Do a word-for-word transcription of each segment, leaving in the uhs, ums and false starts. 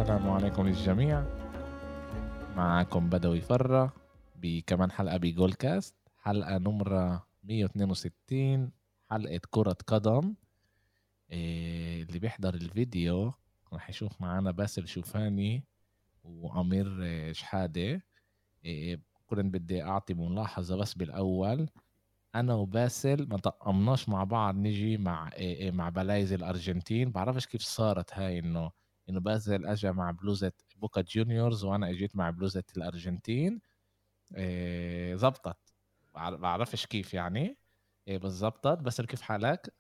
السلام عليكم للجميع. معكم بدوي فرة بكمان حلقة بجول كاست، حلقة نمرة مية واثنين وستين، حلقة كرة قدم. إيه اللي بيحضر الفيديو راح يشوف معنا باسل شوفاني وأمير إيه شحادة. إيه كنت بدي أعطي ملاحظة بس بالأول، أنا وباسل ما طقمناش مع بعض نجي مع إيه إيه مع بلايز الأرجنتين. بعرفش كيف صارت هاي إنه إنه بازل أجا مع بلوزة بوكا جونيورز وأنا أجيت مع بلوزة الأرجنتين. إيه زبطت، بعر- بعرفش كيف يعني إيه بالزبطت. بس كيف حالك؟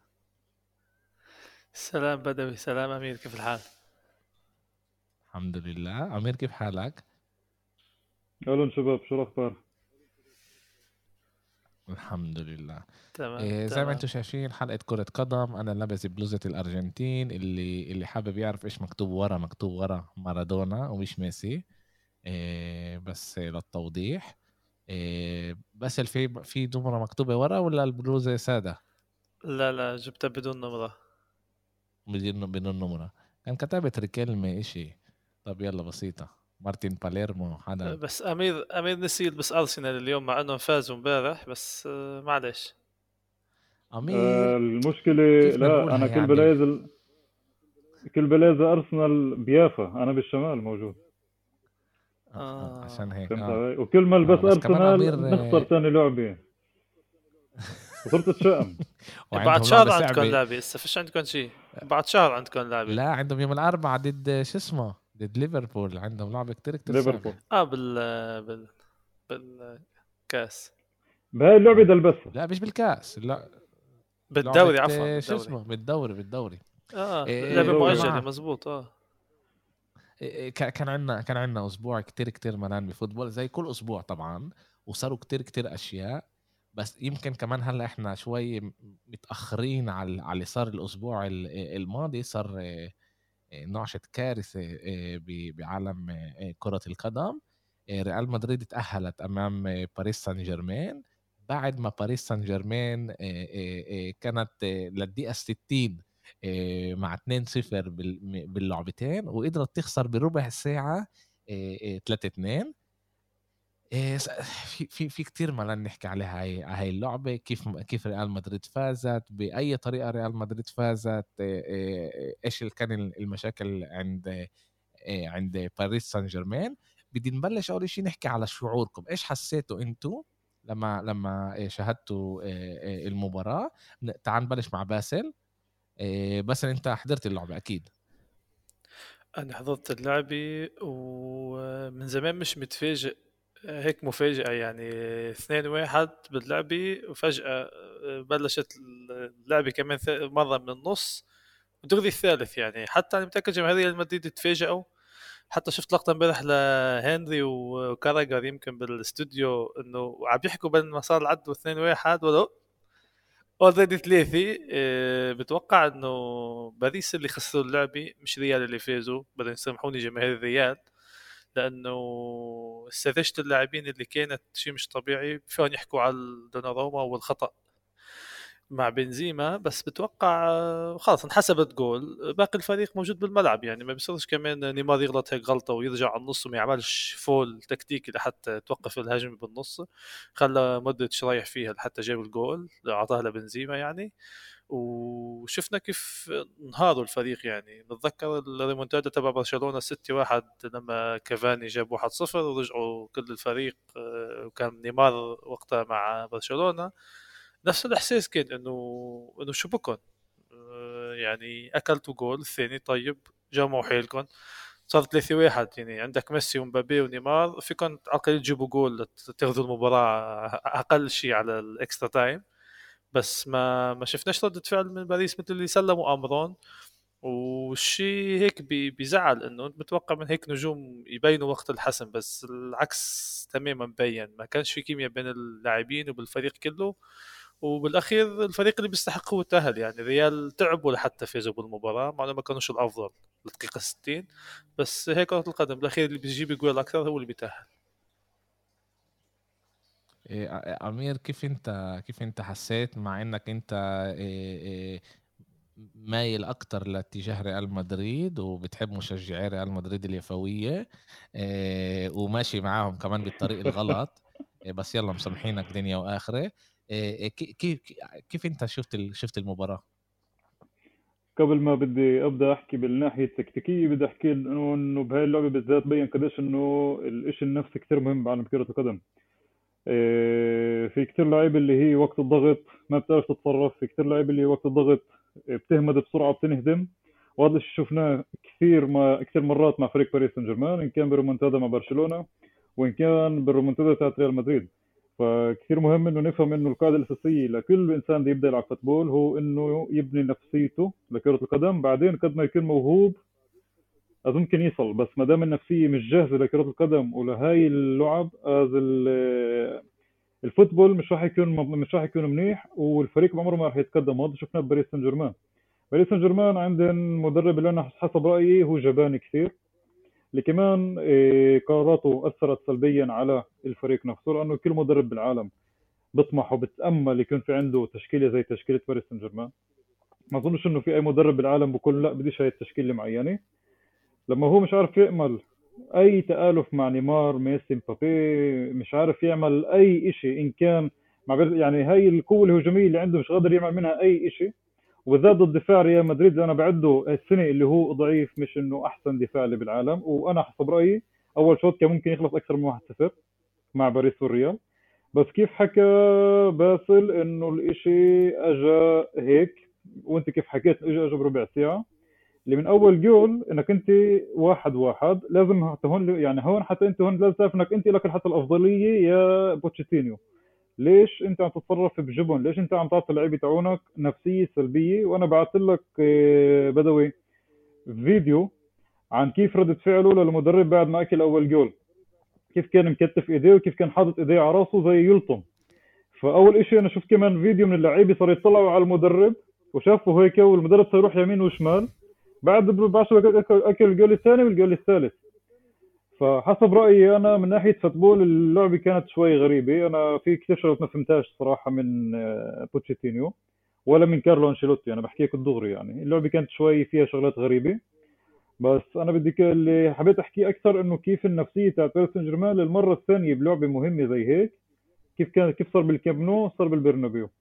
سلام بدوي، سلام أمير، كيف الحال؟ الحمد لله. أمير كيف حالك؟ اهلا شباب، شو الاخبار؟ الحمد لله. تمام إيه زي ما تمام. انتم شايفين حلقة كرة قدم، أنا لابس بلوزة الأرجنتين. اللي اللي حابب يعرف إيش مكتوب ورا، مكتوب ورا مارادونا ومش ميسي. إيه بس للتوضيح. إيه بس في في نمرة مكتوبة ورا ولا البلوزة سادة؟ لا لا، جبتها بدون نمرة. بدون بدون نمرة. كان كتبت كلمة إشي. طب يلا بسيطة. مارتن باليرمو حدا. بس أمير أمير نسي يلبس أرسنال اليوم مع أنهم فازوا امبارح، بس آه، معلش. أمير آه المشكله، كيف بدنا لا نقولها انا كل يعني؟ بلايز كل بلايز ارسنال بيافا، انا بالشمال موجود. آه آه عشان آه. هيك فهمت آه. علي؟ وكل ما آه البس بس كمان ارسنال أمير بنخسر آه ثاني لعبه وصرت اتشائم. بعد وعندهم شهر لعبة عندكم صعبة. لعبة، هسه فيش عندكم شيء. بعد شهر عندكم لعبة. لا عندهم يوم الأربعاء ضد شو اسمه، ضد ليفربول. عندهم لعبة كتير كتير صعبة. ليفربول آه بال بال بالكاس. بهاي اللعبه آه. ده البس. لا مش بالكاس، لا. لعبة بالدوري، عفوا آه، شو بالدوري. اسمه بالدوري بالدوري. آه لعبة إيه بالدوري اه. مؤجلة، جماعة. مزبوط. آه إيه كا- كان عندنا كان عندنا أسبوع كتير كتير ملان بفوتبول زي كل أسبوع طبعا. وصاروا كتير كتير أشياء. بس يمكن كمان هلا احنا شوي م- متأخرين على على اللي صار الأسبوع ال- الماضي. صار آه، آه، نعشة كارثة آه، ب- بعالم آه، كرة القدم. آه، ريال مدريد تأهلت أمام آه، باريس سان جيرمان. بعد ما باريس سان جيرمان آه، آه، آه، كانت آه، للدقيقة ستين آه، مع اثنين صفر بال- باللعبتين، وقدرت تخسر بربع ساعة آه، آه، ثلاثة اثنين. إيه س- في في في كتير ما لن نحكي عليها. هاي هاي اللعبة، كيف كيف ريال مدريد فازت، بأي طريقة ريال مدريد فازت. إيه إيه ايش اللي كان المشاكل عند إيه عند باريس سان جيرمان. بدي نبلش اول شيء نحكي على شعوركم. ايش حسيتوا انتوا لما لما إيه شاهدتوا إيه إيه المباراة؟ ن- تعال نبلش مع باسل. إيه باسل انت حضرت اللعبة اكيد. أنا حضرت اللعبة ومن زمان مش متفاجئ هيك مفاجأة، يعني اثنين واحد باللعبة وفجأة بلشت اللعبة كمان ث- مرة من النص ودغري الثالث. يعني حتى أنا متأكد جماهير ريال مدريد تفاجئوا. حتى شفت لقطة امبارح لهنري وكاراجر يمكن بالاستوديو انه عم يحكوا بين ما صار العد اثنين واحد ولا اوريدي ثلاثة. آه، بتوقع انه باريس اللي خسروا اللعبة مش ريال اللي فازوا، بدهم يسامحوني جماهير الريال، لانه سذجت اللاعبين اللي كانت شيء مش طبيعي. فيهم يحكوا على دوناروما والخطأ مع بنزيما، بس بتوقع آه، خلاص انحسبت جول. باقي الفريق موجود بالملعب، يعني ما بيصيرش كمان نيمار يغلط هيك غلطة ويرجع على النص وما يعملش فول تكتيكي لحتى توقف الهجمة بالنص. خلى مودريتش رايح فيها لحتى جاب الجول، اعطاها لبنزيما يعني. وشفنا كيف انهاروا الفريق. يعني نتذكر الريمونتادا تبع برشلونة ستة واحد لما كافاني جاب واحد صفر ورجعوا كل الفريق، آه، وكان نيمار وقتها مع برشلونة. نفس الإحساس كان إنه إنه شو بكون. آه، يعني أكلتوا جول الثاني، طيب جمعوا حيلكم، صار ثلاثة واحد. يعني عندك ميسي ومبابي ونيمار، فيكم على الأقل تجيبوا جول تاخذوا المباراة أقل شيء على الإكسترا تايم. بس ما ما شفناش ردة فعل من باريس مثل اللي سلموا أمرهم. والشيء هيك بي- بيزعل انه انت متوقع من هيك نجوم يبينوا وقت الحسم، بس العكس تماما مبين. ما كانش في كيمياء بين اللاعبين وبالفريق كله. وبالاخير الفريق اللي بيستحق هو التأهل. يعني ريال تعبوا لحتى فازوا بالمباراة مع انه ما كانوش الافضل للدقيقة ستين. بس هيك كرة القدم، بالاخير اللي بيجيب جوال اكثر هو اللي بيتأهل. إيه أ- أمير كيف انت كيف انت حسيت مع انك انت إيه إيه مايل اكتر لاتجاه ريال مدريد وبتحب مشجعي ريال مدريد اليفويه آه، وماشي معاهم كمان بالطريق الغلط آه، بس يلا مسامحينك دنيا واخره. آه، كيف كيف كيف انت شفت ال- شفت المباراه؟ قبل ما بدي ابدا احكي بالناحيه التكتيكيه، بدي احكي انه انه بهاي اللعبه بالذات بين قديش انه الاشي النفسي كتير مهم بعالم كره القدم. إيه، في كتير لعيبه اللي هي وقت الضغط ما بتعرف تتصرف، في كتير لعيبه اللي وقت الضغط بتهمد بسرعه بتنهدم. وهذا الشيء شفناه كثير ما كثير مرات مع فريق باريس سان جيرمان، ان كان بالرومنتادا مع برشلونه وان كان بالرومنتادا تاعت ريال مدريد. فكثير مهم انه نفهم انه القاعده الاساسيه لكل انسان بده يبدا يلعب فوتبول هو انه يبني نفسيته لكره القدم. بعدين قد ما يكون موهوب اظن ممكن يصل، بس ما دام النفسيه مش جاهزه لكره القدم ولهاي اللعب از ال- الفوتبول مش راح يكون مش راح يكون منيح، والفريق بعمره ما راح يتقدم. وهذا شفناه بباريس سان جيرمان. باريس سان جيرمان عندهم مدرب اللي انا حسب رايي هو جبان كثير، اللي كمان إيه، قراراته اثرت سلبيا على الفريق نفسه، لانه كل مدرب بالعالم بيطمح وبتامل يكون في عنده تشكيله زي تشكيله باريس سان جيرمان. ما اظنش انه في اي مدرب بالعالم بقول لا بديش هاي التشكيله معينه. لما هو مش عارف يعمل اي تآلف مع نيمار ميسي مبابي، مش عارف يعمل اي شيء ان كان مع بر- يعني هاي القوه الهجوميه اللي عنده مش قادر يعمل منها اي شيء. وبالذات ضد دفاع ريال مدريد اللي انا بعده السنه اللي هو ضعيف، مش انه احسن دفاع اللي بالعالم. وانا حسب رايي اول شوط كان ممكن يخلص اكثر من واحد صفر مع باريس والريال. بس كيف حكى باسل انه الاشي اجى هيك، وانت كيف حكيت اجى اجى بربع ساعه، اللي من اول جول انك انت واحد واحد لازم هون، يعني هون حتى انت هون لازم تعرف انك انت لك حتى الافضليه يا بوتشيتينيو. ليش انت عم تتصرف بجبن؟ ليش انت عم تعطي اللعيبه تاعونك نفسيه سلبيه؟ وانا بعثت لك آه، بدوي فيديو عن كيف ردة فعله للمدرب بعد ما اكل اول جول، كيف كان مكتف ايديه وكيف كان حاطط ايديه على راسه زي يلطم. فاول اشي انا شفت كمان فيديو من اللعيبه صار يطلعوا على المدرب وشافوا هيك، والمدرب صار يروح يمين وشمال. بعد بعشر دقائق اكل أكل الجول الثاني والجول الثالث. فحسب رايي انا من ناحيه فوتبول اللعبه كانت شوي غريبه. انا في كثير شغلات ما فهمتهاش صراحه من آه، بوتشيتينيو ولا من كارلو انشيلوتي. انا بحكيك الدغري، يعني اللعبه كانت شوي فيها شغلات غريبه. بس انا بدي ك- اللي حبيت احكيه اكثر انه كيف النفسيه تاعت باريس سان جيرمان للمره الثانيه بلعبه مهمه زي هيك، كيف كان كيف صار بالكامب نو صار بالبرنابيو.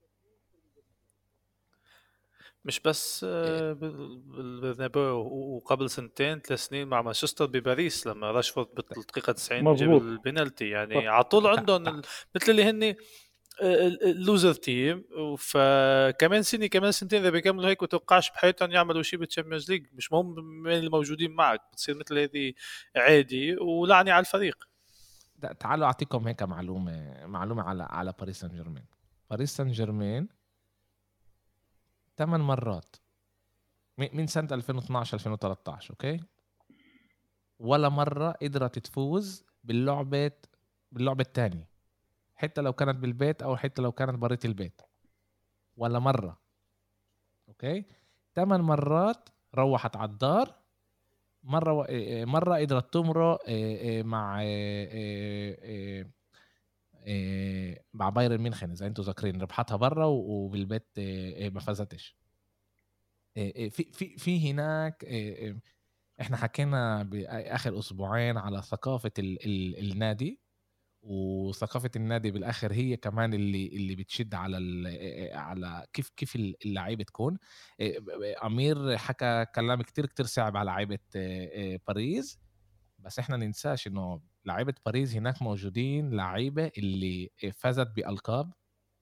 مش بس آه، آه، بال- بالبرنابيو، وقبل سنتين ثلاث سنين مع مانشستر بباريس لما راشفورد بالدقيقة تسعين جاب مظبوط. البنالتي. يعني صح. على طول تع- عندهم تع- ال- مثل اللي هن اللوزر تيم. فكمان سنة كمان سنتين اذا بيكملوا هيك بتوقعش بحياتهم يعملوا شيء بالتشامبيونز ليج. مش مهم مين الموجودين معك، بتصير مثل هذه عادي ولعني على الفريق. تع- تعالوا اعطيكم هيك معلومه معلومه على على باريس سان جيرمان. باريس سان جيرمان ثمان مرات م- من سنه ألفين واثناشر ألفين وثلاثة عشر، اوكي، ولا مره قدرت تفوز باللعبه باللعبه الثانيه، حتى لو كانت بالبيت او حتى لو كانت بريت البيت، ولا مره. اوكي، ثمان مرات روحت على الدار. مره و... إيه- إيه، مره قدرت تمرق إيه، إيه، مع إيه، إيه، إيه، إيه، مع بايرن ميونخ زي انتم ذاكرين، ربحتها بره و- وبالبيت إيه، إيه، ما فازتش. إيه، إيه، في في في هناك إيه، إيه، احنا حكينا باخر اسبوعين على ثقافه ال... ال... النادي، وثقافة النادي بالآخر هي كمان اللي اللي بتشد على ال- على كيف كيف اللعيبة تكون. أمير حكى كلام كتير كتير صعب على لعيبة باريس، بس احنا ننساش انه لعيبة باريس هناك موجودين لعيبة اللي فازت بألقاب،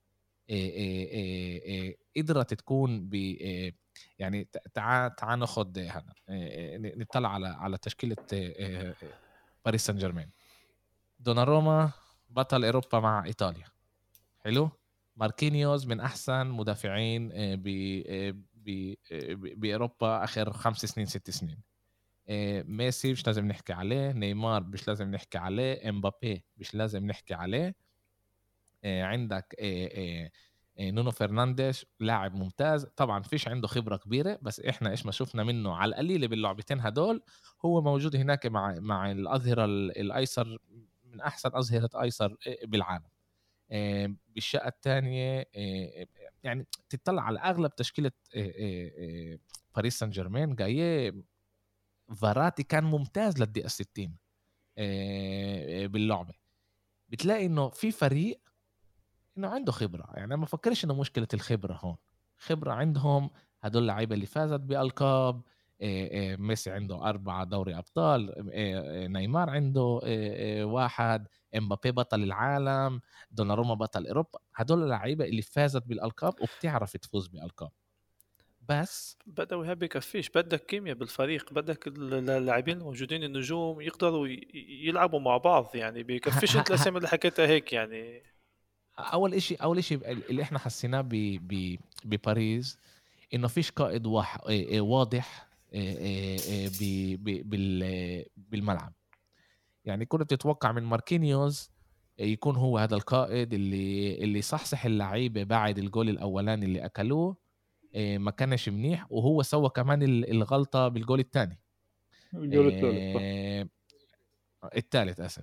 قدرت تكون ب يعني تعال تعال ناخد هذا نطلع على على تشكيلة باريس سان جيرمان. دوناروما بطل اوروبا مع ايطاليا، حلو. ماركينيوز من احسن مدافعين آه، ب آه، ب آه، ب- باوروبا اخر خمس سنين ست سنين. آه، ميسي مش لازم نحكي عليه، نيمار مش لازم نحكي عليه، امبابي مش لازم نحكي عليه. آه، عندك آه، آه، آه، نونو فرنانديش لاعب ممتاز، طبعا فيش عنده خبرة كبيرة، بس احنا ايش ما شفنا منه على القليل باللعبتين هدول هو موجود هناك مع مع الأظهرة ال- الأيسر، من أحسن أظهرة أيسر بالعالم. آه، بالشقة الثانية آه، يعني تطلع على اغلب تشكيله باريس سان جيرمان جايه فاراتي كان ممتاز للدقيقه ستين باللعبه، بتلاقي انه في فريق انه عنده خبره. يعني انا ما بفكرش انه مشكله الخبره هون، خبره عندهم هدول اللعيبه اللي فازت بالقاب. ميسي عنده أربعة دوري أبطال، نيمار عنده واحد، امبابي بطل العالم، دوناروما بطل أوروبا. هدول اللعيبة اللي فازت بالألقاب وبتعرف تفوز بالألقاب. بس بدأ وهي بكفيش، بدك كيمياء بالفريق، بدك اللاعبين الموجودين النجوم يقدروا يلعبوا مع بعض. يعني بكفيش انت الاسامي اللي حكيتها هيك. يعني اول اشي اول اشي اللي احنا حسيناه بباريس انه فيش قائد واحد واضح بالملعب. يعني كنت تتوقع من ماركينيوز يكون هو هذا القائد اللي اللي صحصح اللعيبه بعد الجول الاولاني اللي اكلوه، ما كانش منيح، وهو سوى كمان الغلطه بالجول الثاني الجول الثالث صح الثالث اسف.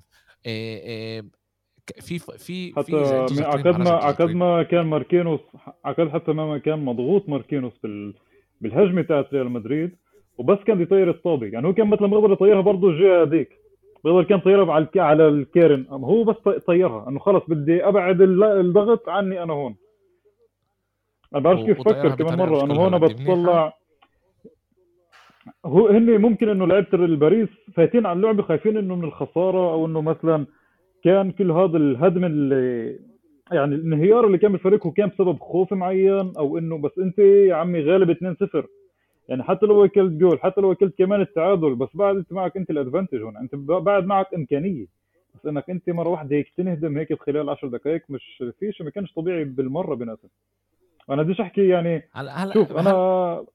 في في حتى في اذا انتم عقد ما عقد ما كان ماركينوس عقد حتى ما كان مضغوط ماركينوس بال بالهجمه تاعت ريال مدريد، وبس كان يطير الطابه. يعني هو كان مثلا بيقدر يطيرها برضه الجهه هذيك، بيقدر كان طيرها على على الكيرن، اما هو بس طيرها انه خلص بدي ابعد الضغط عني انا هون. انا بعرف كيف فكر كمان مره انه هون بتطلع هو هن ممكن انه لعيبه الباريس فايتين على اللعبه خايفين انه من الخساره، او انه مثلا كان كل هذا الهدم اللي يعني الانهيار اللي كان بالفريق هو كان بسبب خوف معين، او انه بس انت يا عمي غالب اثنين صفر. يعني حتى لو اكلت جول، حتى لو اكلت كمان التعادل، بس بعد انت معك انت الادفانتج هون، انت بعد معك امكانيه. بس انك انت مره واحده هيك تنهدم هيك خلال عشر دقائق مش فيش، ما كانش طبيعي بالمره بيناتهم. انا بديش احكي يعني هلا شوف انا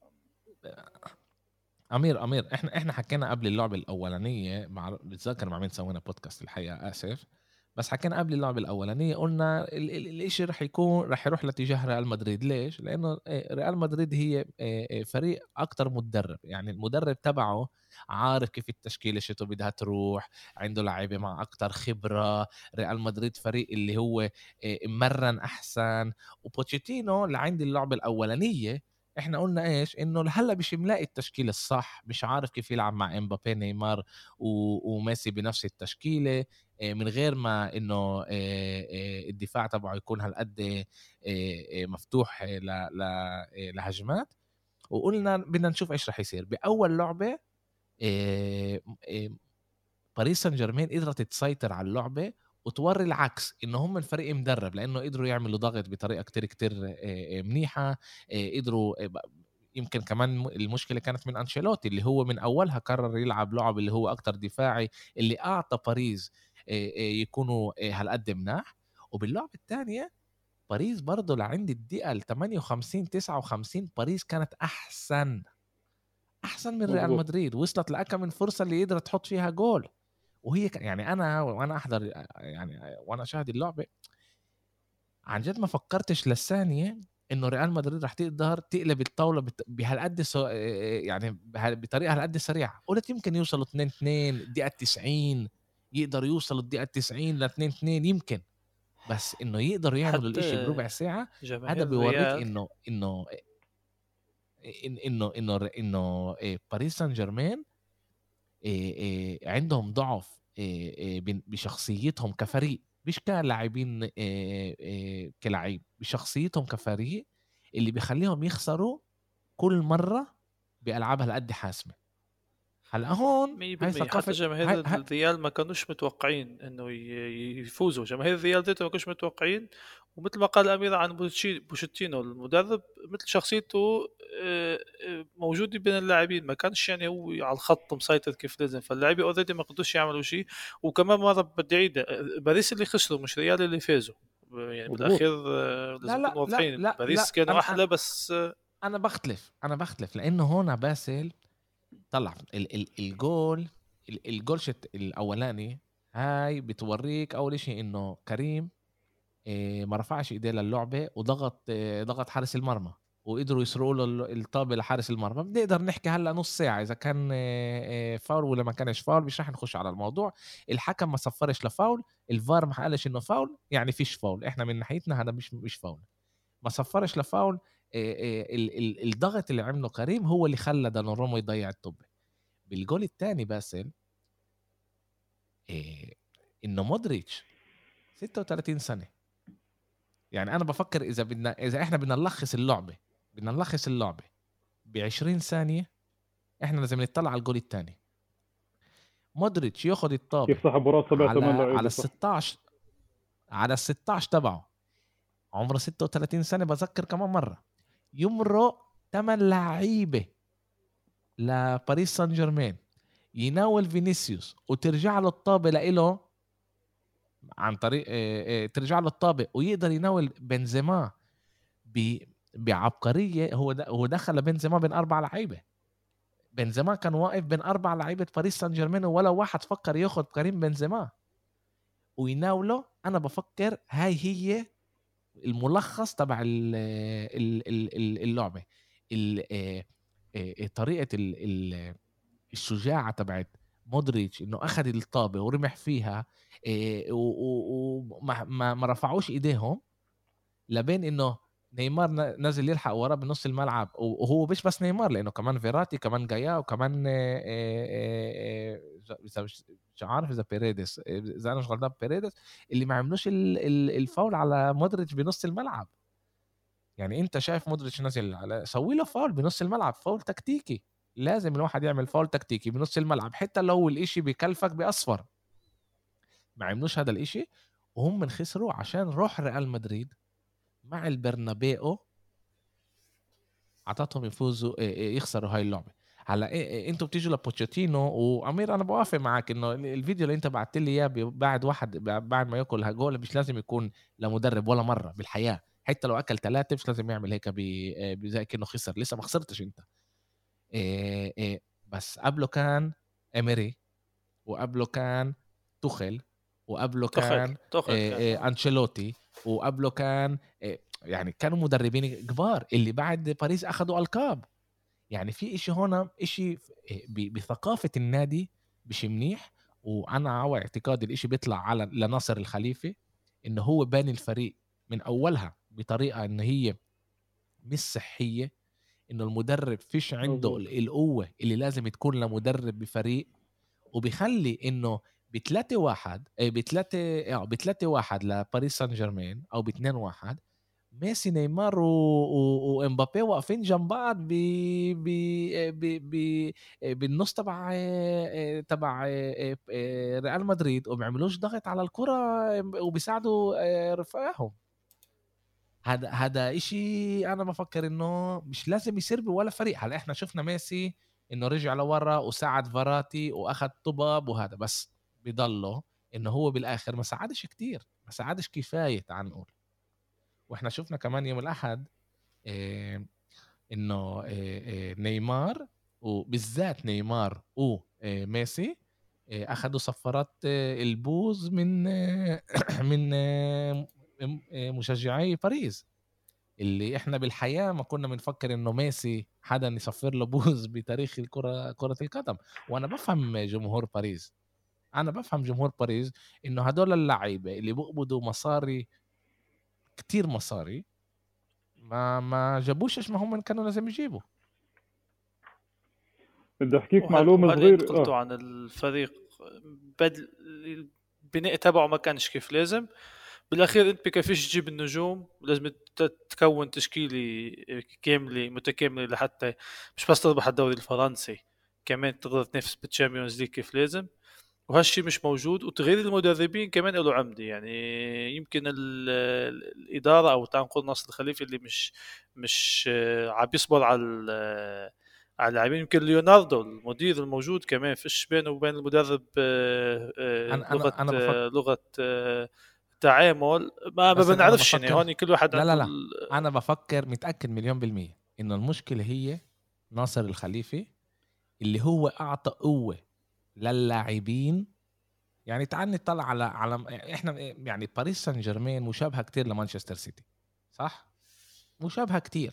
امير امير احنا احنا حكينا قبل اللعبه الاولانيه، مع بتذكر مع مين سوينا بودكاست الحقيقه اسف، بس حكينا قبل اللعبه الاولانيه قلنا الاشي رح يكون رح يروح لاتجاه ريال مدريد. ليش؟ لانه ريال مدريد هي فريق اكتر مدرب، يعني المدرب تبعه عارف كيف التشكيله شتو بدها تروح، عنده لعيبه مع اكتر خبره. ريال مدريد فريق اللي هو مرن احسن، وبوتشيتينو اللي عند اللعبه الاولانيه احنا قلنا ايش؟ انه هلا مش ملاقي التشكيله الصح، مش عارف كيف يلعب مع امبابي نيمار وميسي بنفس التشكيله من غير ما انه الدفاع تبعه يكون هالقد مفتوح لهجمات. وقلنا بدنا نشوف ايش رح يصير باول لعبه. باريس سان جيرمان قدرت تسيطر على اللعبه وتوري العكس، انه هم الفريق مدرب، لانه قدروا يعملوا ضغط بطريقه كتير كتير منيحه. قدروا يمكن كمان المشكله كانت من انشيلوتي اللي هو من اولها قرر يلعب لعب اللي هو اكتر دفاعي، اللي اعطى باريس يكونوا هالقد مناح. وباللعبه الثانيه باريس برضو لعند الدقيقه ثمانية وخمسين تسعة وخمسين باريس كانت احسن احسن من ريال مدريد، وصلت لأكم من فرصه اللي قدرت تحط فيها جول. وهي يعني انا وانا احضر يعني وانا شاهد اللعبه عن جد ما فكرتش للثانيه انه ريال مدريد رح تقدر تقلب الطاوله بهالقد سو... يعني بطريقه هالقد سريعه. قلت يمكن يوصلوا اثنين اثنين الدقيقه تسعين، يقدر يوصلوا الدقيقه تسعين ل اثنين اثنين يمكن، بس انه يقدروا يعملوا الاشي بربع ساعه. هذا بيوريك انه انه انه انه انه باريس سان جيرمان عندهم ضعف بشخصيتهم كفريق، مش كلاعبين كلاعب، بشخصيتهم كفريق اللي بيخليهم يخسروا كل مرة بألعابها لقد حاسمة. هلا هون هاي ثقافة حتى جماهير الريال ما كانوش متوقعين انه يفوزوا. جماهير الريال ديتو ما كانوش متوقعين، ومثل ما قال الأمير عن بوشيتينو المدرب مثل شخصيته موجودة بين اللاعبين، ما كانش يعني هو على الخط مسيطر كيف لازم، فاللاعبين اوريدي ما قدوش يعملوا شيء. وكمان مرة بدي أعيد، باريس اللي خسروا مش ريال اللي فازوا. يعني بالاخير لازم نكون واضحين، باريس كانوا أنا احلى. بس انا بختلف انا بختلف لانه هون باسل طلع ال- ال- الجول الجول شت الاولاني هاي بتوريك اول شيء انه كريم إيه ما رفعش ايديه للعبه وضغط إيه ضغط حارس المرمى، وقدروا يسرقوا له الطابه لحارس المرمى. بنقدر نحكي هلا نص ساعه اذا كان إيه فاول ولا ما كانش فاول، مش رح نخش على الموضوع. الحكم ما صفرش لفاول، الفار ما قالش انه فاول، يعني فيش فاول. احنا من ناحيتنا هذا مش مش فاول. ما صفرش لفاول. الضغط اللي عمله كريم هو اللي خلى دوناروما يضيع الطب. بالجول الثاني باسل إيه انه مودريتش ستة وثلاثين سنة. يعني انا بفكر اذا بدنا اذا احنا بدنا نلخص اللعبة بدنا نلخص اللعبة بعشرين ثانية، احنا لازم نطلع على الجول الثاني. مودريتش ياخد الطابة كيف سحب وراه سبع على ثمان على لعيبه ال صح. ستاشر على ال ستاشر تبعه، عمره ستة وثلاثين سنة. بذكر كمان مرة يمرق ثمان لعيبة لباريس سان جيرمان، يناول فينيسيوس وترجع له الطابة لإله عن طريق اه اه ترجع له الطابة ويقدر يناول بنزيما بعبقرية. هو هو دخل بنزيما بين أربع لعيبة. بنزيما كان واقف بين أربع لعيبة باريس سان جيرمان ولا واحد فكر ياخد كريم بنزيما ويناوله. أنا بفكر هاي هي الملخص تبع اللعبة، طريقة الشجاعة تبعت مودريتش انه اخذ الطابة ورمح فيها وما ما رفعوش ايديهم، لبين انه نيمار نازل يلحق وراه بنص الملعب. وهو مش بس نيمار، لانه كمان فيراتي كمان جايا وكمان مش عارف اذا بيريدس اذا انا مش غلطان بيريدس اللي ما عملوش الفاول على مودريتش بنص الملعب. يعني انت شايف مودريتش نازل على سوي له فاول بنص الملعب، فاول تكتيكي. لازم الواحد يعمل فاول تكتيكي بنص الملعب حتى لو الاشي بكلفك بأصفر. ما عملوش هذا الاشي وهم من خسروا عشان روح ريال مدريد مع البرنابيو عطاتهم يفوزوا يخسروا هاي اللعبة. هلا انتوا بتيجوا لبوتشيتينو وامير، انا بوافق معك انه الفيديو اللي انت بعت لي اياه بعد واحد بعد ما ياكل هجول مش لازم يكون لمدرب ولا مرة بالحياة، حتى لو اكل ثلاثة مش لازم يعمل هيك بزي كأنه خسر. لسه ما خسرتش انت. إيه إيه بس قبله كان اميري، وقبله كان توخل، وقبله كان توخل إيه كان إيه انشيلوتي، وقبله كان إيه يعني كانوا مدربين كبار اللي بعد باريس اخذوا القاب. يعني في اشي هنا اشي بثقافة النادي مش منيح. وانا على اعتقاد الاشي بيطلع على لناصر الخليفة انه هو باني الفريق من اولها بطريقة انه هي مش صحية، انه المدرب فيش عنده مظبوط. القوة اللي لازم تكون لمدرب بفريق، وبيخلي انه بثلاثة واحد بثلاثة اه بثلاثة واحد لباريس سان جيرمان او باثنين واحد ميسي نيمار وامبابي واقفين جنب بعض ب ب ب بالنص تبع تبع ريال مدريد وما بيعملوش ضغط على الكرة وبيساعدوا رفاقهم. هذا هذا إشي أنا بفكر إنه مش لازم يصير بولا فريق. هلا إحنا شفنا ميسي إنه رجع لورا وساعد فاراتي وأخذ طباب وهذا، بس بيضله إنه هو بالآخر ما ساعدش كتير، ما ساعدش كفاية تعال نقول. وإحنا شفنا كمان يوم الأحد إيه إنه إيه إيه نيمار وبالذات نيمار وميسي إيه أخذوا صفارات إيه البوز من إيه من إيه مشجعي باريس، اللي احنا بالحياة ما كنا بنفكر انه ميسي حدا يصفر له بوز بتاريخ الكرة كرة القدم. وانا بفهم جمهور باريس، انا بفهم جمهور باريس انه هدول اللعيبة اللي بقبضوا مصاري كتير مصاري ما ما جابوش ايش ما هم كانوا لازم يجيبوا. بدي احكيك وهل معلومة وهل صغيرة انت قلتوا اه عن الفريق بدل البناء تبعه ما كانش كيف لازم. بالاخير انت بكفيش تجيب النجوم، لازم تكون تشكيله كامله متكامله لحتى مش بس تربح الدوري الفرنسي، كمان تقدر تنافس بالتشامبيونز ليج كيف لازم. وهالشي مش موجود، وتغيير المدربين كمان له عمدي. يعني يمكن الاداره او تعال نقول ناصر الخليفي اللي مش مش عم يصبر على على اللاعبين. يمكن ليوناردو المدير الموجود كمان فيش بينه وبين المدرب انا لغه انا انا بفكر لغه تعامل. ما ما بس انا بنعرفش يعني، بفكر هون كل واحد لا لا عنده لا ال... انا بفكر متأكد مليون بالمية انه المشكلة هي ناصر الخليفي اللي هو اعطى قوة للاعبين. يعني تعال نطلع على على احنا يعني باريس سان جيرمان مشابهه كتير لمانشستر سيتي صح، مشابهه كتير.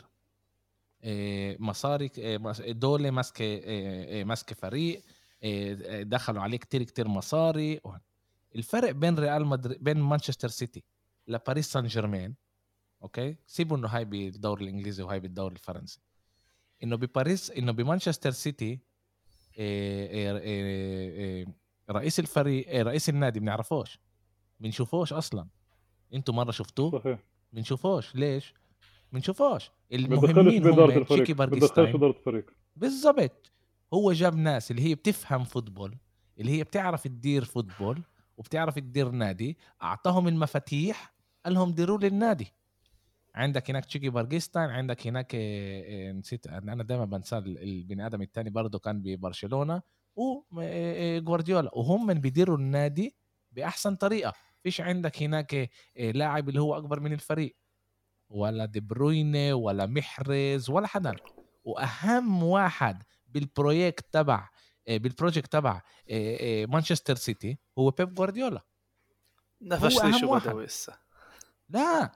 مصاري دولة ماسكه ماسكه فريق دخلوا عليه كتير كتير مصاري. الفرق بين ريال مدريد بين مانشستر سيتي لباريس سان جيرمان اوكي سيبوا انه هاي بالدوري الانجليزي وهاي بالدوري الفرنسي انه بباريس انه بمانشستر سيتي إيه إيه إيه إيه رئيس الفريق إيه رئيس النادي بنعرفوش بنشوفوش اصلا انتوا مره شفتوه صحيح بنشوفوش ليش بنشوفوش بدخلش المهمين بإدارة هم تشيكي الفريق بدخلش بارجستاين بإدارة الفريق بالضبط هو جاب ناس اللي هي بتفهم فوتبول اللي هي بتعرف تدير فوتبول وبتعرف تدير نادي اعطاهم المفاتيح قال لهم ديروا لي النادي عندك هناك تشيكي بارجستاين عندك هناك إيه إيه نسيت انا دايما بنسى البني ادم الثاني برضه كان ببرشلونة وغوارديولا وهم من بيديروا النادي باحسن طريقه فيش عندك هناك لاعب اللي هو اكبر من الفريق ولا دي بروينه ولا محرز ولا حدا واهم واحد بالبروجكت تبع بالبروجكت تبع مانشستر سيتي هو بيب غوارديولا نفس لي شو بدوي هسه لا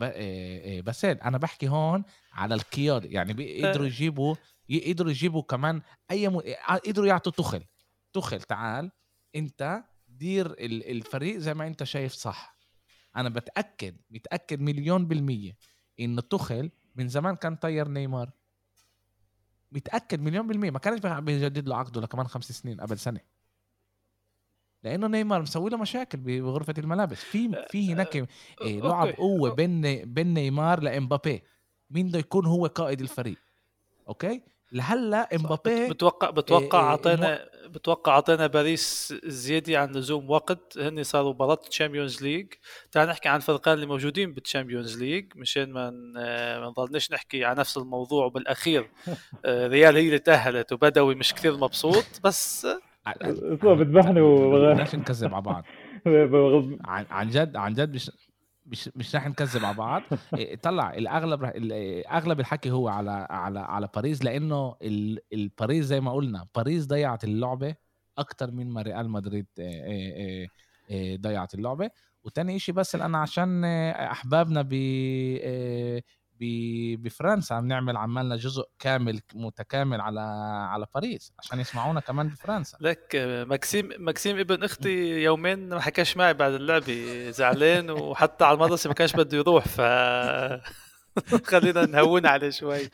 بس انا بحكي هون على القياده يعني بيقدروا يجيبوا يقدروا يجيبوا كمان اي م... قدروا يعطوا تخل تخل تعال انت دير الفريق زي ما انت شايف صح انا بتاكد متاكد مليون بالميه ان تخل من زمان كان طير نيمار متاكد مليون بالميه ما كانش بيجدد له عقده لكمان خمس سنين قبل سنه لانه نيمار مسوي له مشاكل بغرفه الملابس في في هناك لعب قوه بين بين نيمار لامبابي مين بده يكون هو قائد الفريق اوكي لهلا امبابي بتوقع بتوقع عطينا بتوقع عطينا باريس زياده عن لزوم وقت هن صاروا مباراه تشامبيونز ليج تعال نحكي عن الفريقين اللي موجودين بالتشامبيونز ليج مشان ما ما نضلناش نحكي عن نفس الموضوع وبالاخير ريال هي اللي تاهلت وبدوي مش كثير مبسوط بس اسمع بتذبحني وبدناش نكذب على بعض عن عن جد عن جد مش مش مش راح نكذب على بعض طلع الاغلب اغلب الحكي هو على على على باريس لانه الباريس زي ما قلنا باريس ضيعت اللعبه اكتر من ما ريال مدريد ضيعت اللعبه وتاني اشي بس انا عشان احبابنا ب بفرنسا عم نعمل عملنا جزء كامل متكامل على على باريس عشان يسمعونا كمان بفرنسا لك ماكسيم ماكسيم ابن اختي يومين ما حكاش معي بعد اللعبه زعلان وحتى على المدرسه ما كانش بده يروح ف خلينا نهون عليه شوي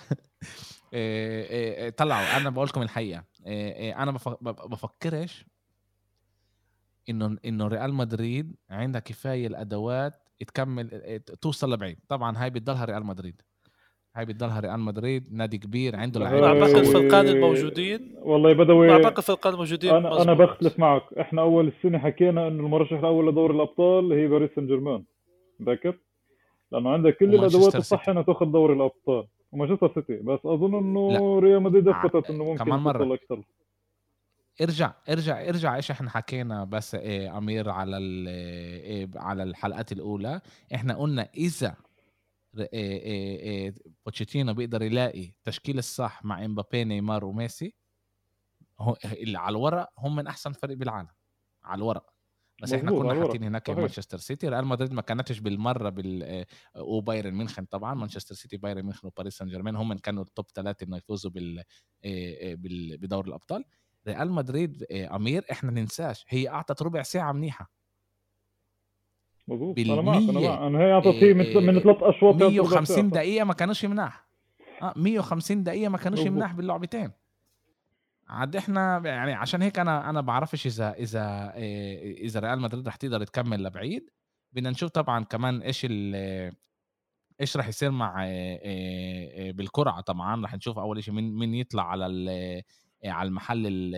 طلعوا انا بقول لكم الحقيقه انا بفكرش انه انه ريال مدريد عندها كفايه الادوات تكمل توصل لبعيد طبعا هاي بتضلها ريال مدريد هاي بتضلها ريال مدريد نادي كبير عنده لعيبه مع باقي الفرقان الموجودين والله بدوي مع باقي الفرقان الموجودين انا مزبوط. انا بختلف معك احنا اول السنه حكينا انه المرشح الاول لدوري الابطال هي باريس سان جيرمان ذكر لانه عندك كل الادوات الصح انها تاخذ دوري الابطال ومانشستر سيتي بس اظن انه ريال مدريد اثبتت انه ممكن توصل اكثر ارجع ارجع ارجع ايش احنا حكينا بس إيه امير على إيه على الحلقات الاولى احنا قلنا اذا إيه إيه إيه بوتشيتينو بيقدر يلاقي تشكيل الصح مع امبابي نيمار وميسي هو اللي على الورق هم من احسن فريق بالعالم على الورق بس احنا كنا حاطين هناك مانشستر سيتي ريال مدريد ما كانتش بالمره بال وبايرن ميونخ طبعا مانشستر سيتي بايرن ميونخ وباريس سان جيرمان هم كانوا التوب ثلاثه انه يفوزوا بال بدور الابطال ريال مدريد امير احنا ننساش هي اعطت ربع ساعه منيحه مظبوط انا معك انا معك انا هي اعطت هي من من ثلاث اشواط مية وخمسين دقيقه ما كانوش مناح اه مية وخمسين دقيقه ما كانوش مناح باللعبتين عاد احنا يعني عشان هيك انا انا بعرفش اذا اذا اذا ريال مدريد رح تقدر تكمل لبعيد بدنا نشوف طبعا كمان ايش ايش رح يصير مع بالقرعه طبعا رح نشوف اول شيء مين مين يطلع على على المحل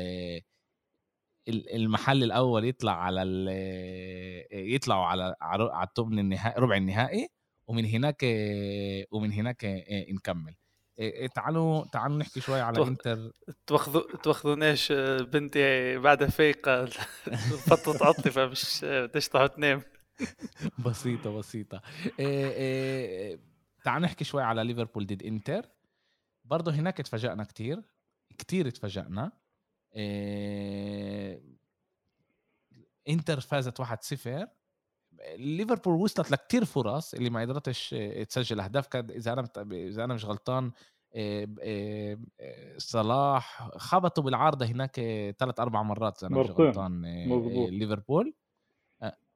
المحل الاول يطلع على يطلعوا على على الثمن النهائي ربع النهائي ومن هناك ومن هناك نكمل تعالوا تعالوا نحكي شوي على انتر تاخذوا تاخذوناش بنتي بعد فيقه فتره عاطفه مش تشطح تنام بسيطه بسيطه تعالوا نحكي شوي على ليفربول ضد انتر برضه هناك اتفاجئنا كتير كتير اتفاجئنا إيه... انتر فازت واحد صفر ليفربول وصلت لكتير فرص اللي ما قدرتش تسجل اهداف كاد اذا انا اذا انا مش غلطان إيه... إيه... صلاح خبطوا بالعارضه هناك ثلاث اربع مرات اذا انا مش غلطان إيه... ليفربول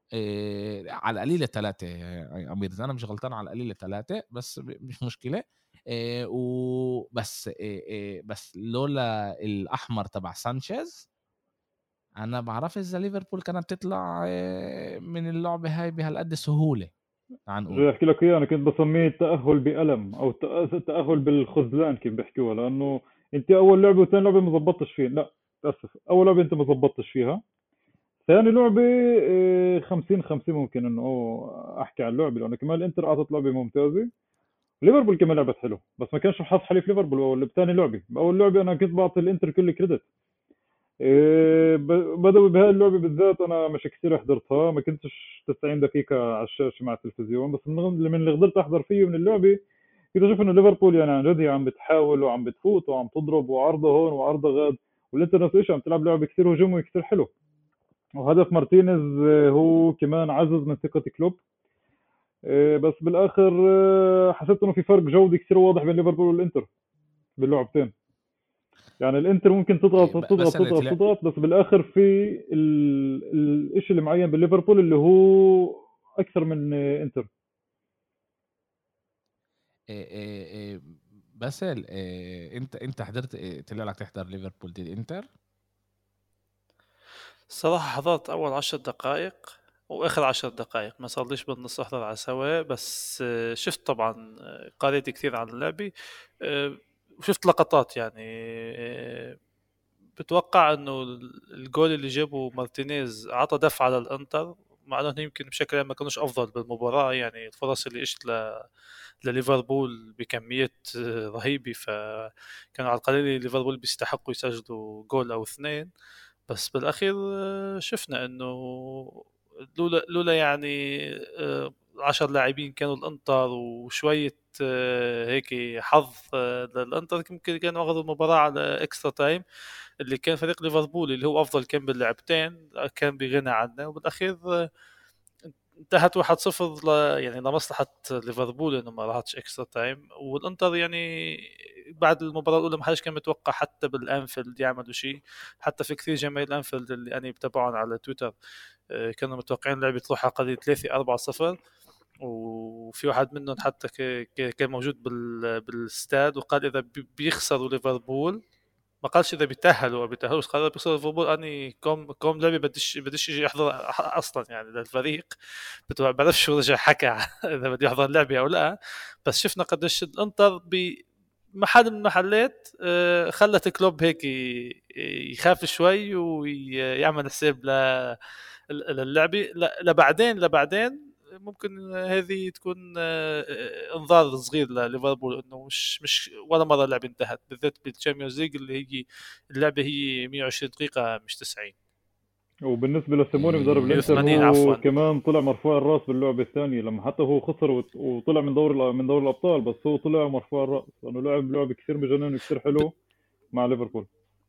إيه على القليله ثلاثه يا امير، اذا انا مش غلطان على القليله ثلاثه، بس مش مشكله. إيه وبس إيه إيه بس لولا الاحمر تبع سانشيز انا بعرف اذا ليفربول كانت تطلع إيه من اللعبه هاي بهالقد سهوله. تعال نقول جاي احكي لك اياه، انا كنت بسميه التاهل بألم او التأ- التاهل بالخذلان كيف بيحكوها، لانه انت اول لعبه وثاني لعبه ما زبطتش فيها. لا تاسف، اول لعبه انت ما زبطتش فيها، ثاني لعبه إيه، خمسين خمسين ممكن انه أوه احكي عن اللعبه، لانه كمان الانتر اعطت لعبه ممتازه، ليفربول كمان لعبت حلو، بس ما كانش حظ حليف ليفربول اول بثاني لعبه. باول لعبه انا كنت بعطي الانتر كل كريدت. إيه ب- بدأوا بهاي اللعبة بالذات، أنا مش كثير حضرتها، ما كنتش تسعين دقيقة على الشاشة مع التلفزيون، بس من من اللي قدرت أحضر فيه من اللعبة كنت أشوف إنه ليفربول يعني عن جد هي عم بتحاول وعم بتفوت وعم تضرب وعرضة هون وعرضة غاد، والإنتر نفس الشيء عم تلعب لعبة كثير هجومي كثير حلو. وهدف مارتينيز آه، هو كمان عزز من ثقة كلوب. إيه بس بالآخر آه، حسيت إنه في فرق جودي كثير واضح بين ليفربول والإنتر باللعبتين. يعني الانتر ممكن إيه تضغط ب- بس تضغط اللي تضغط تلا... تضغط، بس بالاخر في ال- الشيء المعين بالليفربول اللي هو اكثر من انتر. إيه إيه إيه بس ال- إيه انت انت حضرت إيه طلع لك تحضر ليفربول ضد انتر؟ الصراحة حضرت أول عشر دقائق وآخر عشر دقائق، ما صارليش بالنص أحضر على سوا، بس آه، شفت طبعا، آه، قريت كثير عن اللعبة، آه، وشفت لقطات يعني. آه، بتوقع انه الجول اللي جابه مارتينيز عطى دفعة للانتر، مع انه يمكن بشكل عام ما كانوش افضل بالمباراة، يعني الفرص اللي اجت ل... لليفربول بكمية آه، رهيبة، فكانوا على القليل ليفربول بيستحقوا يسجلوا جول او اثنين. بس بالاخير آه، شفنا انه لولا لولا يعني آه، عشر لاعبين كانوا الانتر وشوية آه، هيك حظ آه، للانتر، يمكن كانوا اخذوا المباراة على اكسترا تايم، اللي كان فريق ليفربول اللي هو افضل كان باللعبتين كان بغنى عنه، وبالاخير آه، انتهت واحد صفر ل... يعني لمصلحة ليفربول انه ما راحتش اكسترا تايم، والانتر يعني بعد المباراة الأولى ما حدش كان متوقع حتى بالأنفيلد يعملوا شيء. حتى في كثير جماهير الأنفيلد اللي أنا بتابعهم على تويتر آه، كانوا متوقعين اللعبة تروح على قضية ثلاثة أربعة صفر، وفي واحد منهم حتى ك- ك- كان موجود بال... بالستاد وقال إذا بي- بيخسروا ليفربول، ما قالش اذا بيتاهلوا او بيتاهلوش، قال بيصير ليفربول اني كوم كوم لعبه بديش بديش يجي يحضر اصلا يعني للفريق. بتوع بعرفش شو رجع حكى اذا بده يحضر اللعبه او لا. بس شفنا قديش الانتر بمحل من المحلات آه، خلت كلوب هيك ي- يخاف شوي ويعمل حساب ل- للعبه ل- لبعدين لبعدين ممكن هذه تكون آه، آه، انذار صغير لليفربول انه مش مش ولا مره اللعبه انتهت، بالذات بالتشامبيونز ليج اللي هي اللعبه هي مية وعشرين دقيقه مش تسعين. وبالنسبه لسيموني مدرب إيه الانتر، مية وثمانين عفوا. هو كمان طلع مرفوع الراس باللعبه الثانيه، لما حتى هو خسر وت- وطلع من دور ال- من دور الابطال، بس هو طلع مرفوع الراس لانه لعب لعبه كثير مجنون وكثير ب- حلو مع ليفربول.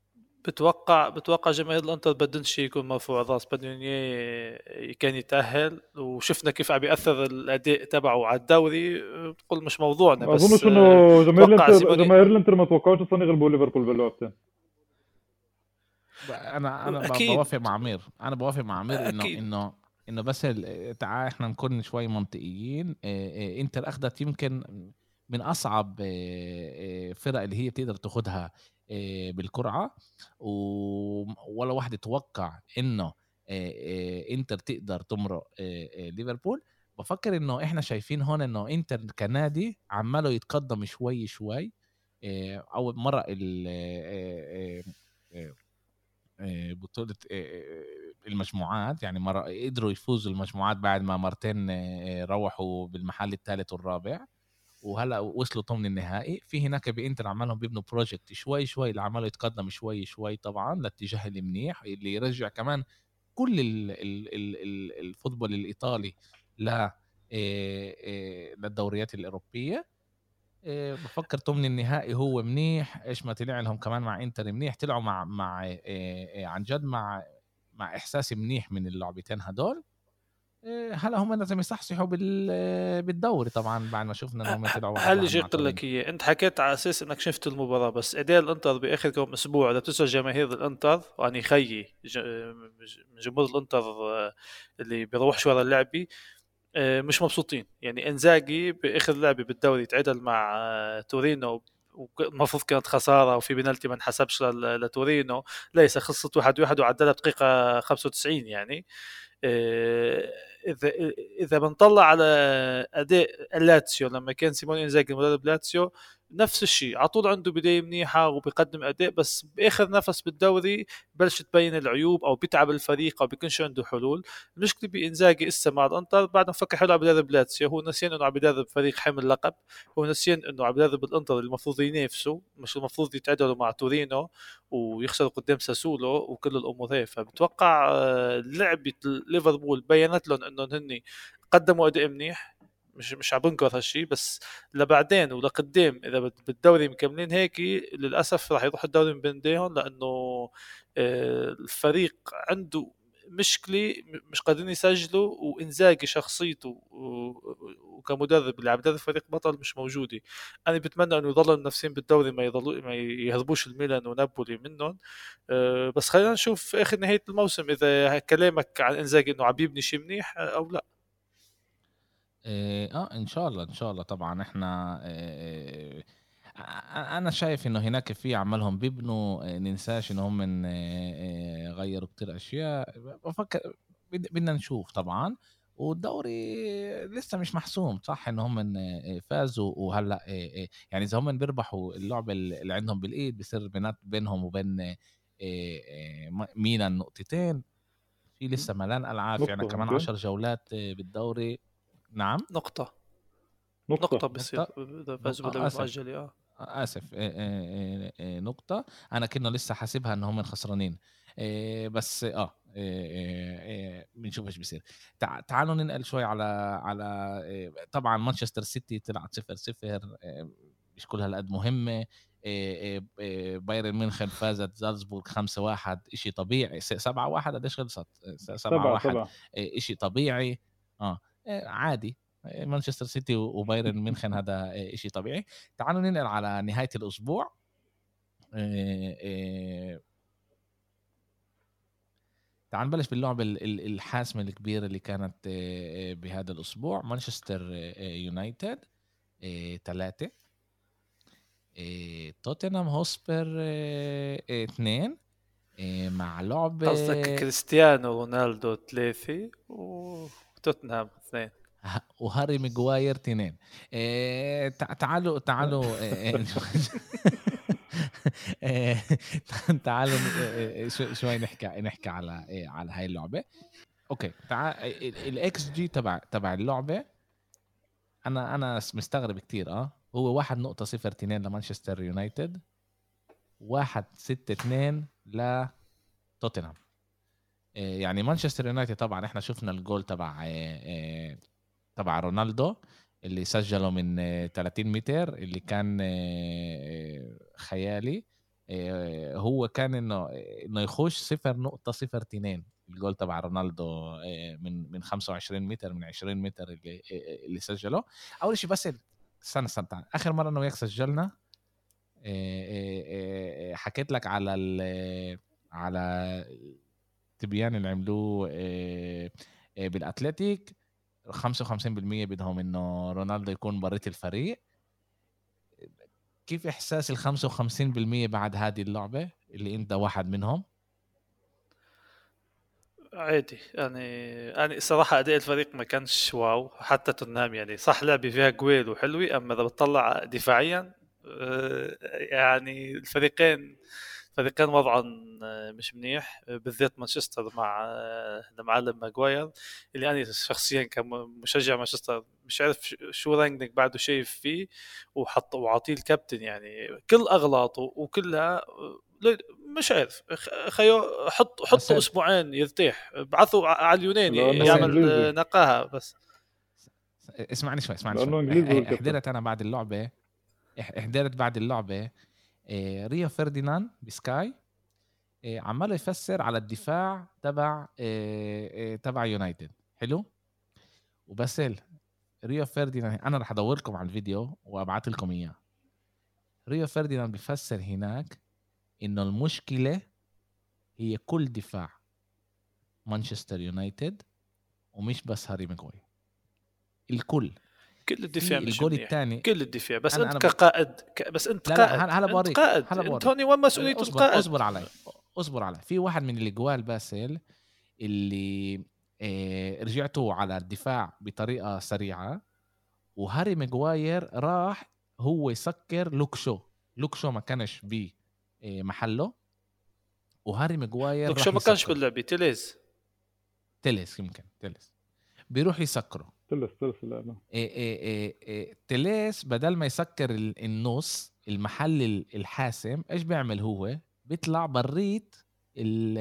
بتوقع بتوقع جماهير الانتر بدهم شيء يكون مرفوع الراس، بدهم اياه كان يتاهل، وشفنا كيف عم بياثر الاداء تبعه على الدوري. بتقول مش موضوعنا، ما بس اظنش انه آه، جماهير بتوقع الانتر سيموني جماهير الانتر ما توقعوش اصلا يغلبوا ليفربول باللعبتين. ب- انا انا ب- اكيد بوافق مع عمير، انا بوافق مع عمير انه اكيد. انه انه بس ال- تعال احنا نكون شوي منطقيين. إيه إيه انتر اخذت يمكن من اصعب إيه إيه فرق اللي هي بتقدر تاخدها إيه بالقرعه، و- ولا واحد يتوقع انه إيه إيه انتر تقدر تمرق إيه إيه ليفربول. بفكر انه احنا شايفين هون انه انتر كنادي عماله يتقدم شوي شوي. إيه اول مره ال- إيه إيه آه، بطولة آه، المجموعات، يعني مرة قدروا يفوزوا المجموعات بعد ما مرتين آه، روحوا بالمحل الثالث والرابع، وهلا وصلوا ضمن النهائي. في هناك بإنتر عمالهم بيبنوا بروجكت شوي شوي اللي عماله يتقدم شوي شوي طبعا لاتجاه المنيح اللي يرجع كمان كل ال ال ال ال الفوتبول الإيطالي ل آه، آه، للدوريات الأوروبية. إيه، بفكر ضمن النهائي هو منيح، ايش ما طلع لهم كمان مع انتر منيح، طلعوا مع مع إيه إيه عن جد مع مع احساس منيح من اللعبتين هدول. هلا هم لازم يصحصحوا بالدوري طبعا بعد ما شفنا انهم طلعوا واحد هل واحد يجي مع يقول لك إيه؟ انت حكيت على اساس انك شفت المباراه، بس اداء الانتر باخر كم اسبوع اذا بتسال جماهير الانتر واني خيي ج- من جمهور الانتر آه، اللي بيروحش ورا اللعبي آه، مش مبسوطين. يعني انزاجي باخر لعبه بالدوري تعادل مع آه، تورينو، المفروض كانت خساره وفي بنالتي ما انحسبش لل- لتورينو، ليس خلصت واحد واحد وعدلها بدقيقه خمسة وتسعين يعني. آه، اذا اذا بنطلع على اداء لاتسيو لما كان سيمون انزاجي مدرب لاتسيو، نفس الشيء على طول عنده بدايه منيحه وبيقدم اداء، بس باخر نفس بالدوري بلش تبين العيوب او بيتعب الفريق او بيكونش عنده حلول. المشكله بانزاجي اسا مع الانتر بعد ما فكر حلو عم يدرب لاتسيو، هو نسيان انه عم يدرب فريق حامل لقب، هو نسيان انه عم يدرب الانتر المفروض ينافسوا، مش المفروض يتعادلوا مع تورينو ويخسروا قدام ساسولو وكل الامور هي. فبتوقع آه، لعبه ليفربول بينت لهم انهم هن قدموا اداء منيح، مش مش عم بنكر هالشيء، بس لبعدين ولقدام اذا بت- بالدوري مكملين هيك للاسف راح يروح الدوري من بين ايديهم، لانه آه، الفريق عنده مشكله مش قادرين يسجلوا، وانزاجي شخصيته و- وكمدرب اللي عم يدرب فريق بطل مش موجوده. انا بتمنى انه يضلوا منافسين بالدوري، ما يضلوا ما يهربوش الميلان ونابولي منهم. أه، بس خلينا نشوف في اخر نهايه الموسم اذا كلامك عن انزاجي انه عم يبني شيء منيح او لا. اه آه، ان شاء الله ان شاء الله طبعا احنا آه، آه، انا شايف انه هناك في عملهم بيبنوا آه، ننساش ان هم من آه، آه، غيروا كتير اشياء. بفكر بد- بدنا نشوف طبعا. والدوري لسه مش محسوم، صح ان هم من آه، فازوا وهلا آه، آه، يعني اذا هم بيربحوا اللعبه اللي عندهم بالايد بصير بينات بينهم وبين آه، آه، ميلان نقطتين. في لسه ملان العاب، في عنا نقطة كمان يمكن. عشر جولات آه، بالدوري. نعم. نقطه نقطة. نقطه بصير نقطة. اذا فازوا نق- باللعبه آسف المؤجله. اه آسف آه، آه، آه، نقطة. أنا كنا لسه حاسبها إن هم خسرانين آه، بس آه آه، آه، آه، بنشوف إيش بيصير. تع- تعالوا ننقل شوي على على آه، طبعا مانشستر سيتي طلعت صفر صفر آه، مش كل هالقد مهمة. آه، آه، آه، بايرن ميونخ فازت زالزبورغ خمسة واحد، إشي طبيعي. س- سبعة واحد قديش خلصت؟ آه، سبعة سبعة واحد. سبعة آه، إشي طبيعي. آه آه، عادي. آه، مانشستر سيتي وبايرن ميونخ هذا آه، إشي طبيعي. تعالوا ننقل على نهاية الأسبوع. آه، آه، تعال نبلش باللعبة ال- ال- الحاسمة الكبيرة اللي كانت آه، آه، بهذا الأسبوع. مانشستر آه، يونايتد ثلاثة، توتنهام هوسبر آه، آه، اثنين آه، مع قصدك لعبة كريستيانو رونالدو ثلاثة وتوتنهام اثنين. ه- وهاري ميغواير اثنين. آه، تع- تعالوا تعالوا آه، آه، آه، تعالوا آه، آه، شو- شوي نحكي نحكي على آه، على هاي اللعبة. اوكي تعال. الاكس جي تبع تبع اللعبه انا انا مستغرب كتير. اه هو واحد نقطة صفر اتنين لمانشستر يونايتد، واحد ستة اتنين لتوتنهام. آه، يعني مانشستر يونايتد طبعا احنا شفنا الجول تبع آه، آه، تبع رونالدو اللي سجله من آه، ثلاثين متر، اللي كان آه، خيالي. آه، هو كان انه انه يخش صفر نقطة صفر اتنين. الجول تبع رونالدو آه، من من خمسة وعشرين متر، من عشرين متر اللي آه، اللي سجله. اول شيء بس استنى استنى تعال. اخر مرة انه وياك سجلنا آه، آه، آه، حكيت لك على ال- على التبيان اللي عملوه آه، آه، بالاتلتيك. خمسة وخمسين بالمية بدهم انه رونالدو يكون بريت الفريق. كيف احساس ال خمسة وخمسين بالمية بعد هذه اللعبة اللي انت واحد منهم؟ عادي يعني. يعني صراحة أداء الفريق ما كانش واو، حتى توتنهام يعني صح لعبة فيها جويل وحلوة، أما إذا بتطلع دفاعيا آه، يعني الفريقين فريقين وضعهم آه، مش منيح، آه، بالذات مانشستر مع آه، المعلم ماجواير، اللي أنا شخصيا كمشجع مانشستر مش عارف ش- شو رانجنيك بعده شايف فيه، وحط وعطيه الكابتن يعني كل أغلاطه وكلها آه، لا- مش عارف خ- خيو حط بس حطوا اسبوعين يرتاح، بعثوا ع- على اليوناني لأنه بس يعمل إنجليزي. آه، نقاهة بس. اسمعني شوي اسمعني شوي. لأنه إنجليزي هو اه- اه- الكابتن. حضرت انا بعد اللعبة اه- حضرت بعد اللعبة اه، ريو فرديناند بسكاي اه، عمال يفسر على الدفاع تبع اه، اه، تبع يونايتد. حلو. وباسل ريو فرديناند، انا رح ادور لكم على الفيديو وابعث لكم اياه. ريو فرديناند بيفسر هناك انه المشكله هي كل دفاع مانشستر يونايتد ومش بس هاري ماغواير، الكل كل الدفاع مش الجول منيح. الثاني كل الدفاع بس أنا انت أنا كقائد ك... بس انت لا قائد لا هلا بوريك قائد هلا انت بوريك هوني وين مسؤوليه اصبر القائد. اصبر علي اصبر علي في واحد من الجوال باسل اللي اه رجعتوا على الدفاع بطريقه سريعه، وهاري ماغواير راح هو يسكر لوكشو لوكشو ما كانش ب اه محله، وهاري ماغواير لوك راح شو ما كانش يسكره. باللعبه تيليز تلس يمكن تلس بيروح يسكره تلس تلس اللعبة. إيه إيه إيه إيه تلس بدل ما يسكر النص المحل الحاسم ايش بيعمل هو؟ بيطلع بريت ال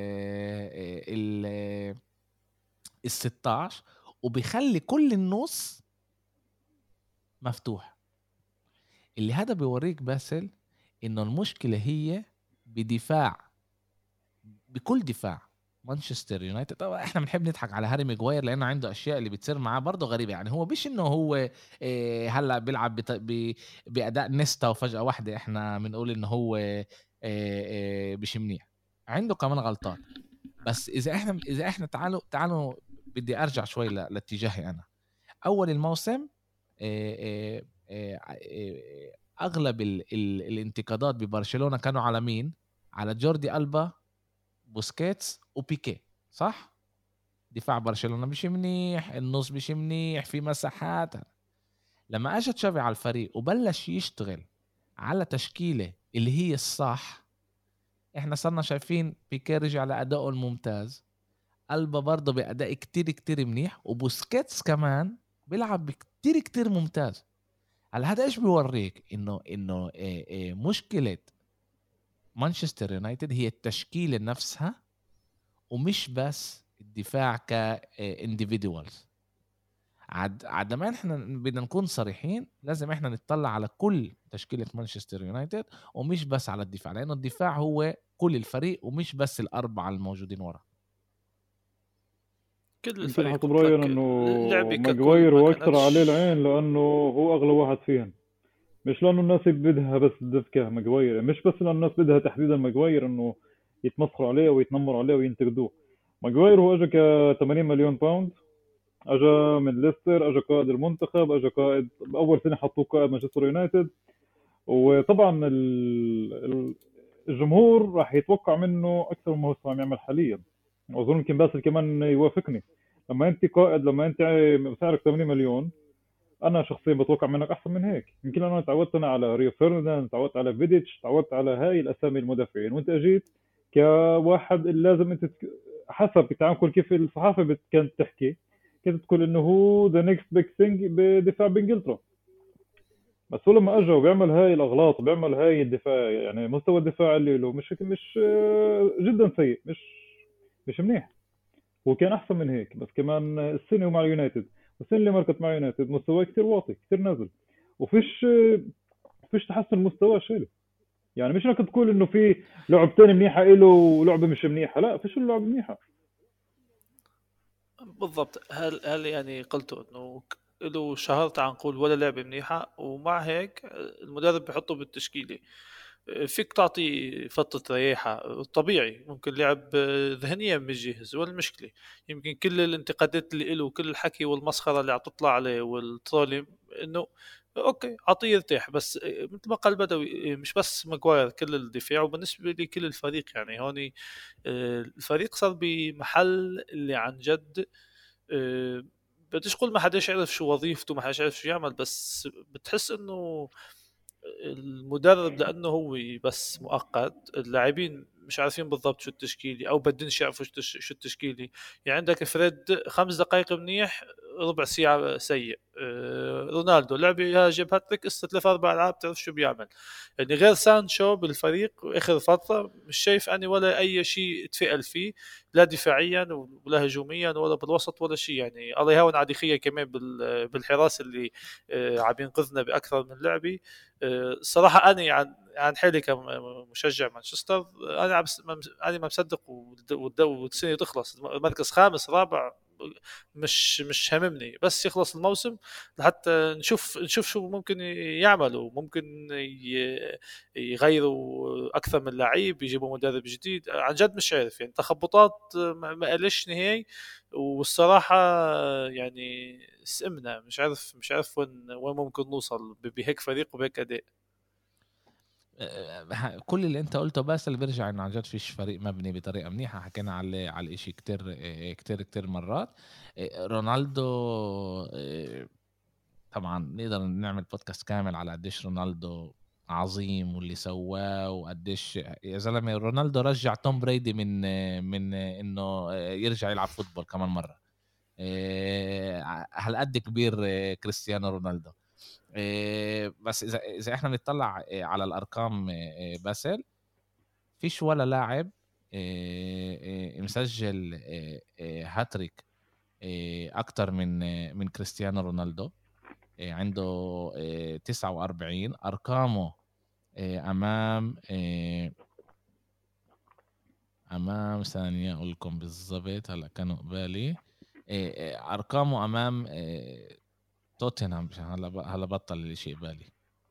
ال ال ستاشر وبيخلي كل النص مفتوح. اللي هذا بيوريك باسل انه المشكلة هي بدفاع، بكل دفاع مانشستر يونايتد. طبعا احنا بنحب نضحك على هاري ماغواير لانه عنده اشياء اللي بتصير معاه برضه غريبه، يعني هو مش انه هو إيه هلا بيلعب بت... ب... باداء نيستا وفجاه واحده احنا بنقول انه هو إيه إيه مش منيح، عنده كمان غلطات. بس اذا احنا اذا احنا تعالوا تعالوا بدي ارجع شوي ل... لاتجاهي انا. اول الموسم إيه إيه إيه إيه اغلب ال... ال... الانتقادات ببرشلونه كانوا على مين؟ على جوردي ألبا، بوسكيتس وبيكي، صح؟ دفاع برشلونة مش منيح، النص مش منيح، في مساحات. لما اجى تشافي على الفريق وبلش يشتغل على تشكيلة اللي هي الصح، احنا صرنا شايفين بيكي رجع لأدائه الممتاز، ألبا برضه بأداء كتير كتير منيح، وبوسكيتس كمان بيلعب كتير كتير ممتاز. على هذا ايش بيوريك؟ انه انه إيه إيه مشكلة مانشستر يونايتد هي التشكيلة نفسها ومش بس الدفاع كانديفيدوالز. عد عد ما احنا بدنا نكون صريحين، لازم احنا نطلع على كل تشكيلة مانشستر يونايتد ومش بس على الدفاع، لأنه الدفاع هو كل الفريق ومش بس الأربعة الموجودين ورا. كل يمكن الفريق حسب رأيي إنه اللعبة ككل ماغواير هو ما أكثر عليه كانتش العين لأنه هو أغلى واحد فيهم، مش لأنه الناس بدها بس دفكة ماغواير، مش بس لأنه الناس بدها تحديدا ماغواير إنه يتمسخروا عليه ويتنمروا عليه وينتقدوه. ماغواير هو أجا ك ثمانين مليون باوند، أجا من ليستر، أجا قائد المنتخب، أجا قائد أول سنة حطوه قائد مانشستر يونايتد، وطبعا ال- ال- الجمهور راح يتوقع منه أكثر مما هو عم يعمل حاليا. وأظن يمكن باسل كمان يوافقني، لما أنت قائد، لما أنت سعرك ثمانين مليون، انا شخصيا بتوقع منك احسن من هيك. يمكن انا تعودت انا على ريو فرنانديز، تعودت على فيديتش، تعودت على هاي الاسامي المدافعين، وانت اجيت كواحد اللي لازم انت تك... حسب التعامل كيف الصحافه بت- كانت تحكي، كانت تقول انه هو ذا نيكست بيج ثينج بدفاع بانجلترا. بس هو لما اجى وبيعمل هاي الاغلاط وبيعمل هاي الدفاع، يعني مستوى الدفاع اللي له مش مش آه، جدا سيء، مش مش منيح. هو كان احسن من هيك، بس كمان السنه مع يونايتد والسنه اللي مركت مع يونايتد مستواه كثير واطي، كثير نازل، وفيش فيش تحسن مستوى شيله. يعني مش انك تقول انه في لعبتين منيحه له ولعبه مش منيحه، لا فيش لعبه منيحه. بالضبط. هل هل يعني قلتوا انه ك- له شهر تعال نقول ولا لعبة منيحة، ومع هيك المدرب بحطه بالتشكيلة. فيك تعطي فترة رياحة طبيعي، ممكن لعب ذهنيا مش جاهز، ولا المشكلة يمكن كل الانتقادات اللي له وكل الحكي والمسخرة اللي عتطلع عليه والترولي انه اوكي عطيه يرتاح. بس مثل ما قال بدوي، مش بس ماغواير، كل الدفاع وبالنسبة لي كل الفريق. يعني هوني الفريق صار بمحل اللي عن جد أه، بديش اقول ما حداش يعرف شو وظيفته، ما حداش يعرف شو يعمل، بس بتحس انه المدرب لانه هو بس مؤقت، اللاعبين مش عارفين بالضبط شو التشكيلي او بدنش يعرفوا شو التش- شو التشكيلي. يعني عندك فريد خمس دقائق منيح، ربع ساعة سيء. أه، رونالدو لعب يهاجم هاتريك، اسا ثلاث اربع العاب تعرف شو بيعمل. يعني غير سانشو بالفريق اخر فترة مش شايف اني ولا اي شيء اتفائل فيه، لا دفاعيا ولا هجوميا ولا بالوسط ولا شيء. يعني الله يهون عديخية كمان بال- بالحراس اللي أه، عم ينقذنا باكثر من لعبة. الصراحة أنا عن عن حالي كمشجع مانشستر، أنا عم انا ما مصدق والسنة تخلص مركز خامس رابع مش مش هممني، بس يخلص الموسم لحتى نشوف نشوف شو ممكن يعملوا. ممكن يغيروا اكثر من لعيب، يجيبوا مدرب جديد. عن جد مش عارف يعني، تخبطات ما قالش نهائي. والصراحه يعني سئمنا، مش عارف مش عارف وين وين ممكن نوصل بهيك فريق وبهيك اداء. كل اللي انت قلته بس اللي بيرجع انه عن جد فيش فريق مبني بطريقه منيحه. حكينا على على الاشي كتير كتير كتير مرات. رونالدو طبعا نقدر نعمل بودكاست كامل على قديش رونالدو عظيم واللي سواه، وقديش يا زلمه رونالدو رجع توم بريدي من من انه يرجع يلعب فوتبول كمان مره. هالقد كبير كريستيانو رونالدو. بس اذا اذا احنا بنطلع على الارقام باسل، فيش ولا لاعب مسجل هاتريك اكتر من من كريستيانو رونالدو. عنده تسعة وأربعين. ارقامه امام امام ثانيه اقول لكم بالضبط، هلا كانوا قبالي. ارقامه امام توتنهام، هلا هلا بطل الشيء بالي،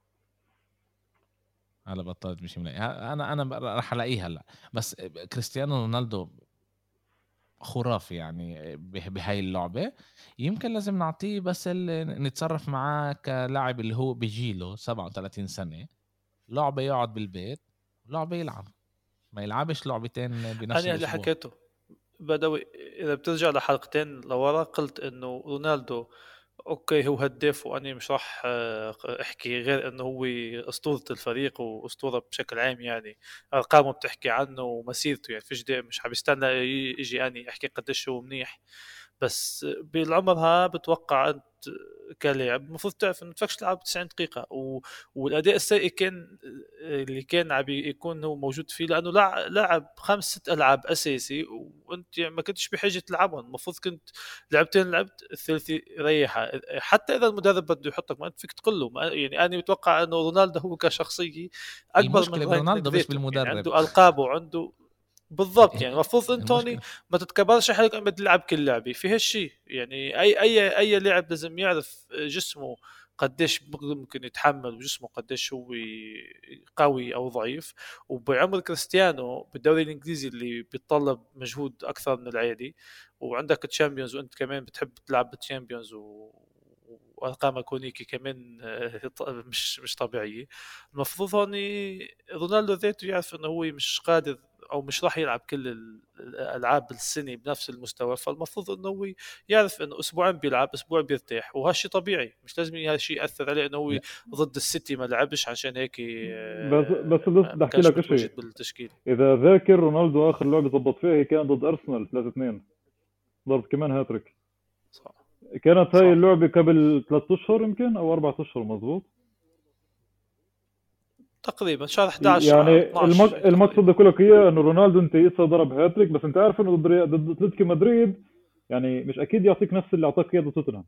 هلا بطلت مش ملاقي. انا انا راح الاقيها هلا. بس كريستيانو رونالدو خرافي يعني بهاي اللعبه. يمكن لازم نعطيه بس نتصرف معاه كلاعب اللي هو بيجيله سبعة وثلاثين سنه، لعبه يقعد بالبيت، لعبه يلعب، ما يلعبش لعبتين بنفس انا اللي الاسبوع. حكيته بدوي، اذا بترجع لحلقتين لورا قلت انه رونالدو اوكي هو هداف، واني مش راح احكي غير انه هو اسطوره الفريق واسطوره بشكل عام، يعني ارقامه بتحكي عنه ومسيرته، يعني فيش داعي مش حبستنى يجي اني احكي قديش هو منيح. بس بالعمر ها بتوقع انت كلاعب المفروض تعرف انه تفكش تلعب تسعين دقيقه و... والاداء السيء كان اللي كان عم يكون هو موجود فيه، لانه لعب خمس ست العاب اساسي وانت يعني ما كنتش بحاجه تلعبهم. المفروض كنت لعبتين لعبت الثالثي ريحها، حتى اذا المدرب بده يحطك ما انت فيك تقول له. يعني انا متوقع انه رونالدو هو كشخصيه اكبر من رونالدو مش بالمدرب، بالمدرب، يعني عنده القاب وعنده بالضبط. يعني المفروض انتوني المشكلة. ما تتكبرش حالك انك تلعب كل لعبه في هالشيء. يعني اي اي اي لاعب لازم يعرف جسمه قديش ممكن يتحمل، وجسمه قديش هو قوي او ضعيف. وبعمر كريستيانو بالدوري الانجليزي اللي بيتطلب مجهود اكثر من العادي، وعندك تشامبيونز وانت كمان بتحب تلعب بالتشامبيونز و وارقام كونيكي كمان مش مش طبيعيه. المفروض هون رونالدو ذاته يعرف انه هو مش قادر او مش راح يلعب كل الالعاب السنه بنفس المستوى. فالمفروض انه هو يعرف انه اسبوعين بيلعب اسبوع بيرتاح، وهالشي طبيعي. مش لازم هالشي ياثر عليه انه هو ضد السيتي ما لعبش عشان هيك بس بس بس بدي احكي لك شيء. بالتشكيل اذا ذاكر رونالدو اخر لعبه ضبط فيها هي كان ضد ارسنال ثلاثة اثنين، ضرب كمان هاتريك. صح. كانت هاي اللعبه قبل ثلاثة اشهر يمكن او أربعة اشهر، مزبوط تقريبا شهر احد عشر يعني. المق... المقصد ده كلك اياه انه رونالدو انت يسا ضرب هاتريك، بس انت عارف انه ضد ضد اتلتيكو مدريد يعني مش اكيد يعطيك نفس اللي اعطاك اياه ضد توتنهام.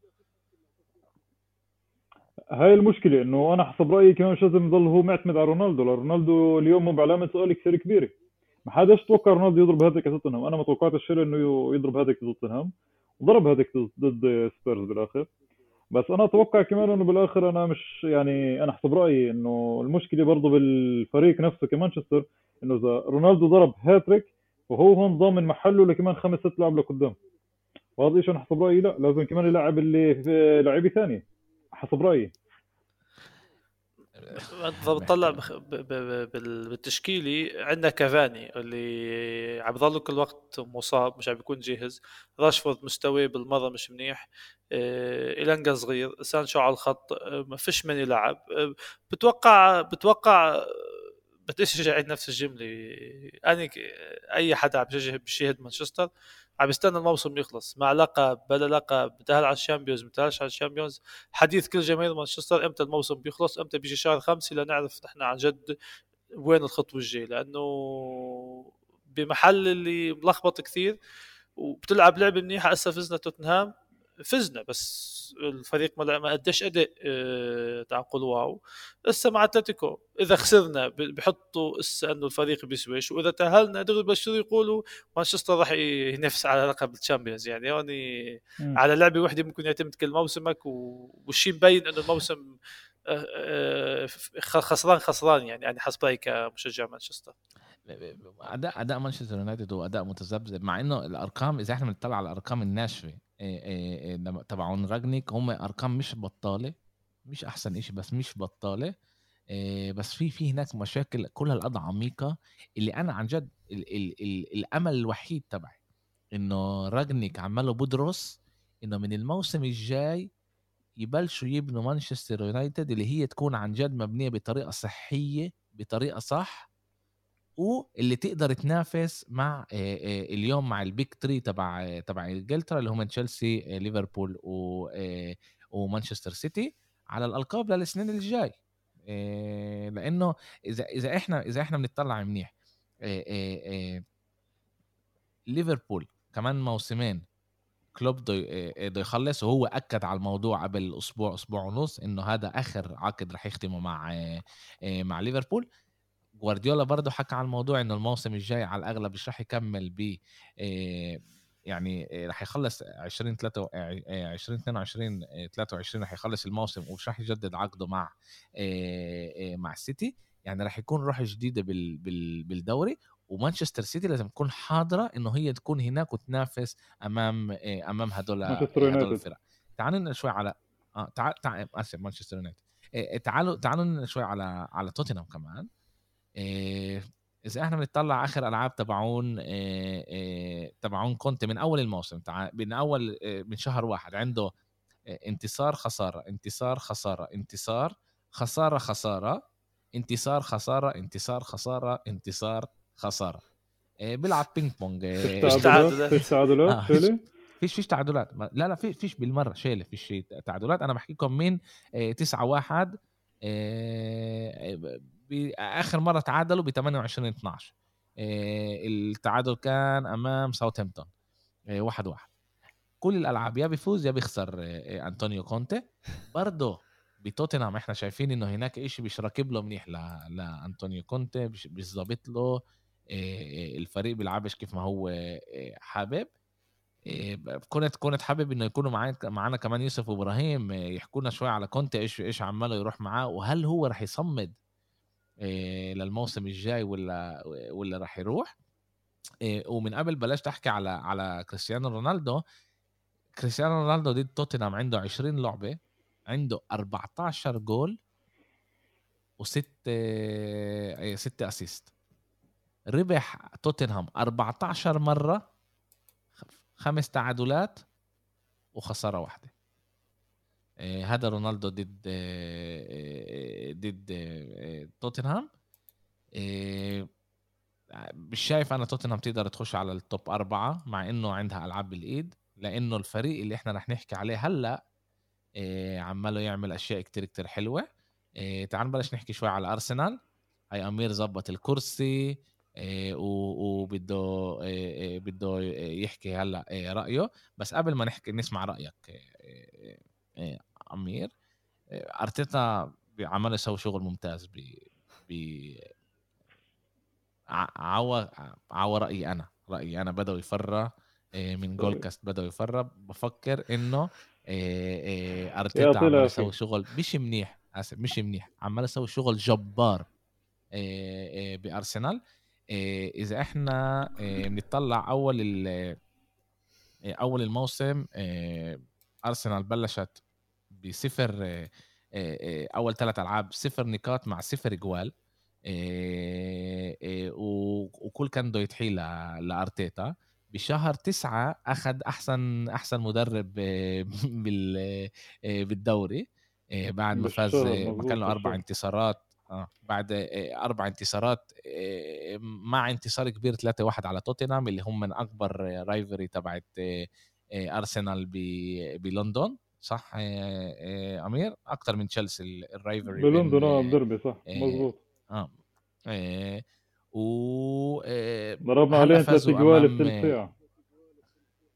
هاي المشكله، انه انا حسب رايي كمان مش لازم يضل هو معتمد على رونالدو. رونالدو اليوم مو بعلامه سؤال كثير كبيره. ما حداش توقع رونالدو يضرب هاتريك على توتنهام. انا ما توقعتش شيء انه يضرب هاتريك ضد توتنهام، وضرب هاتريك ضد سبيرز بالاخر. بس انا اتوقع كمان انه بالاخر انا مش يعني انا حسب رايي انه المشكله برضه بالفريق نفسه كمانشستر، انه اذا رونالدو ضرب هاتريك وهو هون ضامن محله لكمان خمس ست لاعب لقدام. وهذا الشيء انا حسب رايي لا، لازم كمان يلعب اللي في لعيبه ثانيه حسب رايي. بطلع بالتشكيلي عندنا كافاني اللي عم يضل كل وقت مصاب، مش عم بيكون جاهز. راشفورد مستواه بالمره مش منيح. إيلانجا صغير، سانشو على الخط، ما فيش من يلعب. بتوقع بتوقع بديش اعيد نفس الجمله. انا اي حدا عم بيشاهد مانشستر عم يستنى الموسم يخلص، مع لقب بلا لقب، بتأهل على الشامبيونز بتأهلش على الشامبيونز. حديث كل جماهير مانشستر امتى الموسم بيخلص، امتى بيجي شهر خمسة لنعرف نحن عن جد وين الخطوه الجايه. لانه بمحل اللي ملخبط كثير وبتلعب لعبه منيحه. هسه فزنا توتنهام، فزنا بس الفريق ما ما قدش اداء آه، تعقل واو. لسه مع اتلتيكو اذا خسرنا بحطوا لسه انه الفريق بيسويش، واذا تاهلنا دغري بشروا يقولوا مانشستر راح ينافس على لقب الشامبيونز. يعني يعني مم. على لعبه واحده ممكن يعتمد كل موسمك، والشيء مبين انه الموسم آه، آه، خسران خسران يعني يعني حسب رايي كمشجع مانشستر. اداء اداء مانشستر يونايتد هو اداء متذبذب، مع انه الارقام اذا احنا بنطلع على الارقام الناشفه تبعون راجنيك هم ارقام مش بطاله، مش احسن إشي بس مش بطاله. بس في في هناك مشاكل كلها القضى عميقه، اللي انا عن جد ال ال ال الامل الوحيد تبعي انه راجنيك عمله بدرس انه من الموسم الجاي يبلشوا يبنوا مانشستر يونايتد اللي هي تكون عن جد مبنيه بطريقه صحيه بطريقه صح، واللي تقدر تنافس مع اليوم مع البيك تري تبع تبع انجلترا اللي هم تشيلسي ليفربول ومانشستر سيتي على الالقاب للسنين الجاي. لانه اذا اذا احنا اذا احنا بنطلع منيح ليفربول كمان موسمين كلوب بده يخلص، وهو اكد على الموضوع قبل اسبوع اسبوع ونص انه هذا اخر عقد رح يختمه مع مع ليفربول. جوارديولا برضه حكى عن الموضوع انه الموسم الجاي على الاغلب مش رح يكمل ب يعني رح يخلص عشرين ثلاثة عشرين اثنين وعشرين ثلاثة وعشرين رح يخلص الموسم ومش رح يجدد عقده مع مع السيتي. يعني رح يكون روح جديدة بالدوري، ومانشستر سيتي لازم تكون حاضرة انه هي تكون هناك وتنافس امام امام هدول هدول الفرق. تعالوا شوي على اه تعال تعال اسف مانشستر يونايتد. تعالوا تعالوا شوي على على توتنهام كمان. إيه إذا إحنا بنطلع آخر ألعاب تبعون إيه إيه تبعون كونتي من أول الموسم تع... من أول إيه من شهر واحد عنده إيه انتصار خسارة انتصار خسارة انتصار خسارة خسارة انتصار خسارة انتصار خسارة انتصار خسارة. إيه بيلعب بينج بونج. إيه فيش تعادلات فيش تعادلات آه فيش فيش فيش تعادلات لا لا فيش فيش بالمرة شيله فيش تعادلات. أنا بحكيكم من إيه تسعة واحد إيه آخر مرة تعادلوا ب ثمانية وعشرين اثناشر. إيه التعادل كان أمام ساوثهامبتون إيه واحد واحد. كل الألعاب يا بيفوز يا بيخسر إيه أنطونيو كونتي. برضه بتوتنهام احنا شايفين إنه هناك إشي مش راكب له منيح لأنطونيو كونتي، بيظبط له إيه الفريق بيلعبش كيف ما هو إيه حابب. إيه كنت كنت حابب إنه يكونوا معانا معانا كمان يوسف وإبراهيم إيه يحكونا شوي على كونتي إيش إيش عماله يروح معاه، وهل هو رح يصمد إيه للموسم الجاي ولا ولا راح يروح. إيه ومن قبل بلاش تحكي على على كريستيانو رونالدو. كريستيانو رونالدو ضد توتنهام عنده عشرين لعبة، عنده أربعة عشر جول وست إيه ستة أسيست. ربح توتنهام أربعة عشر مرة، خمس تعادلات وخسارة واحدة. إيه هذا رونالدو ضد إيه ضد إيه توتنهام. إيه مش شايف أنا توتنهام تقدر تخش على التوب أربعة مع إنه عندها ألعاب بالإيد، لأنه الفريق اللي إحنا رح نحكي عليه هلأ إيه عماله يعمل أشياء كتير كتير حلوة. إيه تعال بلاش نحكي شوي على أرسنال. هاي أمير زبط الكرسي إيه وبده إيه بده يحكي هلأ إيه رأيه. بس قبل ما نحكي نسمع رأيك إيه إيه أمير. إيه أرتيتا عمل يسوي شغل ممتاز ب ب عوا عوا رأيي أنا رأيي أنا بدأوا يفرّ من جول كاست بدأوا يفرّ بفكر إنه أرتيتا عمال يسوي شغل مش منيح آسف مش منيح عمال يسوي شغل جبار بأرسنال. إذا إحنا بنطلع أول أول الموسم أرسنال بلشت بصفر أول ثلاث ألعاب صفر نقاط مع صفر جوال. إيه إيه وكل كان بده يتحيل لأرتيتا. بشهر تسعة أخذ أحسن أحسن مدرب بال بالدوري بعد ما فاز ما كان له أربع انتصارات آه بعد أربع انتصارات مع انتصار كبير ثلاثة واحد على توتنهام اللي هم من أكبر رايفري تبعت أرسنال بلندن صح أمير أكتر من تشيلسي الرايفري بلندن اه الدربي صح مظبوط اه ايه و ضربنا عليه ثلاث جوال بثلث ساعة.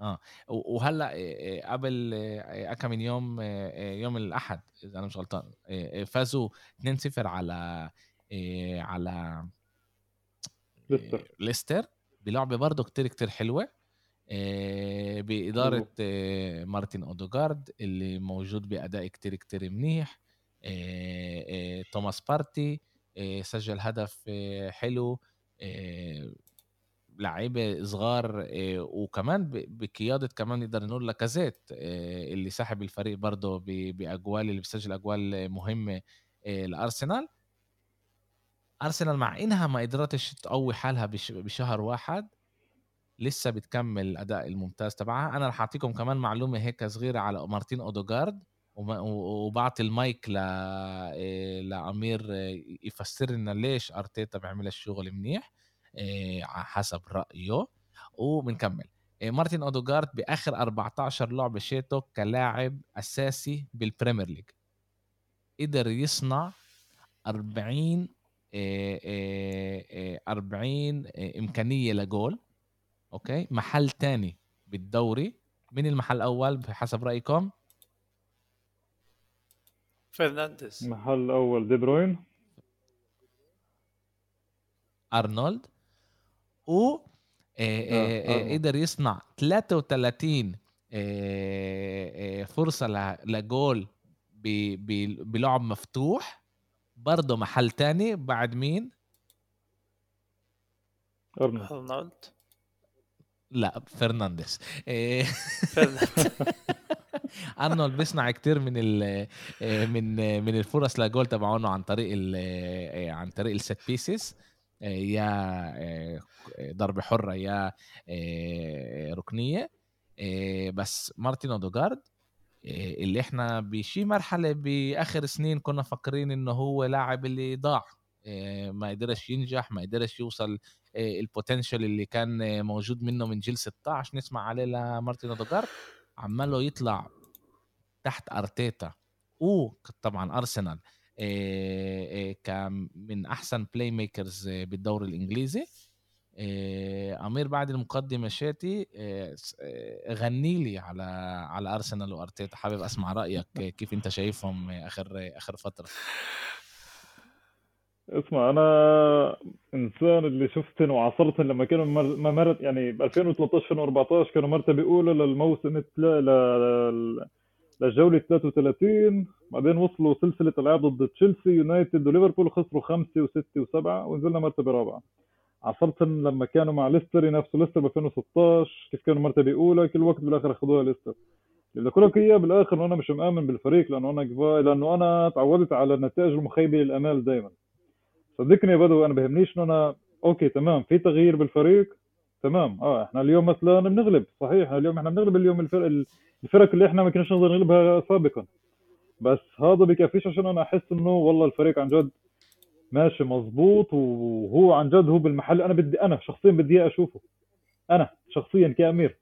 اه و- وهلا إيه، إيه، قبل إيه، كم من يوم إيه، إيه، يوم الاحد اذا انا مش غلطان إيه، إيه، فازوا اثنين صفر على إيه، على ليستر. إيه، ليستر بلعبه برضه كتير كتير حلوه إيه، بإدارة مظبوط. إيه، مارتن أودوغارد اللي موجود بأداء كتير كتير منيح. إيه، إيه، توماس بارتي إيه، سجل هدف إيه، حلو. إيه، لعيبه صغار إيه، وكمان ب- بقياده كمان نقدر نقول لاكازيت إيه، اللي ساحب الفريق برضه ب- باجوال اللي بيسجل اجوال مهمه إيه، لارسنال. ارسنال مع انها ما قدرتش تقوي حالها بش- بشهر واحد لسه بتكمل الاداء الممتاز تبعها. انا رح اعطيكم كمان معلومه هيك صغيره على مارتين اودوغارد وما- و- وبعطي المايك ل إيه، لامير إيه، يفسر لنا ليش ارتيتا بيعمل الشغل منيح إيه، ع- حسب رايه وبنكمل. إيه، مارتين اودوغارد باخر أربعتاشر لعبه شيته كلاعب اساسي بالبريمير ليج قدر يصنع أربعين إيه، إيه، إيه، أربعين إيه، امكانيه لجول. اوكي محل تاني بالدوري. من المحل الاول بحسب رايكم؟ فرنانديز. محل اول دي بروين. ارنولد. و آه، اه آه، آه، ارنولد. قدر يصنع ثلاثة وثلاثين آه، آه، فرصة ل- لجول ب- ب- بلعب مفتوح برضه محل تاني بعد مين؟ ارنولد. ارنولد. لا فرنانديز. آه، فرنانديز. ارنولد بيصنع كتير من ال من من الفرص لجول تبعونه عن طريق ال عن طريق الست بيسز، يا ضربة حرة يا ركنية. بس مارتين اودوغارد اللي احنا بشي مرحلة باخر سنين كنا فاكرين انه هو لاعب اللي ضاع، ما قدرش ينجح، ما قدرش يوصل البوتنشال اللي كان موجود منه من جيل ستة عشر نسمع عليه لمارتين اودوغارد. عماله يطلع تحت ارتيتا وطبعا ارسنال كان من احسن بلاي ميكرز بالدوري الانجليزي. امير بعد المقدمه شاتي غني لي على على ارسنال وارتيتا، حابب اسمع رايك كيف انت شايفهم اخر اخر فتره. اسمع، انا انسان اللي شفتن وعاصرتن لما كانوا مر- ما مرت يعني ب ألفين وثلاثة عشر ألفين وأربعة عشر كانوا مرتبه اولى للموسم التلا- ل- للجوله ثلاثة وثلاثين. بعدين وصلوا سلسله العاب ضد تشيلسي يونايتد وليفربول، خسروا خمسه وسته وسبعه ونزلنا مرتبه رابعه. عاصرتن لما كانوا مع ليستر ينافسوا ليستر ب ألفين وستاشر، كيف كانوا مرتبه اولى كل وقت بالاخر اخذوها ليستر. اللي بقول لك اياه بالاخر انه انا مش مآمن بالفريق، لانه انا كفا... لانه انا تعودت على النتائج المخيبه للامال دايما. صدقني يا بدو، انا بهمنيش انه انا اوكي تمام في تغيير بالفريق، تمام. اه احنا اليوم مثلا بنغلب، صحيح اليوم احنا بنغلب اليوم الفرق الفرق اللي احنا ما كناش نقدر نغلبها سابقا. بس هذا بكفيش عشان انا احس انه والله الفريق عن جد ماشي مظبوط، وهو عن جد هو بالمحل. انا بدي انا شخصيا بدي اياه اشوفه، انا شخصيا كامير.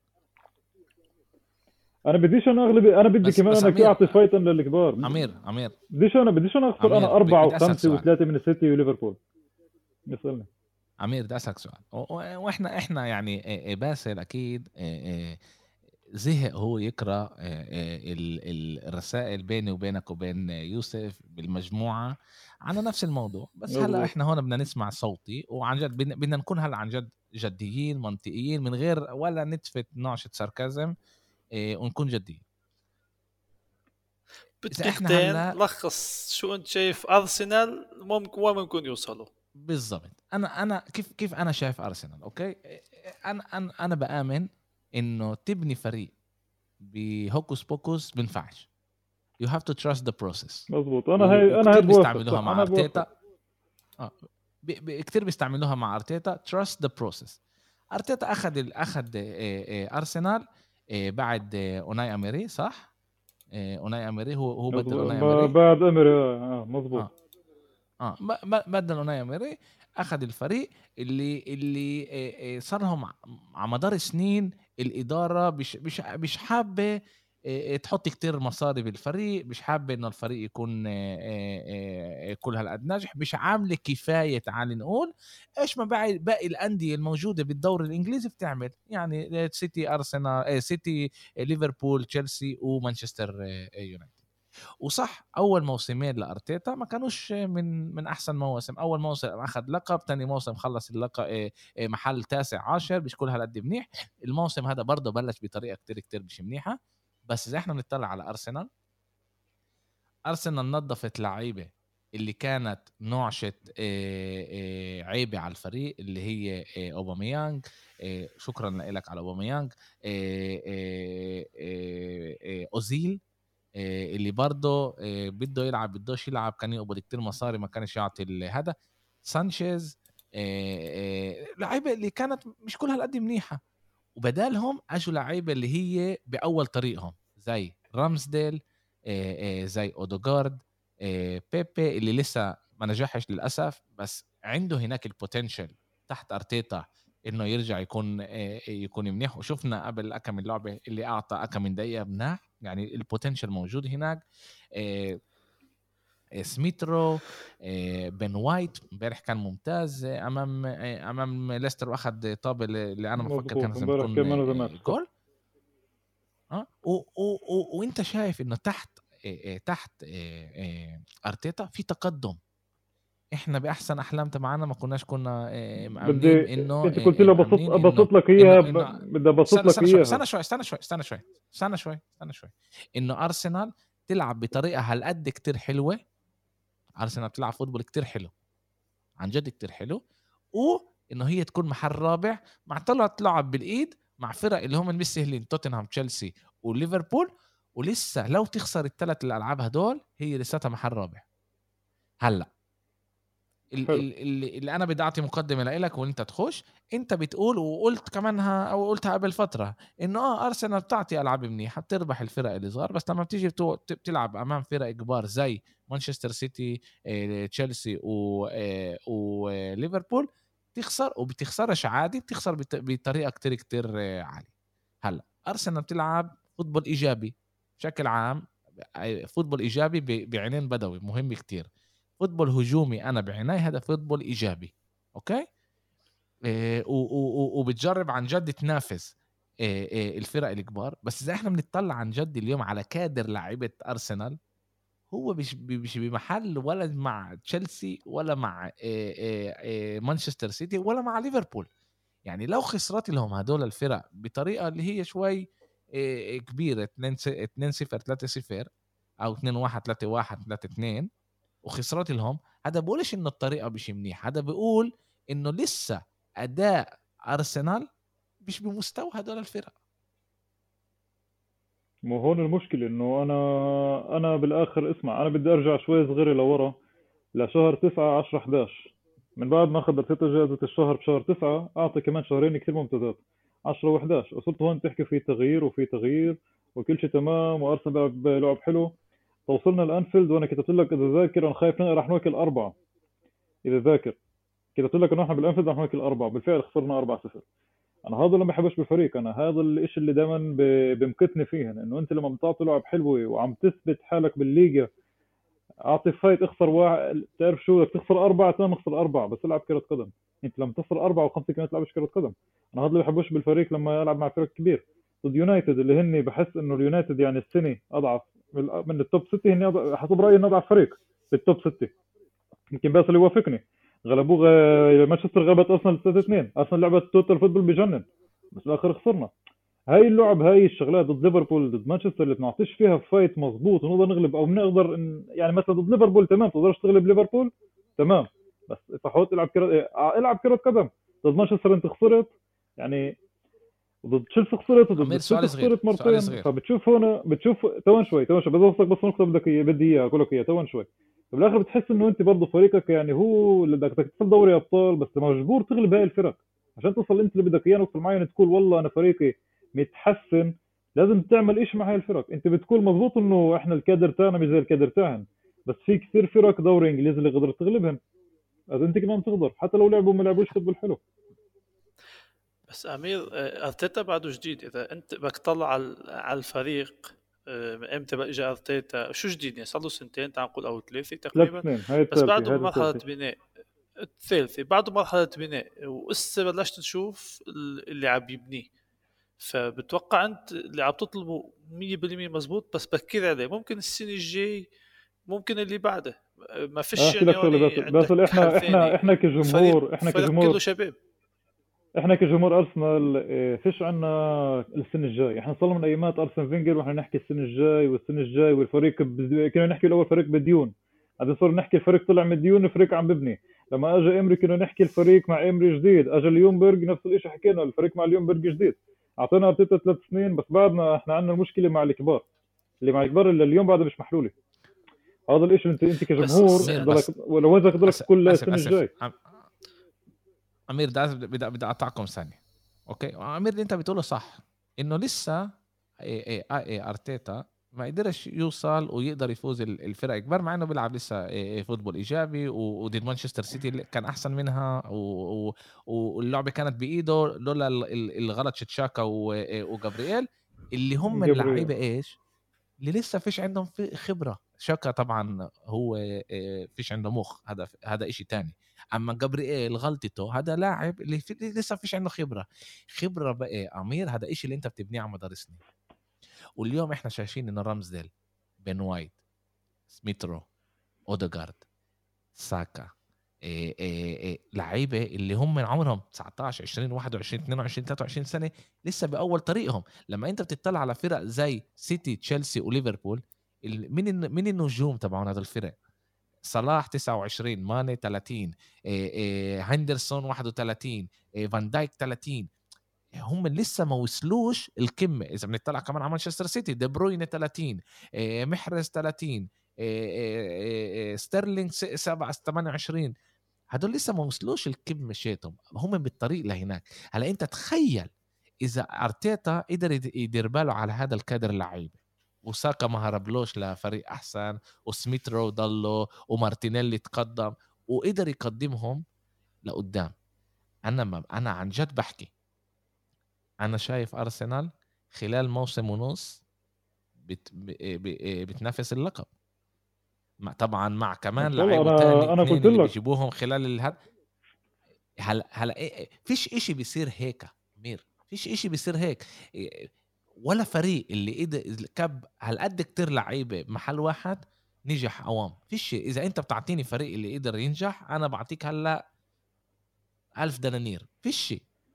انا بديش انا اغلب، انا بدي بس كمان بس انا امير اعطي فايتا للكبار. امير امير بديش انا بديش انا اخسر انا امير ب- اربعه بدي اسالك وخمسه سؤال. وثلاثه من السيتي وليفربول. يسألني. عمير بدي اسالك سؤال و- و- واحنا احنا يعني إيه، باسل اكيد إيه، إيه، زهق هو يقرا إيه، إيه، ال- ال- الرسائل بيني وبينك وبين يوسف بالمجموعه على نفس الموضوع. بس هلا مظبوط. احنا هون بدنا نسمع صوتي وعن جد بدنا بدنا نكون هلا عن جد جديين منطقيين من غير ولا نتفة نعشة ساركازم إيه، ونكون جديين. اذا احنا بدقيقتين هلا لخص شو انت شايف ارسنال ممكن وين ممكن يوصلوا. بالضبط، انا انا كيف كيف انا شايف ارسنال. اوكي انا انا انا بامن انه تبني فريق بهوكس بوكس بنفعش. you have to trust the process. مظبوط. انا و- هاي انا هاي وكتير بوافق، بيستعملوها صح، مع انا بوافق. ارتيتا. اه ب... ب... كتير بيستعملوها مع ارتيتا trust the process. ارتيتا اخذ ال... اخذ آه، آه، ارسنال آه، بعد آه، اوناي اميري، صح. آه، اوناي اميري هو هو بدل مظبوط. اوناي ب- اميري. بعد امري. اه مظبوط. اه اه ب- ب- بدل اوناي اميري اخذ الفريق اللي اللي آه، آه، صار لهم ع- على مدار سنين الاداره مش مش مش حابه تحط كتير مصاري بالفريق، مش حابة انه الفريق يكون كل هالقد ناجح، مش عامله كفايه. تعال نقول ايش ما باقي باقي الانديه الموجوده بالدوري الانجليزي بتعمل، يعني سيتي، ارسنال، سيتي، ليفربول، تشيلسي ومانشستر يونايتد. وصح اول موسمين لارتيتا ما كانوش من من احسن مواسم. اول موسم اخذ لقب، تاني موسم خلص اللقب محل تاسع عاشر، مش كل هالقد منيح. الموسم هذا برضه بلش بطريقه كتير كتير مش منيحه. بس اذا احنا بنطلع على ارسنال، ارسنال نظفت لعيبه اللي كانت نوعشة عيبة على الفريق، اللي هي أوباميانج. شكرا لك على أوباميانج. أوزيل اللي برضه بده يلعب، بدوش يلعب، كان يقبض كتير مصاري، ما كانش يعطي هذا. سانشيز، لعيبة اللي كانت مش كل هالقد منيحة، وبدالهم اجوا لعيبة اللي هي بأول طريقهم، زي رامسديل، زي أودوغارد، بيبي اللي لسه ما نجحش للأسف، بس عنده هناك البوتنشل تحت أرتيتا إنه يرجع يكون يكون منيح. وشفنا قبل أكم من لعبة اللي أعطى أكم من دقيقة مناح، يعني البوتنشل موجود هناك. سميترو، بن وايت امبارح كان ممتاز امام امام ليستر، واخد طابه اللي انا بفكر كان لازم يكون جول. اه وانت شايف انه تحت تحت ارتيتا في تقدم. احنا باحسن احلام تبعنا ما كناش كنا مأمنين انه انت قلت لي بسط ابسط لك اياها، بدي ابسط لك اياها. استنى شوي استنى شوي استنى شوي استنى شوي استنى شوي انه ارسنال تلعب بطريقه هالقد كتير حلوه. ارسنال بتلعب فوتبول كتير حلو، عن جد كتير حلو، وانه هي تكون محل رابع مع طلعت تلعب بالايد مع فرق اللي هم المسهلين، توتنهام، تشيلسي وليفربول، ولسه لو تخسر الثلاث الالعاب هدول هي لساتها محل رابع. هلا اللي, اللي انا بدي اعطي مقدمه لك وانت تخش، انت بتقول وقلت كمانها او قلتها قبل فتره انه اه ارسنال بتعطي العاب منيحه، بتربح الفرق اللي صغار، بس لما بتيجي بتلعب امام فرق كبار زي مانشستر سيتي، تشيلسي وليفربول تخسر، وبتخسرش عادي، بتخسر بطريقه كتير كتير عاليه. هلا ارسنال بتلعب فوتبول ايجابي بشكل عام، فوتبول ايجابي بعينين بدوي مهم كتير. فوتبول هجومي انا بعناي هذا فوتبول ايجابي، اوكي. إيه وبتجرب عن جد تنافس إيه إيه الفرق الكبار. بس اذا احنا بنطلع عن جد اليوم على كادر لاعيبه ارسنال، هو مش مش بمحل ولا مع تشيلسي ولا مع إيه إيه إيه مانشستر سيتي ولا مع ليفربول. يعني لو خسرت لهم هدول الفرق بطريقه اللي هي شوي إيه كبيره، اثنين صفر ثلاثة صفر او اثنين واحد ثلاثة واحد ثلاثة اثنين، وخسرت لهم، هذا بقولش انه الطريقه مش منيح، هذا بيقول انه لسه اداء ارسنال مش بمستوى هدول الفرق. مو هون المشكله انه انا انا بالاخر اسمع، انا بدي ارجع شوي صغيره لورا لشهر تسعة عشرة احداشر. من بعد ما اخذ ارتيتا جائزه الشهر بشهر تسعة، اعطى كمان شهرين كثير ممتازات، عشرة و11. وصلت هون تحكي في تغيير وفي تغيير وكل شيء تمام، وارسنال لعب لعب حلو. توصلنا الانفيلد وانا كتبت لك اذا ذاكر انا خايف راح ناكل اربعه، اذا ذاكر كتبت لك انه احنا بالانفيلد راح ناكل اربعه، بالفعل خسرنا أربعة صفر. انا هذا اللي ما بحبش بالفريق، انا هذا الشيء اللي دائما بمكتني فيه، انه انت لما بتعطي لعب حلوه وعم تثبت حالك بالليجا، اعطي فايت اخسر واحد، تعرف شو بدك تخسر اربعه، تمام اخسر اربعه بس العب كره قدم. انت لما تخسر اربعه وخمسه كمان تلعبش كره قدم. انا هذا اللي بحبوش بالفريق لما يلعب مع فريق كبير. ضد يونايتد اللي هن بحس انه اليونايتد يعني السنه اضعف من التوب ستة، هن حسب رايي انه اضعف فريق بالتوب ستة. يمكن بس اللي يوافقني، غلبوه غ... مانشستر غلبت ارسنال ستة اثنين، ارسنال لعبت توتال فوتبول بجنن بس بالاخر خسرنا. هاي اللعب، هاي الشغلات ضد ليفربول ضد مانشستر اللي بنعطيش فيها فايت مظبوط ونقدر نغلب او بنقدر إن... يعني مثلا ضد ليفربول تمام تقدرش تغلب ليفربول تمام، بس فحوت العب كره العب كره قدم. ضد مانشستر انت خسرت، يعني ضد تشيلسي خسرت، وضد السيتي خسرت مرتين. فبتشوف هنا بتشوف توان شوي توان شوي بدي اوصلك بس نقطه بدك بدي اياها اقول لك اياها توان شوي. بالاخر بتحس انه انت برضه فريقك يعني هو اللي بدك تصل دوري ابطال، بس مجبور تغلب هاي الفرق عشان توصل انت اللي بدك اياه نقطه معينه، تقول والله انا فريقي متحسن. لازم تعمل إشي مع هاي الفرق. انت بتقول مضبوط انه احنا الكادر تاعنا مش زي الكادر تاعهم، بس في كثير فرق دوري انجليزي اللي قدرت تغلبهم، لازم انت كمان تقدر حتى لو لعبوا ما لعبوش فوتبول حلو. بس امير ارتيتا بعده جديد، اذا انت بدك تطلع على الفريق امتى بقى اجى ارتيتا شو جديد يعني صار له سنتين تعال نقول او ثلاثه ثلاث تقريبا سنين هاي بس بعده الثالثة هاي بمرحله الثالثة بناء الثالثه بعده مرحله بناء واسا بلشت نشوف اللي عم يبنيه فبتوقع انت اللي عم تطلبه مية بالمية مزبوط بس بكير عليه ممكن السنه الجاي ممكن اللي بعده ما فيش احكي لك يعني شغله هون باسل باسل عندك حل احنا احنا ثاني احنا فريق كجمهور احنا فريق كله كجمهور شباب احنا كجمهور ارسنال اه، فيش عنا السنه الجاي. احنا صار من ايامات ارسن فينجر واحنا نحكي السنه الجاي والسنه الجاي والفريق بد- كنا نحكي الاول فريق بديون. بعدين صار نحكي الفريق طلع مديون الفريق عم ببني. لما اجى امري كنا نحكي الفريق مع امري جديد. اجى اليومبرج نفس الشيء حكينا الفريق مع اليومبرج جديد. اعطينا ارتيتا ثلاث سنين بس بعدنا احنا عندنا المشكله مع الكبار اللي مع الكبار اللي اليوم بعدها مش محلوله. هذا الشيء انت انت بس كجمهور امير ضلك بس ولو وزنك ضلك أس- كل اسف السنه اسف الجاي. أم- امير ده بدي بدي اقطعكم ثانيه. اوكي امير اللي انت بتقوله صح انه لسه إيه إيه إيه ارتيتا ما قدرش يوصل ويقدر يفوز ال- الفرق الكبار مع انه بيلعب لسه إيه إيه فوتبول ايجابي و- وضد مانشستر سيتي اللي كان احسن منها و- و- واللعبه كانت بايده لولا ال- ال- الغلط تشاكا و- إيه وجابرييل اللي هم جبريل اللعيبه ايش اللي لسه فيش عندهم في خبره. شاكا طبعا هو إيه، فيش عنده مخ، هذا هذا إشي تاني. اما جابرييل غلطته هذا لاعب اللي في اللي لسه فيش عنده خبره. خبره بقى امير هذا إشي اللي انت بتبنيه على مدار سنين. واليوم احنا شايفين انه رامزديل، بين وايت، سميثرو، اوديغارد، ساكا، إيه إيه إيه لعيبه اللي هم من عمرهم تسعتاشر عشرين واحد وعشرين اثنين وعشرين ثلاثة وعشرين سنه لسه باول طريقهم. لما انت بتطلع على فرق زي سيتي، تشيلسي وليفربول، ال- مين الن- مين النجوم تبعون هذا الفرق؟ صلاح تسعة وعشرين، ماني ثلاثين، إيه إيه هندرسون واحد وثلاثين، إيه فان دايك ثلاثين. هم لسه ما وصلوش القمه. اذا بنطلع كمان على مانشستر سيتي، دي بروين ثلاثين، إيه محرز ثلاثين، إيه إيه إيه ستيرلينج سبعة ثمانية وعشرين. هدول لسه ما وصلوش القمه شيتهم، هم بالطريق لهناك. هلا انت تخيل اذا ارتيتا قدر يد- يدير باله على هذا الكادر اللعيبه، وساكا ما هربلوش لفريق احسن، وسميث رو ضله، ومارتينيلي تقدم وقدر يقدمهم لقدام. انا ما انا عن جد بحكي، انا شايف ارسنال خلال موسم ونص بت... ب... ب... بتنافس اللقب، مع طبعا مع كمان ان شاء الله. لعيبه تاني انا انا اثنين قلت اللي لك بيجيبوهم خلال الهد. هلا هلا إيه... إيه، فيش اشي بيصير هيك مير، فيش اشي بيصير هيك. إيه... ولا فريق اللي قدر كب هالقد كتير لعيبه محل واحد نجح عوام. فيش. اذا انت بتعطيني فريق اللي قدر ينجح انا بعطيك هلا ألف دنانير. فيش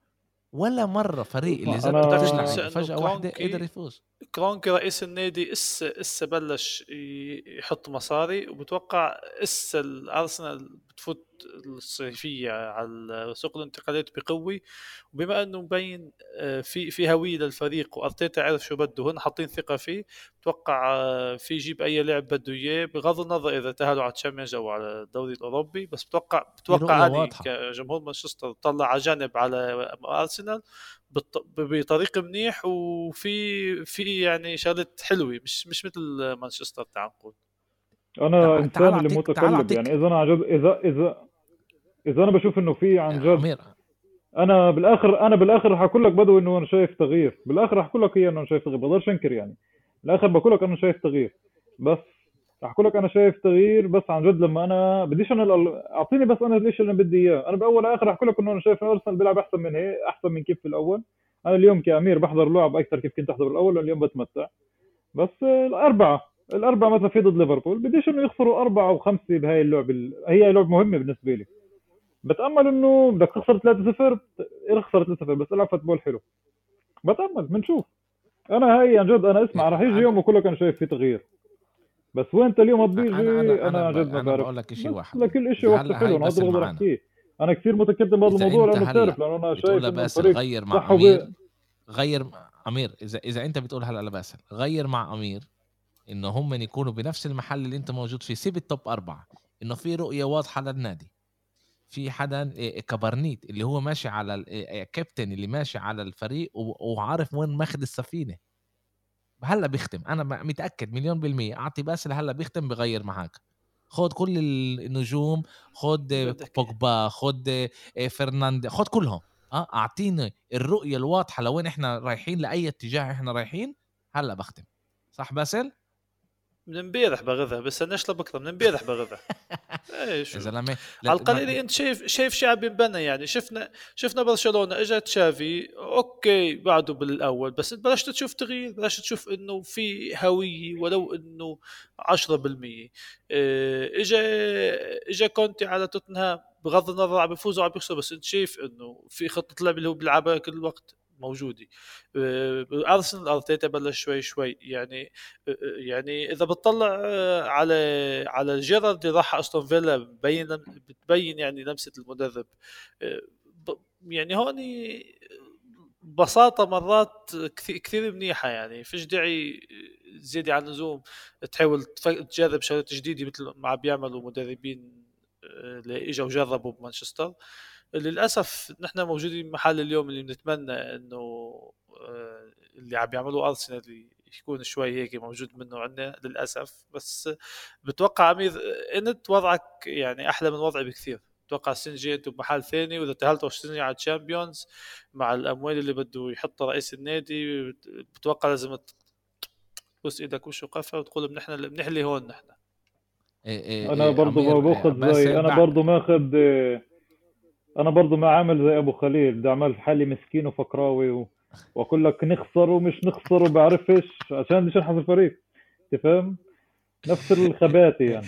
ولا مرة فريق اللي اسمع زت بدك كتير انا لعيبة تنسى انه فجأة واحدة قدر كرونكي يفوز. كرونكي رئيس النادي اس اس بلش ي- يحط مصاري وبتوقع اس الارسنال بتفوت الصيفيه على سوق الانتقالات بقوه وبما انه مبين آه، في في هويه للفريق وارتيتا عرف شو بده هن حاطين ثقه فيه. بتوقع آه، في يجيب اي لاعب بده اياه بغض النظر اذا تاهلوا على الشامبيونز او على الدوري الاوروبي. بس بتوقع في بتوقع رؤية اني واضحة. كجمهور مانشستر طلع على جانب على ارسنال بط- بطريق منيح وفي في يعني شغلة حلوة مش مش مثل مانشستر تعال نقول. انا تع- تعال انسان اللي أعطيك تعال متقلب. يعني أعطيك اذا انا عن جد اذا اذا اذا انا بشوف انه في عن جد. أمير. انا بالاخر انا بالاخر رح اقول لك بدو انه انا شايف تغيير. بالاخر رح اقول لك هي انه انا شايف تغيير. بقدرش انكر يعني. بالاخر بقول لك انا شايف تغيير. بس رح اقول لك انا شايف تغيير. بس عن جد لما انا بديش انا ال- اعطيني بس انا ليش اللي بدي اياه. انا باول اخر رح اقول لك انه انا شايف إنه ارسنال بيلعب احسن من هيك، احسن من كيف في الاول. انا اليوم كامير بحضر لعب اكثر كيف كنت احضر الاول، اليوم بتمتع. بس آه، الاربعه الاربعه مثلا في ضد ليفربول بديش انه يخسروا اربعه وخمسه بهاي اللعبه ال- هي لعبه مهمه بالنسبه لي. بتامل انه بدك تخسر ثلاثة صفر اخسر ثلاثة صفر بس العب فوتبول حلو. بتامل بنشوف. انا هاي عن جد انا اسمع رح يجي يوم واقول لك انا شايف في تغيير. بس وين انت اليوم انا بيجي انا انا انا عن ب... جد ما انا بعرف. بقول لك شيء بس واحد. لكل شيء إذا وقته هلا حلو هاي انا هذا بس بقدر معانا، احكيه. انا كثير متقدم بهذا اذا الموضوع انت لانه بتعرف هلا لانه انا بتقول شايف انه لباسل الفريق غير مع صح وب... امير، غير مع امير. اذا اذا انت بتقول هلا لباسل غير مع امير انه هم يكونوا بنفس المحل اللي انت موجود فيه، سيب التوب أربعة، انه في رؤية واضحة للنادي، في حدا إيه، كبرنيت اللي هو ماشي على ال- إيه، كابتن اللي ماشي على الفريق و- وعارف وين ماخذ السفينة. هلا بيختم، انا م- متأكد مليون بالمية. اعطي باسل هلا بيختم بغير معاك. خد كل النجوم، خد اللي بدك إياه. بوجبا، خد إيه، فرناندي، خد كلهم. اه اعطيني الرؤية الواضحة لوين احنا رايحين، لأي اتجاه احنا رايحين. هلا بختم صح باسل؟ من امبارح بغذها بس اناش لبكره من امبارح بغذها. ايه شو يا زلمه على القليل انت شايف شايف شعب بنبنى يعني. شفنا شفنا برشلونه اجى تشافي اوكي بعده بالاول بس انت بلشت تشوف تغيير بلشت تشوف انه في هويه ولو انه عشرة بالمية. إيه، اجى اجى كونتي على توتنهام بغض النظر عم بيفوزوا عم بيخسروا بس انت شايف انه في خطه لعب اللي هو بيلعبها كل الوقت موجوده. إيه، ارسنال ارتيتا بلش شوي شوي يعني. يعني اذا بتطلع على على جيرارد اللي راح استون فيلا ببين بتبين يعني لمسه المدرب. يعني هون ببساطه مرات كثير كثير منيحه يعني فيش داعي زياده عن اللزوم تحاول تجرب شغلات جديده مثل ما بيعملوا مدربين اللي اجوا وجربوا بمانشستر. للاسف نحن موجودين محل اليوم اللي بنتمنى انه اللي عم يعملوا ارسنال يكون شوي هيك موجود منه عندنا للاسف. بس بتوقع امير انت وضعك يعني احلى من وضعي بكثير. بتوقع السنه الجايه انتم بمحل ثاني واذا تاهلتوا السنه على الشامبيونز مع الاموال اللي بده يحطها رئيس النادي بتوقع لازم تبوس ايدك وش وقفها وتقول بنحن بنحلي هون نحن. إيه إيه انا إيه برضو ما امير باخذ زي انا برضو ماخذ انا برضو ما عامل زي ابو خليل بدي اعمل حالي مسكين وفقراوي و... واقول لك نخسر ومش نخسر وبعرفش عشان بديش انحس الفريق. انت فاهم نفس الخباتي يعني.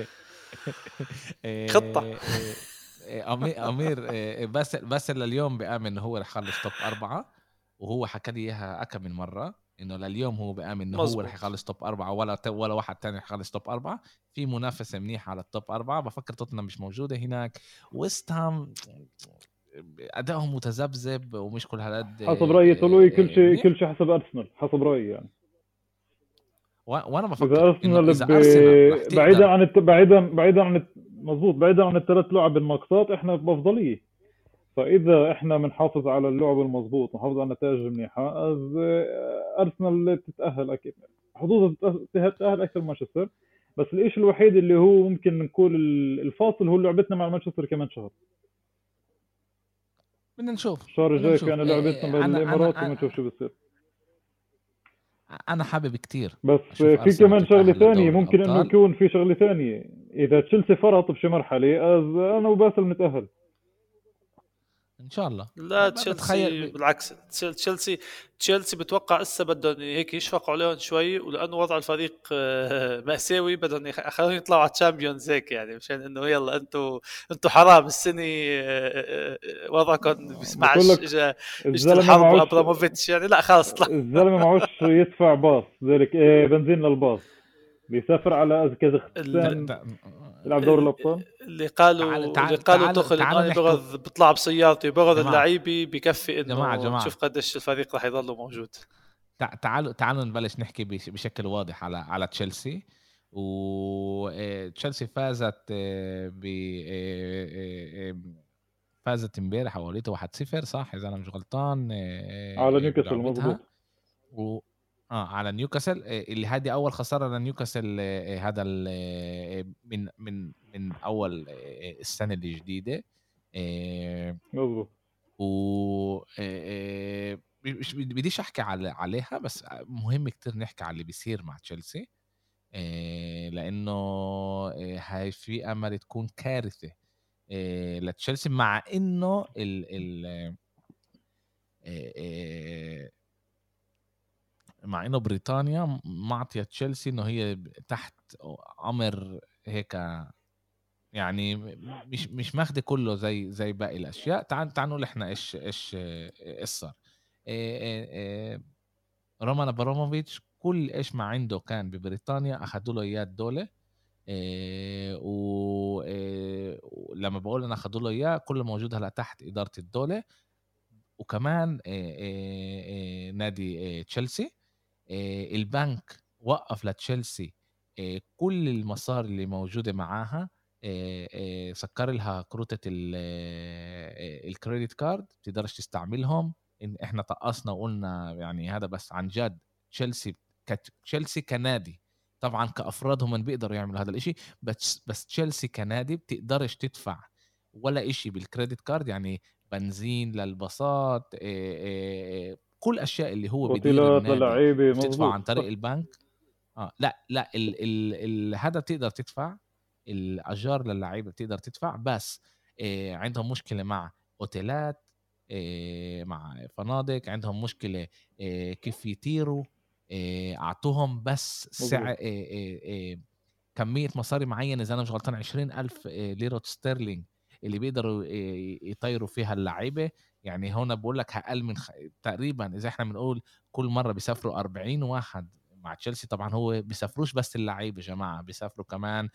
خطه امير امير بس بس لليوم بامن انه هو رح يخلص توب أربعة وهو حكى لي اياها اكم من مره انه لليوم هو بامن انه هو رح يخلص توب أربعة ولا ولا واحد تاني رح يخلص توب أربعة. في منافسه منيحه على التوب أربعة. بفكر توتنهام مش موجوده هناك. ويست هام ادائهم متذبذب ومش كل هالقد حسب رايي طلوي كل شيء كل شيء حسب ارسنال حسب رايي يعني. وانا بفكر اذا ارسنال إذا ب... أرسنال بعيدا عن الت... بعيدا بعيدا عن مضبوط بعيدا عن الثلاث لعب المقصات احنا بافضليه. فاذا احنا بنحافظ على اللعب المضبوط ونحافظ على النتائج المنيحه از ارسنال تتاهل اكيد حظوظها تتاهل اكثر من مانشستر. بس الشيء الوحيد اللي هو ممكن نقول الفاصل هو لعبتنا مع مانشستر كمان شهر. بدنا نشوف الشهر الجاي في انا لعبتنا بالامارات ونشوف شو بصير. انا حابب كتير بس في كمان شغله ثانيه ممكن انه يكون في شغله ثانيه اذا تشيلسي فرط بشي مرحله از انا وباسل نتاهل ان شاء الله. لا تشيلسي بالعكس تشيلسي تشيلسي بتوقع هسه بدهم هيك يشفقوا عليهم شوي ولانه وضع الفريق مأساوي بدهم يخلون يطلعوا على الشامبيونز هيك يعني مشان انه يلا انتم انتم حرام السنه وضعكم بيسمعش اجى اجى الحرب ابراموفيتش يعني لا خلص اطلع. الزلمه معوش يدفع باص ذلك إيه بنزين للباص بيسافر على كازاخستان يلعب دوري الابطال. اللي قالوا تعال تعال اللي قالوا تدخل انه بغض بيطلع بسيارتي بغض اللعيبه بكفي انه جماعة جماعة. تشوف قديش الفريق راح يضل موجود. تعالوا تعالوا نبلش نحكي بشكل واضح على على تشيلسي. وتشيلسي فازت ب فازت امبارح حواليته واحد صفر صح اذا انا مش غلطان على نيوكاسل مظبوط. و اه على نيوكاسل اللي هذه اول خساره لنيوكاسل هذا من من من اول السنه الجديده مظبوط. و مش بديش احكي على عليها بس مهم كتير نحكي على اللي بيصير مع تشيلسي لانه هاي في امل تكون كارثه لتشيلسي مع انه ال ال مع انه بريطانيا معطيه تشيلسي انه هي تحت امر هيك يعني مش مش ماخده كله زي زي باقي الاشياء. تعال تعال نقول احنا ايش ايش ايش صار. رومان ابراموفيتش كل ايش ما عنده كان ببريطانيا اخذوا له اياه الدوله. ولما بقول انا اخذوا له اياه كله موجود هلا تحت اداره الدوله. وكمان نادي تشيلسي البنك وقف لتشيلسي كل المصاري اللي موجوده معاها. سكر لها كروتة الكريدت كارد تقدرش تستعملهم. إن احنا طقسنا وقلنا يعني هذا بس عن جد تشيلسي تشيلسي كنادي طبعا كأفراد هم بيقدروا يعملوا هذا الاشي بس بس تشيلسي كنادي بتقدرش تدفع ولا اشي بالكريدت كارد يعني بنزين للباصات كل اشياء اللي هو بدير النادي تدفع عن طريق البنك اه لا لا ال ال الهدف تقدر تدفع الاجار للعيبه بتقدر تدفع، بس آه عندهم مشكله مع اوتيلات، آه مع فنادق، عندهم مشكله آه كيف يطيروا، آه اعطوهم بس سعر آه آه آه كميه مصاري معينه، اذا انا مش غلطان عشرين ألف آه ليره ستيرلينج اللي بيقدروا آه يطيروا فيها اللعيبه. يعني هنا بقول لك اقل من خ... تقريبا اذا احنا بنقول كل مره بيسافروا أربعين واحد مع تشيلسي، طبعا هو بيسافروش بس اللعيبه يا جماعه، بيسافروا كمان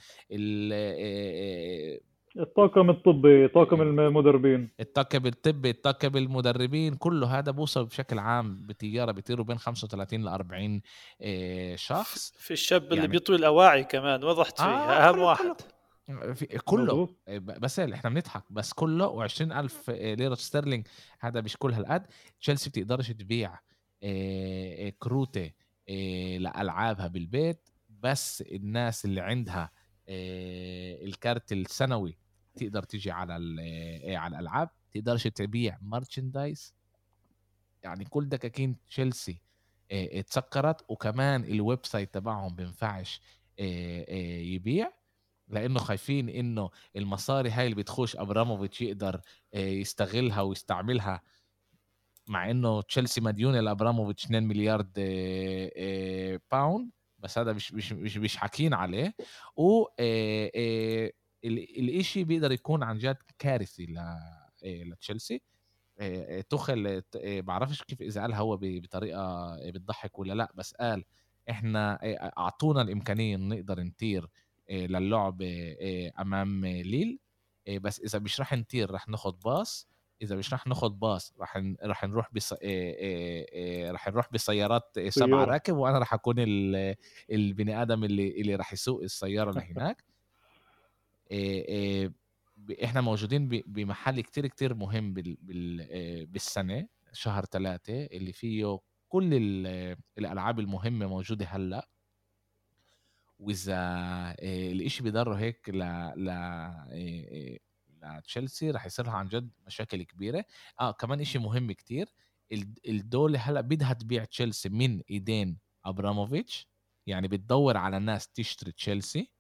الطاقم الطبي، طاقم المدربين، الطاقم الطبي، الطاقم المدربين، كله هذا بوصل بشكل عام بطياره بيطيروا بين خمسة وثلاثين ل أربعين شخص. في الشاب يعني اللي بيطوي الاواعي كمان وضحت فيه آه اهم كله واحد كله في كله بس احنا بنضحك بس كله وعشرين ألف ليرة ستيرلينج هذا مش كل هالقد. تشيلسي بتقدرش تبيع كروتة لألعابها بالبيت، بس الناس اللي عندها الكارت السنوي تقدر تيجي على على الألعاب، تقدرش تبيع مارشندايز. يعني كل دكاكين تشيلسي اتسكرت، وكمان الويب سايت تبعهم بينفعش يبيع لانه خايفين انه المصاري هاي اللي بتخش ابراموفيتش يقدر يستغلها ويستعملها، مع انه تشيلسي مديون لابراموفيتش اثنين مليار باوند، بس هذا مش مش مش مش حاكين عليه. و الاشي بيقدر يكون عن جد كارثي لتشيلسي. تخل بعرفش كيف اذا قالها هو بطريقه بتضحك ولا لا، بس قال احنا اعطونا الامكانيه نقدر نطير للعب امام ليل، بس اذا مش راح نطير راح ناخد باص، اذا مش راح ناخد باص راح راح نروح بص... راح نروح بسيارات سبعة راكب، وانا راح اكون البني ادم اللي اللي راح يسوق السياره لهناك. احنا موجودين بمحل كتير كتير مهم بالسنه، شهر ثلاثة اللي فيه كل الالعاب المهمه موجوده هلا. واذا الاشي بيضره هيك ل ل لتشيلسي راح يصير لها عن جد مشاكل كبيره. اه كمان اشي مهم كتير، الدوله هلا بدها تبيع تشيلسي من ايدين ابراموفيتش، يعني بتدور على ناس تشتري تشيلسي،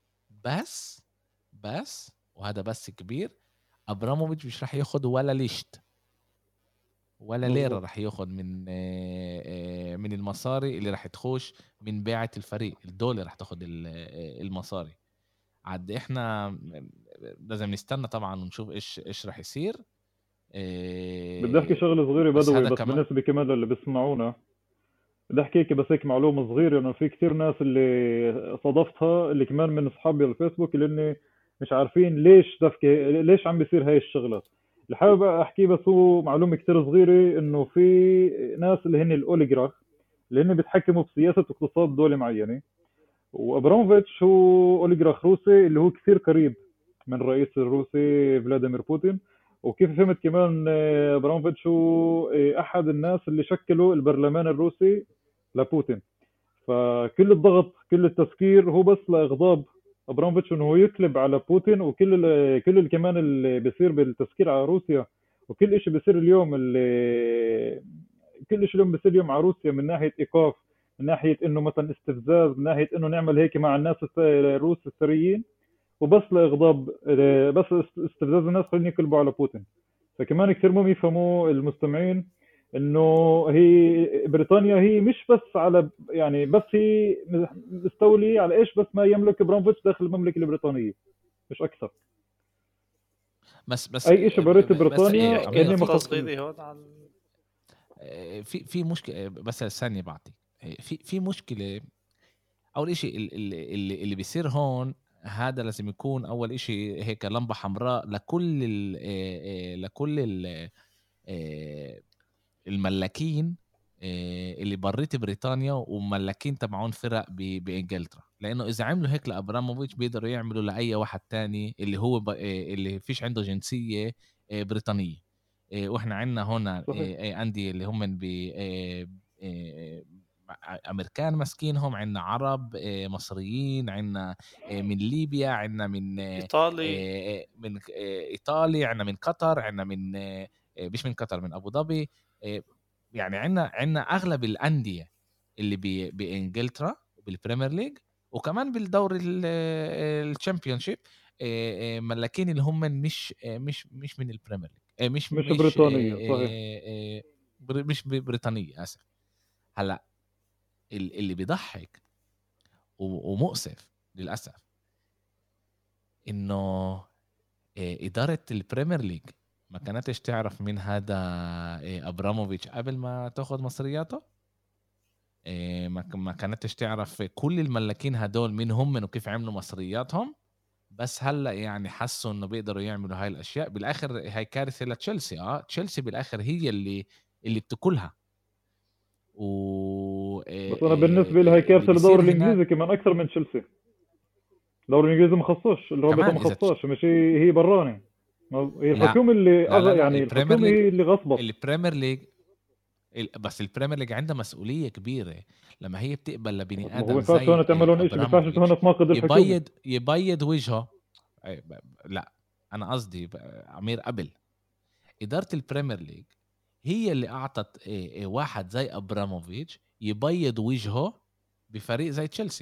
بس بس وهذا بس كبير، ابراموفيتش مش راح ياخد ولا ليشت ولا ليرة راح ياخد من من المصاري اللي راح تخش من بيعة الفريق. الدولة راح تاخد المصاري. عاد احنا لازم نستنى طبعا ونشوف ايش ايش راح يصير. بدي احكي شغله صغيره بدوي بس, بس بالنسبه كمان للي بيسمعونا، بدي احكي هيك بس هيك معلومه صغيره، انه في كتير ناس اللي صادفتها اللي كمان من اصحابي على الفيسبوك اللي اني مش عارفين ليش دفكه ليش عم بيصير هاي الشغلات. اللي حابب احكي بس هو معلومه كتير صغيره، انه في ناس اللي هن الاوليغراخ اللي هن بيتحكموا بسياسه واقتصاد دوله معينه، وابراموفيتش هو اوليغراخ روسي اللي هو كثير قريب من الرئيس الروسي فلاديمير بوتين. وكيف فهمت كمان ابراموفيتش هو احد الناس اللي شكلوا البرلمان الروسي لبوتين. فكل الضغط كل التفكير هو بس لاغضاب ابراموفيتش انه هو يقلب على بوتين، وكل كل اللي كمان اللي بيصير بالتفكير على روسيا، وكل شيء بيصير اليوم اللي كل شيء اليوم بيصير اليوم على روسيا من ناحيه ايقاف، من ناحيه انه مثلا استفزاز، من ناحيه انه نعمل هيك مع الناس الروس الثريين، وبس لاغضاب بس استفزاز الناس خلينا يقلبوا على بوتين. فكمان كثير مهم يفهموا المستمعين انه هي بريطانيا هي مش بس على يعني بس هي مستولي على ايش بس ما يملك ابراموفيتش داخل المملكه البريطانيه، مش اكثر. بس بس اي شيء بريت بريطانيا كاني مخصصين هون على في في مشكله. بس ثانيه بعطيك في في مشكله. اول شيء اللي اللي بيصير هون هذا لازم يكون اول شيء هيك لمبه حمراء لكل ال لكل ال الملاكين اللي بريت بريطانيا وملاكين تبعون فرق بانجلترا، لانه اذا عملوا هيك لابراموفيتش بيقدروا يعملوا لاي واحد تاني اللي هو اللي فيش عنده جنسيه بريطانيه. واحنا عندنا هنا انديه اللي هم ب امريكان مسكينهم، عندنا عرب مصريين، عندنا من ليبيا، عندنا من ايطالي من ايطاليا، عندنا من قطر، عندنا من مش من قطر من ابو ظبي. يعني عندنا عندنا اغلب الانديه اللي بانجلترا بالبريمير ليج وكمان بالدوري الشامبيونشيب ملاكين اللي هم مش مش مش من البريمير ليج مش مش مش بريطانية صحيح مش بريطانية اسف. هلا اللي بيضحك ومؤسف للاسف انه اداره البريمير ليج ما كانتش تعرف من هذا ابراموفيتش قبل ما تاخذ مصرياته. ما كانتش تعرف كل الملاكين هدول مين هم وكيف عملوا مصرياتهم. بس هلا يعني حسوا انه بيقدروا يعملوا هاي الاشياء. بالاخر هاي كارثه لتشيلسي. اه تشيلسي بالاخر هي اللي اللي بتاكلها. و بس انا بالنسبه لي هاي كارثه للدوري الانجليزي كمان اكثر من تشيلسي. الدوري الانجليزي ما خصوش الرابطه ما خصوش مش هي براني. هي الحكومه اللي لا لا لا يعني الحكومه هي اللي غصبت. البريمير ليج بس البريمير ليج عندها مسؤوليه كبيره لما هي بتقبل لبني ادم زي هون تعملون شيء. ما ينفعش هون تناقض الحكومه. يبيض يبيض وجهه. لا انا قصدي عمير قبل اداره البريمير ليج هي اللي اعطت واحد زي ابراموفيتش يبيض وجهه بفريق زي تشيلسي.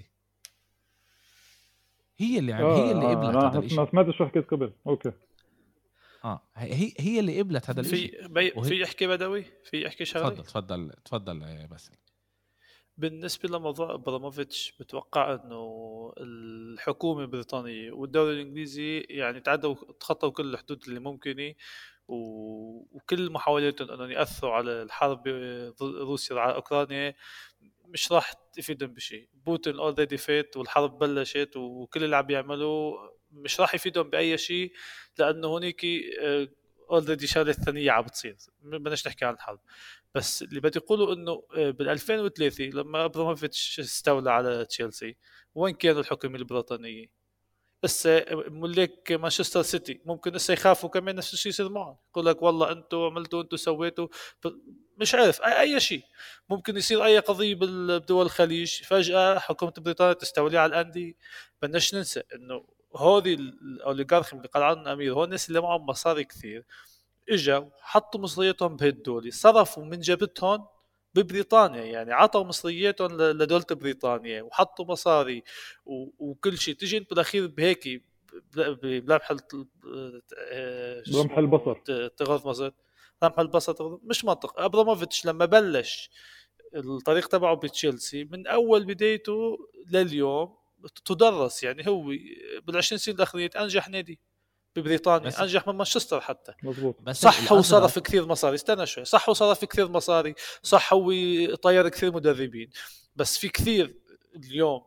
هي اللي آه هي اللي قبلت آه هذا الشيء. ما سمعتش شو حكيت قبل. اوكي اه هي هي اللي قبلت هذا الشيء. في بي... في يحكي بدوي في يحكي شغله. تفضل تفضل تفضل بس. بالنسبة لموضوع أبراموفيتش بتوقع أنه الحكومة البريطانية والدوري الإنجليزي يعني تعدوا تخطوا كل الحدود اللي ممكنة وكل محاولاتهم أنهم يأثروا على الحرب روسيا على أوكرانيا مش راح يفيدهم بشيء. بوتين أولريدي فات والحرب بلشت وكل اللي عم يعملوا مش راح يفيدهم بأي شيء لأنه هناك أولريدي شغلة ثانية عم بتصير. بدناش نحكي عن الحرب. بس اللي بدي يقولوا انه بال ألفين وثلاثة لما ابراموفيتش استولى على تشيلسي وين كانوا الحكومه البريطانيه؟ بس ملاك مانشستر سيتي ممكن هسه يخافوا كمان نفس الشيء يصير معهم. يقول لك والله انتم عملتوا انتم سويتوا مش عارف اي, أي شيء ممكن يصير. اي قضيه بدول الخليج فجاه حكومه بريطانيا تستولي على الانديه. بدناش ننسى انه هذه الاوليغارخ اللي قال عنهم امير هو الناس اللي معهم مصاري كثير اجوا حطوا مصرياتهم بهالدولة صرفوا من جبتهم ببريطانيا. يعني عطوا مصرياتهم لدولة بريطانيا وحطوا مصاري وكل شيء. تجي انت بالاخير بهيك بلمح لمح البصر تغض مصر لمح البصر مش منطق. ابراموفيتش لما بلش الطريق تبعه بتشيلسي من اول بدايته لليوم تدرس. يعني هو بالعشرين سنة الأخيرة أنجح نادي ببريطانيا أنجح من مانشستر حتى. مزبوط. صح وصرف كثير مصاري. استنى شوي. صح وصرف كثير مصاري. صح وطير كثير مدربين. بس في كثير اليوم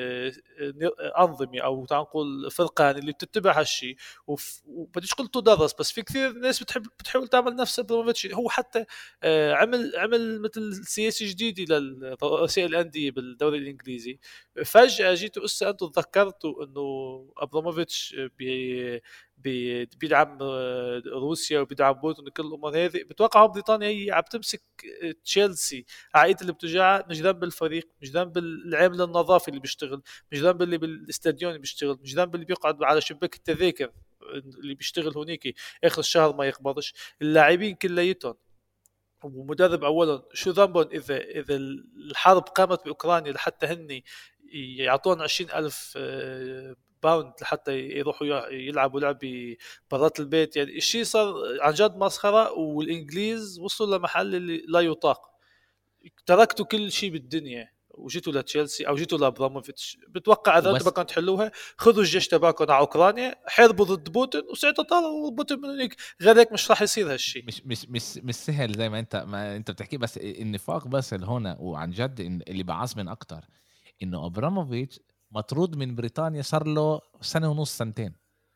أنظمة أو تعال نقول فرقان اللي بتتبع هالشيء وبديش قلت تدرس. بس في كثير ناس بتحب بتحاول تعمل نفس ابراموفيتش. هو حتى عمل عمل مثل سياسة جديدة لرؤساء الأندية بالدوري الإنجليزي. فجأة جيتوا أسا أنتوا تذكرتوا إنه ابراموفيتش بي بيدعم روسيا وبيدعم بوتين وكل الامور هذه. بتوقع بريطانيا هي عم تمسك تشيلسي عائله اللي بتوجعها مش ذنب الفريق مش ذنب العامل النظافي اللي بيشتغل مش ذنب اللي بالاستاديون اللي بيشتغل مش ذنب اللي بيقعد على شباك التذاكر اللي بيشتغل هونيك اخر الشهر ما يقبضش. اللاعبين كلياتهم ومدرب اولا شو ذنبهم اذا اذا الحرب قامت باوكرانيا لحتى هني يعطون عشرين ألف باوند لحتى يروحوا يلعبوا لعبة برات البيت. يعني الشيء صار عن جد مسخرة. والإنجليز وصلوا لمحل اللي لا يطاق. تركتوا كل شيء بالدنيا وجيتوا لتشيلسي أو جيتوا لابراموفيتش. بتوقع إذا أنتم بدكم تحلوها خذوا الجيش تبعكم على أوكرانيا حاربوا ضد بوتين وساعتها طلعوا بوتين من هيك. غير هيك مش راح يصير هالشيء. مش مش مش مش سهل زي ما أنت ما أنت بتحكي. بس النفاق بس هنا وعن جد اللي بعصمن أكتر إنه أبراموفيتش مطرود من بريطانيا صار له سنة ونص سنتين.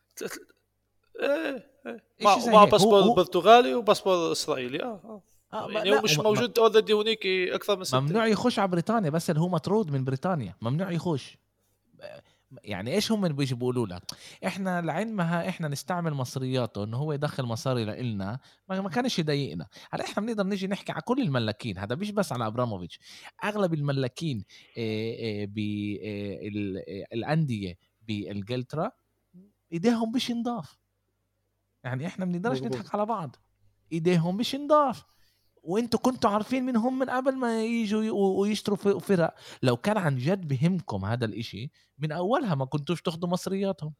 ايه ايه مع باسبور برتغالي وباسبور اسرائيلي. اه اه يعني هو مش موجود اوريدي هونيك اكثر من سنتين. ممنوع يخش على بريطانيا بس هو مطرود من بريطانيا ممنوع يخش. يعني ايش هم بيجي بيقولوا لك احنا لعلمها احنا نستعمل مصرياته انه هو يدخل مصاري لنا ما كانش يضايقنا. هلا احنا بنقدر نيجي نحكي على كل الملاكين. هذا مش بس على ابراموفيتش. اغلب الملاكين بالانديه بانجلترا ايديهم مش نضاف. يعني احنا بنقدرش نضحك على بعض. ايديهم مش نضاف وانتوا كنتوا عارفين من هم من قبل ما يجوا ويشتروا فرق. لو كان عن جد بهمكم هذا الاشي من اولها ما كنتوش تاخدوا مصرياتهم.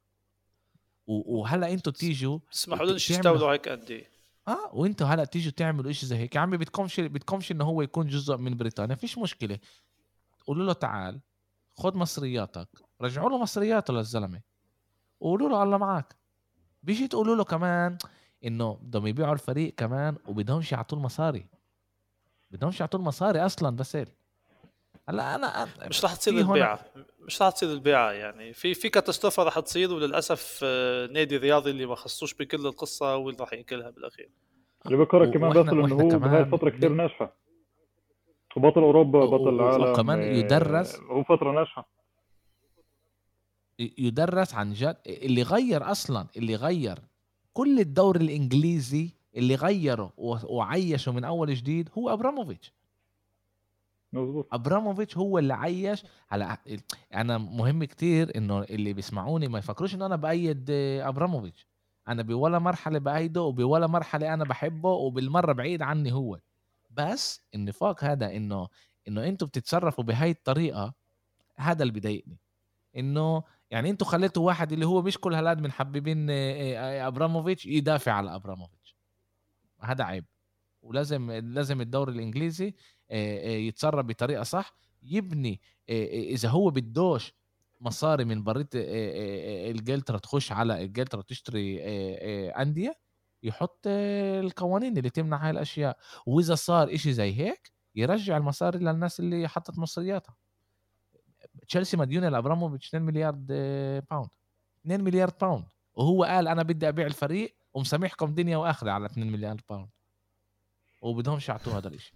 وهلا انتوا تيجوا اسمحوا لنا يستولوا هيك قد ايه. اه وانتوا هلا تيجوا تعملوا اشي زي هيك يا عمي. بدكمش بدكمش انه هو يكون جزء من بريطانيا، فيش مشكله. قولوا له تعال خد مصرياتك، رجعوا له مصرياته للزلمه، وقولوا له الله معك. بيجي تقولوا له كمان انه بدهم يبيعوا الفريق كمان وبدهمش يعطوا المصاري، بدهمش يعطوا المصاري اصلا. بس هلا انا مش راح تصير البيعه، مش راح تصير البيعه يعني. في في كاتاستروفه راح تصير، وللاسف نادي رياضي اللي ما خصوش بكل القصه هو اللي راح ياكلها بالاخير. اللي بكره كمان بيصل انه هو بهاي الفتره كثير ناجحه، وبطل اوروبا بطل العالم، وكمان يدرس، هو فتره ناجحه يدرس عن جد. اللي غير اصلا اللي غير كل الدوري الانجليزي، اللي غيره وعيشه من اول جديد هو ابراموفيتش. مظبوط. ابراموفيتش هو اللي عيش. على انا مهم كتير انه اللي بيسمعوني ما يفكروش انه انا بايد ابراموفيتش. انا بولا مرحله بايده وبولا مرحله انا بحبه، وبالمره بعيد عني هو. بس النفاق هذا انه انه انتوا بتتصرفوا بهاي الطريقه، هذا اللي بيضايقني. انه يعني انتوا خليتوا واحد اللي هو مش كل هالاد من حبيبين ابراموفيتش يدافع على ابراموفيتش. هذا عيب. ولازم لازم الدوري الانجليزي يتصرف بطريقه صح، يبني. اذا هو بدوش مصاري من بريت انجلترا تخش على انجلترا تشتري انديه، يحط القوانين اللي تمنع هاي الاشياء. واذا صار اشي زي هيك يرجع المصاري للناس اللي حطت مصرياتها. تشيلسي مديونه لابراموفيتش اثنين مليار باوند، اثنين مليار باوند، وهو قال انا بدي ابيع الفريق ومسامحكم دنيا واخره على اثنين مليار باوند، وبدهمش يعطوه هذا الاشي.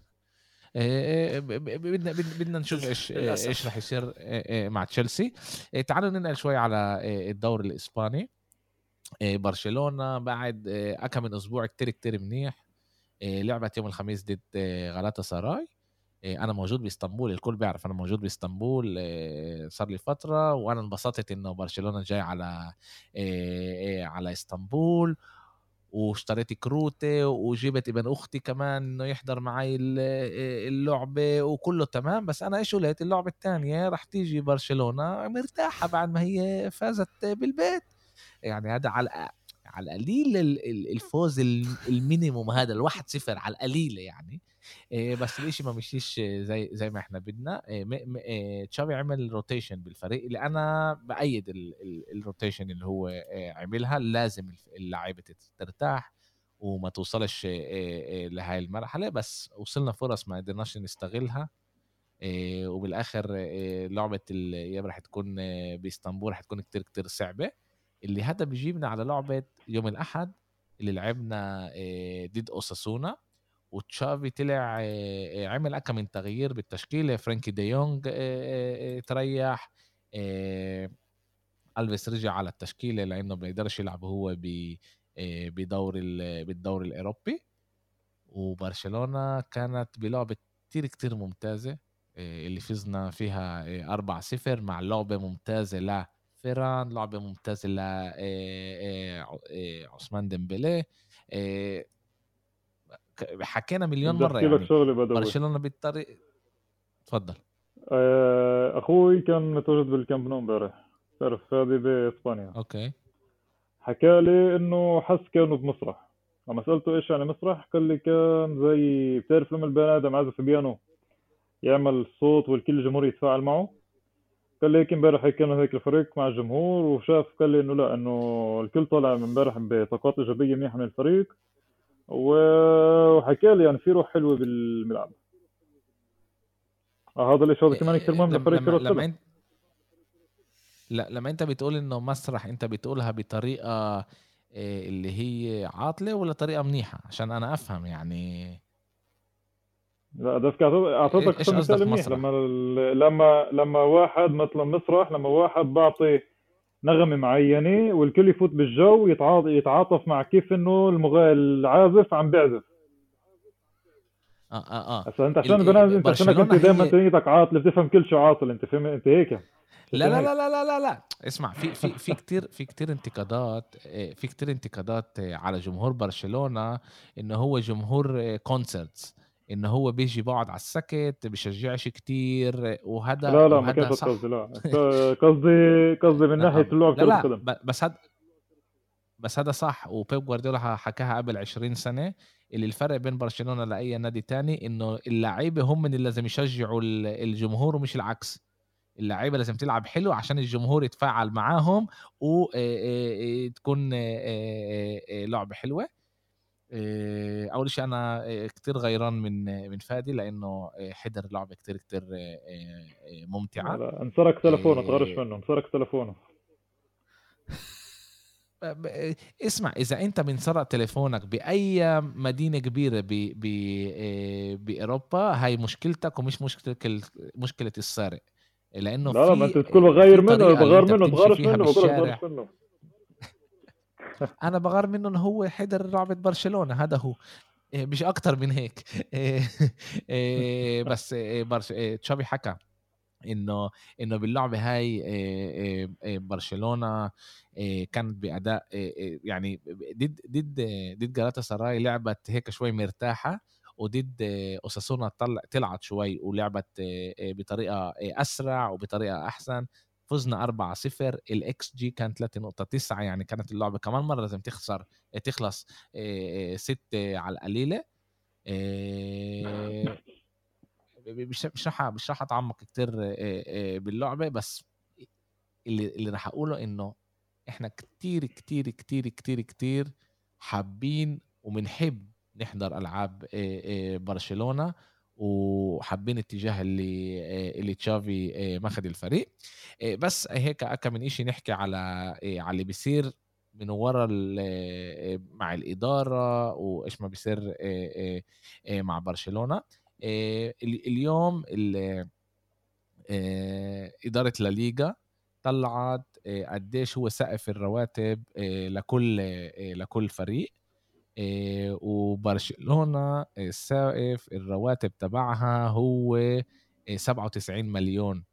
بدنا بدنا نشوف ايش ايش راح يصير مع تشيلسي. تعالوا ننقل شوي على الدوري الاسباني. برشلونه بعد كم من اسبوع كتير كتير منيح. لعبت يوم الخميس ضد غالاتا سراي. انا موجود باسطنبول، الكل بيعرف انا موجود باسطنبول صار لي فتره، وانا انبسطت انه برشلونه جاي على على اسطنبول، واشتريت كروتة وجبت ابن أختي كمان إنه يحضر معي اللعبة وكله تمام. بس أنا إيش قلت؟ اللعبة الثانية رح تيجي برشلونة مرتاحة بعد ما هي فازت بالبيت. يعني هذا على على القليل الفوز المينيموم هذا الواحد صفر على القليل يعني. بس الاشي ما مشيش زي زي ما احنا بدنا. تشافي عمل روتيشن بالفريق اللي انا بايد الروتيشن اللي هو عملها. لازم اللعيبه ترتاح وما توصلش لهاي المرحله، بس وصلنا فرص ما قدرناش نستغلها. وبالاخر لعبه اللي راح تكون باسطنبول راح تكون كتير كتير صعبه. اللي هذا بيجيبنا على لعبه يوم الاحد اللي لعبنا ضد اوساسونا، وتشافي طلع عمل أكم من تغيير بالتشكيلة. فرانكي دي يونغ تريح، ألفيس رجع على التشكيلة لأنه بيقدرش يلعب هو بدور بالدور الأوروبي. وبرشلونة كانت بلعبة كتير كتير ممتازة اللي فزنا فيها أربعة صفر مع لعبة ممتازة لفيران، لعبة ممتازة لعثمان ديمبلي. حكينا مليون مرة يعني برشلونة بالطريق. تفضل. أخوي كان متواجد بالكامب نو امبارح، تعرف هذه بإسبانيا. أوكي. حكى لي إنه حس كانوا بمسرح. لما سألته إيش يعني مسرح قال لي كان زي بتعرف لما البني آدم عازف بيانو يعمل صوت والكل الجمهور يتفاعل معه. قال لي هيك امبارح كانوا هيك الفريق مع الجمهور، وشاف قال لي إنه لا إنه الكل طلع من امبارح بطاقات إيجابية منيحة من الفريق، وحكى لي يعني في روح حلوه بالملعب. آه هذا الشيء هذا كمان كثير مهم لفريق كرة القدم. انت... لا لما انت بتقول انه مسرح انت بتقولها بطريقه اللي هي عاطله ولا طريقه منيحه عشان انا افهم يعني؟ لا ده اعطيتك مثال منيح. لما لما لما واحد مثلا مسرح، لما واحد بعطي نغمه معينه والكل يفوت بالجو يتعاطف يتعاطف مع كيف انه المغني العازف عم بيعزف. اه اه اه هسه انت عشان بنادم انت عشانك انت دائما تنيتك عاطل بتفهم كل شيء عاطل، انت فاهم انت هيك. لا لا لا لا لا لا لا اسمع، في في في كتير في كتير انتقادات في كتير انتقادات على جمهور برشلونة، انه هو جمهور كونسرتس، انه هو بيجي بقعد على السكت بيشجعش كتير، وهذا لا لا ما وهذا كانت صح. قصدي، لا ك- قصدي قصدي من ناحيه لا اللعب لا كره لا القدم. ب- بس هذا بس هذا صح، وبيب جوارديولا حكاها قبل عشرين سنة، اللي الفرق بين برشلونة لأي نادي تاني إنه اللعيبة هم من اللي لازم يشجعوا ال- الجمهور ومش العكس. اللعيبة لازم تلعب حلو عشان الجمهور يتفاعل معاهم وتكون لعبة حلوة. آه، أول شيء أنا آه، كتير غيران من من فادي، لأنه آه، حضر لعبة كتير كتير آه، آه، لا ممتعة. لا انسرق تلفونه، تغرش آه، منه، انسرق تلفونه. ب- اسمع، اذا انت بنسرق تليفونك باي مدينه كبيره ب ب آه، باوروبا، هاي مشكلتك ومش مشكله مشكله السارق، لانه لا لا ما في انت تقول آه، بغير في منه، طريقه اللي بغير انت منه بتمشي تغرش فيها منه، بقول لك تغرش بالشارع. منه. انا بغار منه انه هو حضر لعبه برشلونه، هذا هو، آه، مش اكتر من هيك. آه، آه، بس آه، برش آه، تشافي حكى انه انه باللعبه هاي آه، آه، آه، برشلونه آه، كانت باداء آه، آه، يعني ضد ضد ضد جالاتا سراي لعبت هيك شوي مرتاحه، وضد آه، اوساسونا طلع طلعت شوي ولعبت آه، آه، بطريقه آه، اسرع وبطريقه احسن. فزنا أربعة صفر، الاكس جي كان ثلاثة نقطة تسعة، يعني كانت اللعبه كمان مره لازم تخسر آه، تخلص ستة على القليله. آه، مش مش راح مش راح اتعمق كتير باللعبه، بس اللي اللي راح اقوله انه احنا كتير كتير كتير كتير كتير حابين وبنحب نحضر العاب برشلونه، وحابين الاتجاه اللي اللي تشافي ماخذ الفريق. بس هيك كم من إشي نحكي على على اللي بيصير من ورا مع الإدارة وإيش ما بيصير مع برشلونة. اليوم إدارة لا ليغا طلعت قديش هو سقف الرواتب لكل لكل فريق، وبرشلونة سقف الرواتب تبعها هو سبعة وتسعين مليون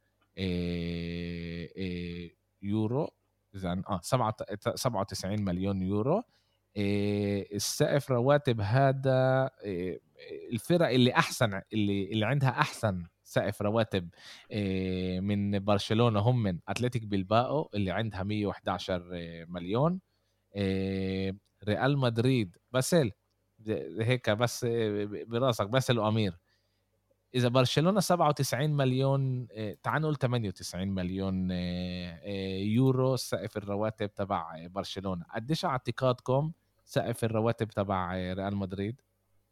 يورو، إذا اه سبعة وتسعين مليون يورو. السقف رواتب هذا الفرق اللي احسن اللي اللي عندها احسن سقف رواتب من برشلونة هم من اتلتيك بلباو اللي عندها مية وإحدى عشر مليون. ريال مدريد باسل هيك بس براسك، باسل وامير، اذا برشلونة سبعة وتسعين مليون، تعال نقول ثمانية وتسعين مليون يورو سقف الرواتب تبع برشلونة، قديش اعتقادكم سقف الرواتب تبع ريال مدريد؟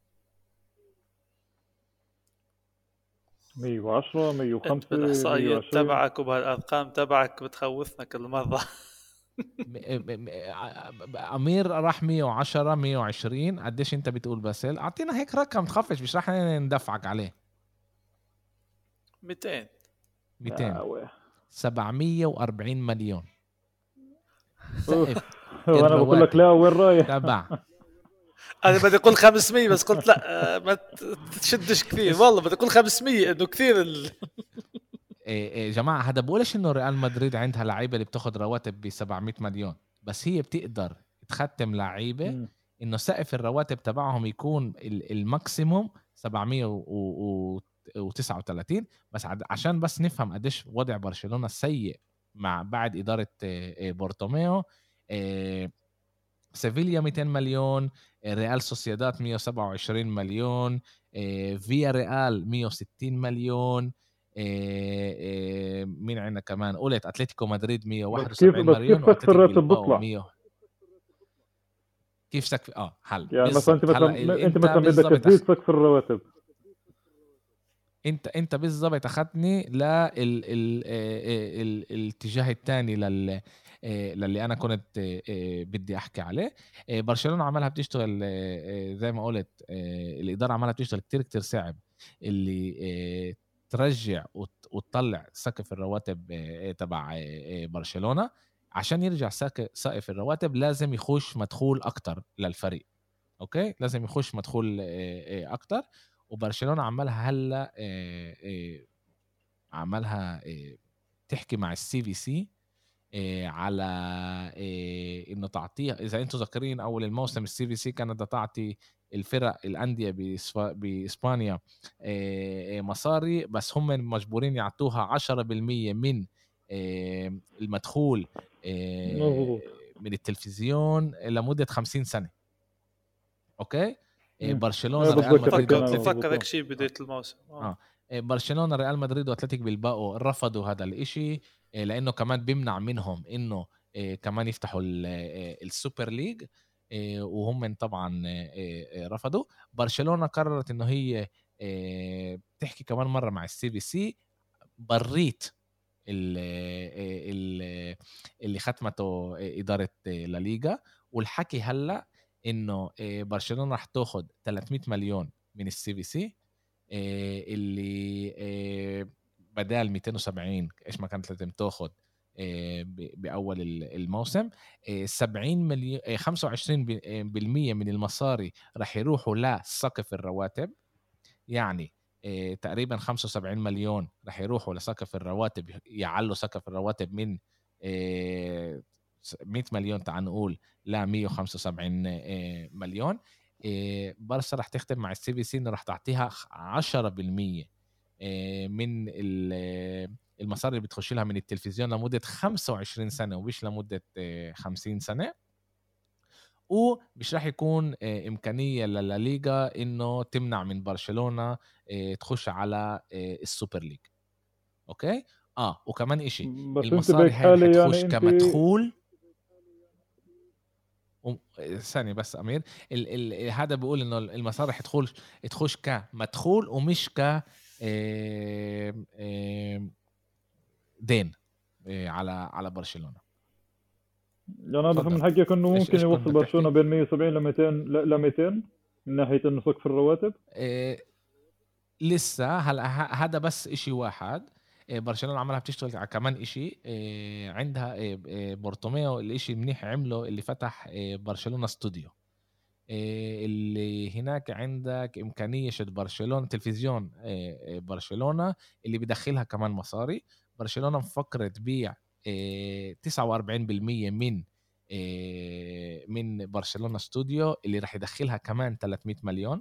مية وعشرة، مية انت وخمسة، مية بالاحصائيات وعشرين. تبعك وبهالارقام تبعك بتخوفنا كل مره. امير راح مية وعشرة مية وعشرين، قديش انت بتقول باسل؟ اعطينا هيك رقم تخفش، مش راح ندفعك عليه. مئتين. مئتين. سبعمية وأربعين مليون اوف، سقف وانا بقول لك الرواتب لا، وين رايح؟ تبع انا بدي اقول خمسمية بس قلت لا ما تشدش كثير، والله بدي اقول خمسمية انه كثير ال... يا جماعه هذا بقولش انه ريال مدريد عندها لعيبه اللي بتاخد رواتب ب سبعمية مليون، بس هي بتقدر تختم لعيبه انه سقف الرواتب تبعهم يكون الماكسيموم سبعمية وتسعة وثلاثين. بس عشان بس نفهم قديش وضع برشلونه السيء مع بعد اداره بورتوميو. سيفيليا مئتين مليون، ريال سوسيداد مية وسبعة وعشرين مليون، فيا ريال مية وستين مليون، مين عندنا كمان؟ قلت اتلتيكو مدريد مية وواحد وسبعين بس مليون، كيف سقف واتلتيك الراتب بلباو بيطلع؟ مية. كيف سقف اه هلا يعني مثلا انت بالضبط، مثلا هلا انت انت مثلا بدك بالضبط تزيد أخ... سقف الرواتب. انت انت بالضبط اخذني لل ال... ال... ال... الاتجاه الثاني لل للي انا كنت بدي احكي عليه. برشلونه عملها بتشتغل زي ما قلت، الاداره عملها بتشتغل كتير كتير صعب اللي ترجع وتطلع سقف الرواتب تبع برشلونه. عشان يرجع سقف الرواتب لازم يخش مدخول اكتر للفريق، اوكي لازم يخش مدخول اكتر، وبرشلونه عملها هلا عملها تحكي مع السي في سي على انه تعطيها. اذا انتم ذاكرين اول الموسم السي في سي كانت تعطي الفرق الانديه باسبانيا مصاري، بس هم مجبورين يعطوها عشرة بالمية من المدخول من التلفزيون لمده خمسين سنه. اوكي. برشلونه ريال مدريد تفكر هيك شيء بدايه الموسم. اه برشلونه ريال مدريد واتلتيك بالباو رفضوا هذا الاشي لانه كمان بيمنع منهم انه كمان يفتحوا السوبر ليج، وهم طبعا رفضوا. برشلونه قررت انه هي تحكي كمان مره مع السي بي سي بريت اللي ختمته اداره لا ليغا، والحكي هلا انه برشلونه راح تاخذ ثلاثمية مليون من السي بي سي اللي بدال مئتين وسبعين ايش ما كانت لازم تاخذ باول الموسم. سبعين مليون خمسة وعشرين بالمية من المصاري راح يروحوا لسقف الرواتب، يعني تقريبا خمسة وسبعين مليون راح يروحوا لسقف الرواتب، يعلوا سقف الرواتب من مئة مليون تعال نقول ل مئة وخمسة وسبعين مليون. برشا راح تختم مع السي بي سي انه راح تعطيها عشرة بالمية من المصاري اللي بتخش لها من التلفزيون لمدة خمسة وعشرين سنة ومش لمدة خمسين سنة. ومش راح يكون إمكانية للليغا إنه تمنع من برشلونة تخش على السوبر ليج. أوكي. آه وكمان إشي المصاري هاي رح تخش يعني كمدخول ثاني بس أمير ال ال هذا بيقول إنه المصاري رح تخش تخش كمدخول ومش ك دين على على برشلونة. يعني أنا بفهم من حكيك إنه ممكن يوصل برشلونة بين مية وسبعين ل مئتين ل مئتين من ناحية إنه سقف الرواتب. إيه لسه هلا هذا بس إشي واحد. إيه برشلونة عملها بتشتغل على كمان إشي. إيه عندها إيه إيه بورتوميو الإشي منيح عمله اللي فتح إيه برشلونة استوديو. إيه اللي هناك عندك إمكانية شد برشلونة تلفزيون إيه برشلونة اللي بدخلها كمان مصاري. برشلونة مفكرة تبيع إيه تسعة وأربعين بالمية من إيه من برشلونة استوديو اللي راح يدخلها كمان ثلاثمية مليون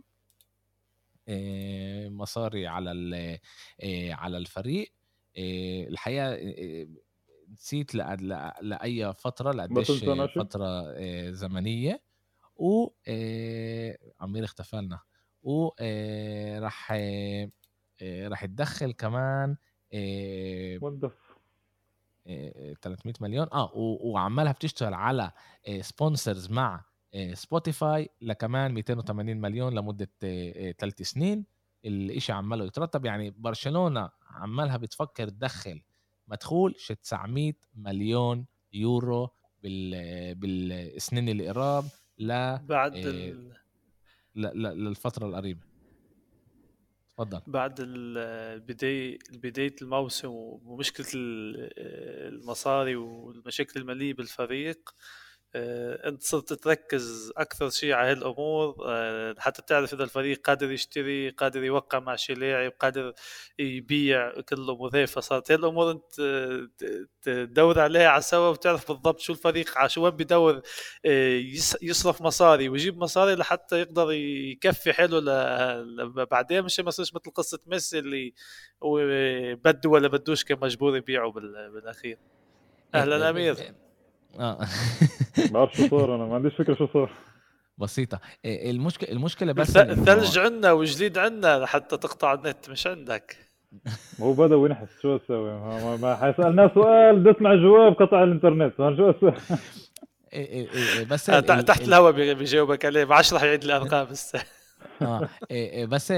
إيه مصاري على إيه على الفريق. إيه الحقيقة إيه نسيت لأي فترة لقديش فترة إيه زمنية و إيه عمير اختفى لنا و إيه راح إيه راح يتدخل كمان إيه ثلاثمية مليون اه وعمالها بتشتغل على سبونسرز مع سبوتيفاي لكمان مئتين وثمانين مليون لمدة ثلاث سنين. الاشي عماله يترتب، يعني برشلونة عمالها بتفكر تدخل مدخول ش تسعمية مليون يورو بال بالسنين القراب ل بعد ال... للفترة القريبة. تفضل. بعد البداية بداية الموسم ومشكلة المصاري والمشاكل المالية بالفريق، انت صرت تركز اكثر شيء على هالامور حتى تعرف اذا الفريق قادر يشتري، قادر يوقع مع شي لاعب، قادر يبيع كله مضيفة. صارت هالامور انت تدور عليها على سوا وتعرف بالضبط شو الفريق على شو وين بدور يصرف مصاري ويجيب مصاري لحتى يقدر يكفي حلو ل... بعدين مش ما يصيرش مثل قصة ميسي اللي بده ولا بدوش كان مجبور يبيعه بال... بالاخير. اهلا امير. اه ما بعرف شو صار، انا ما عنديش فكره شو صار. بسيطه. المشكله المشكله بس الثلج عندنا وجديد عندنا لحتى تقطع النت مش عندك. هو بدا ونحس شو اسوي؟ ما, ما حيسالنا سؤال بدي اسمع جواب قطع الانترنت، ما شو اسوي؟ بس تحت الهواء بيجاوبك عليه ما عادش راح يعيد الارقام بس. اه بس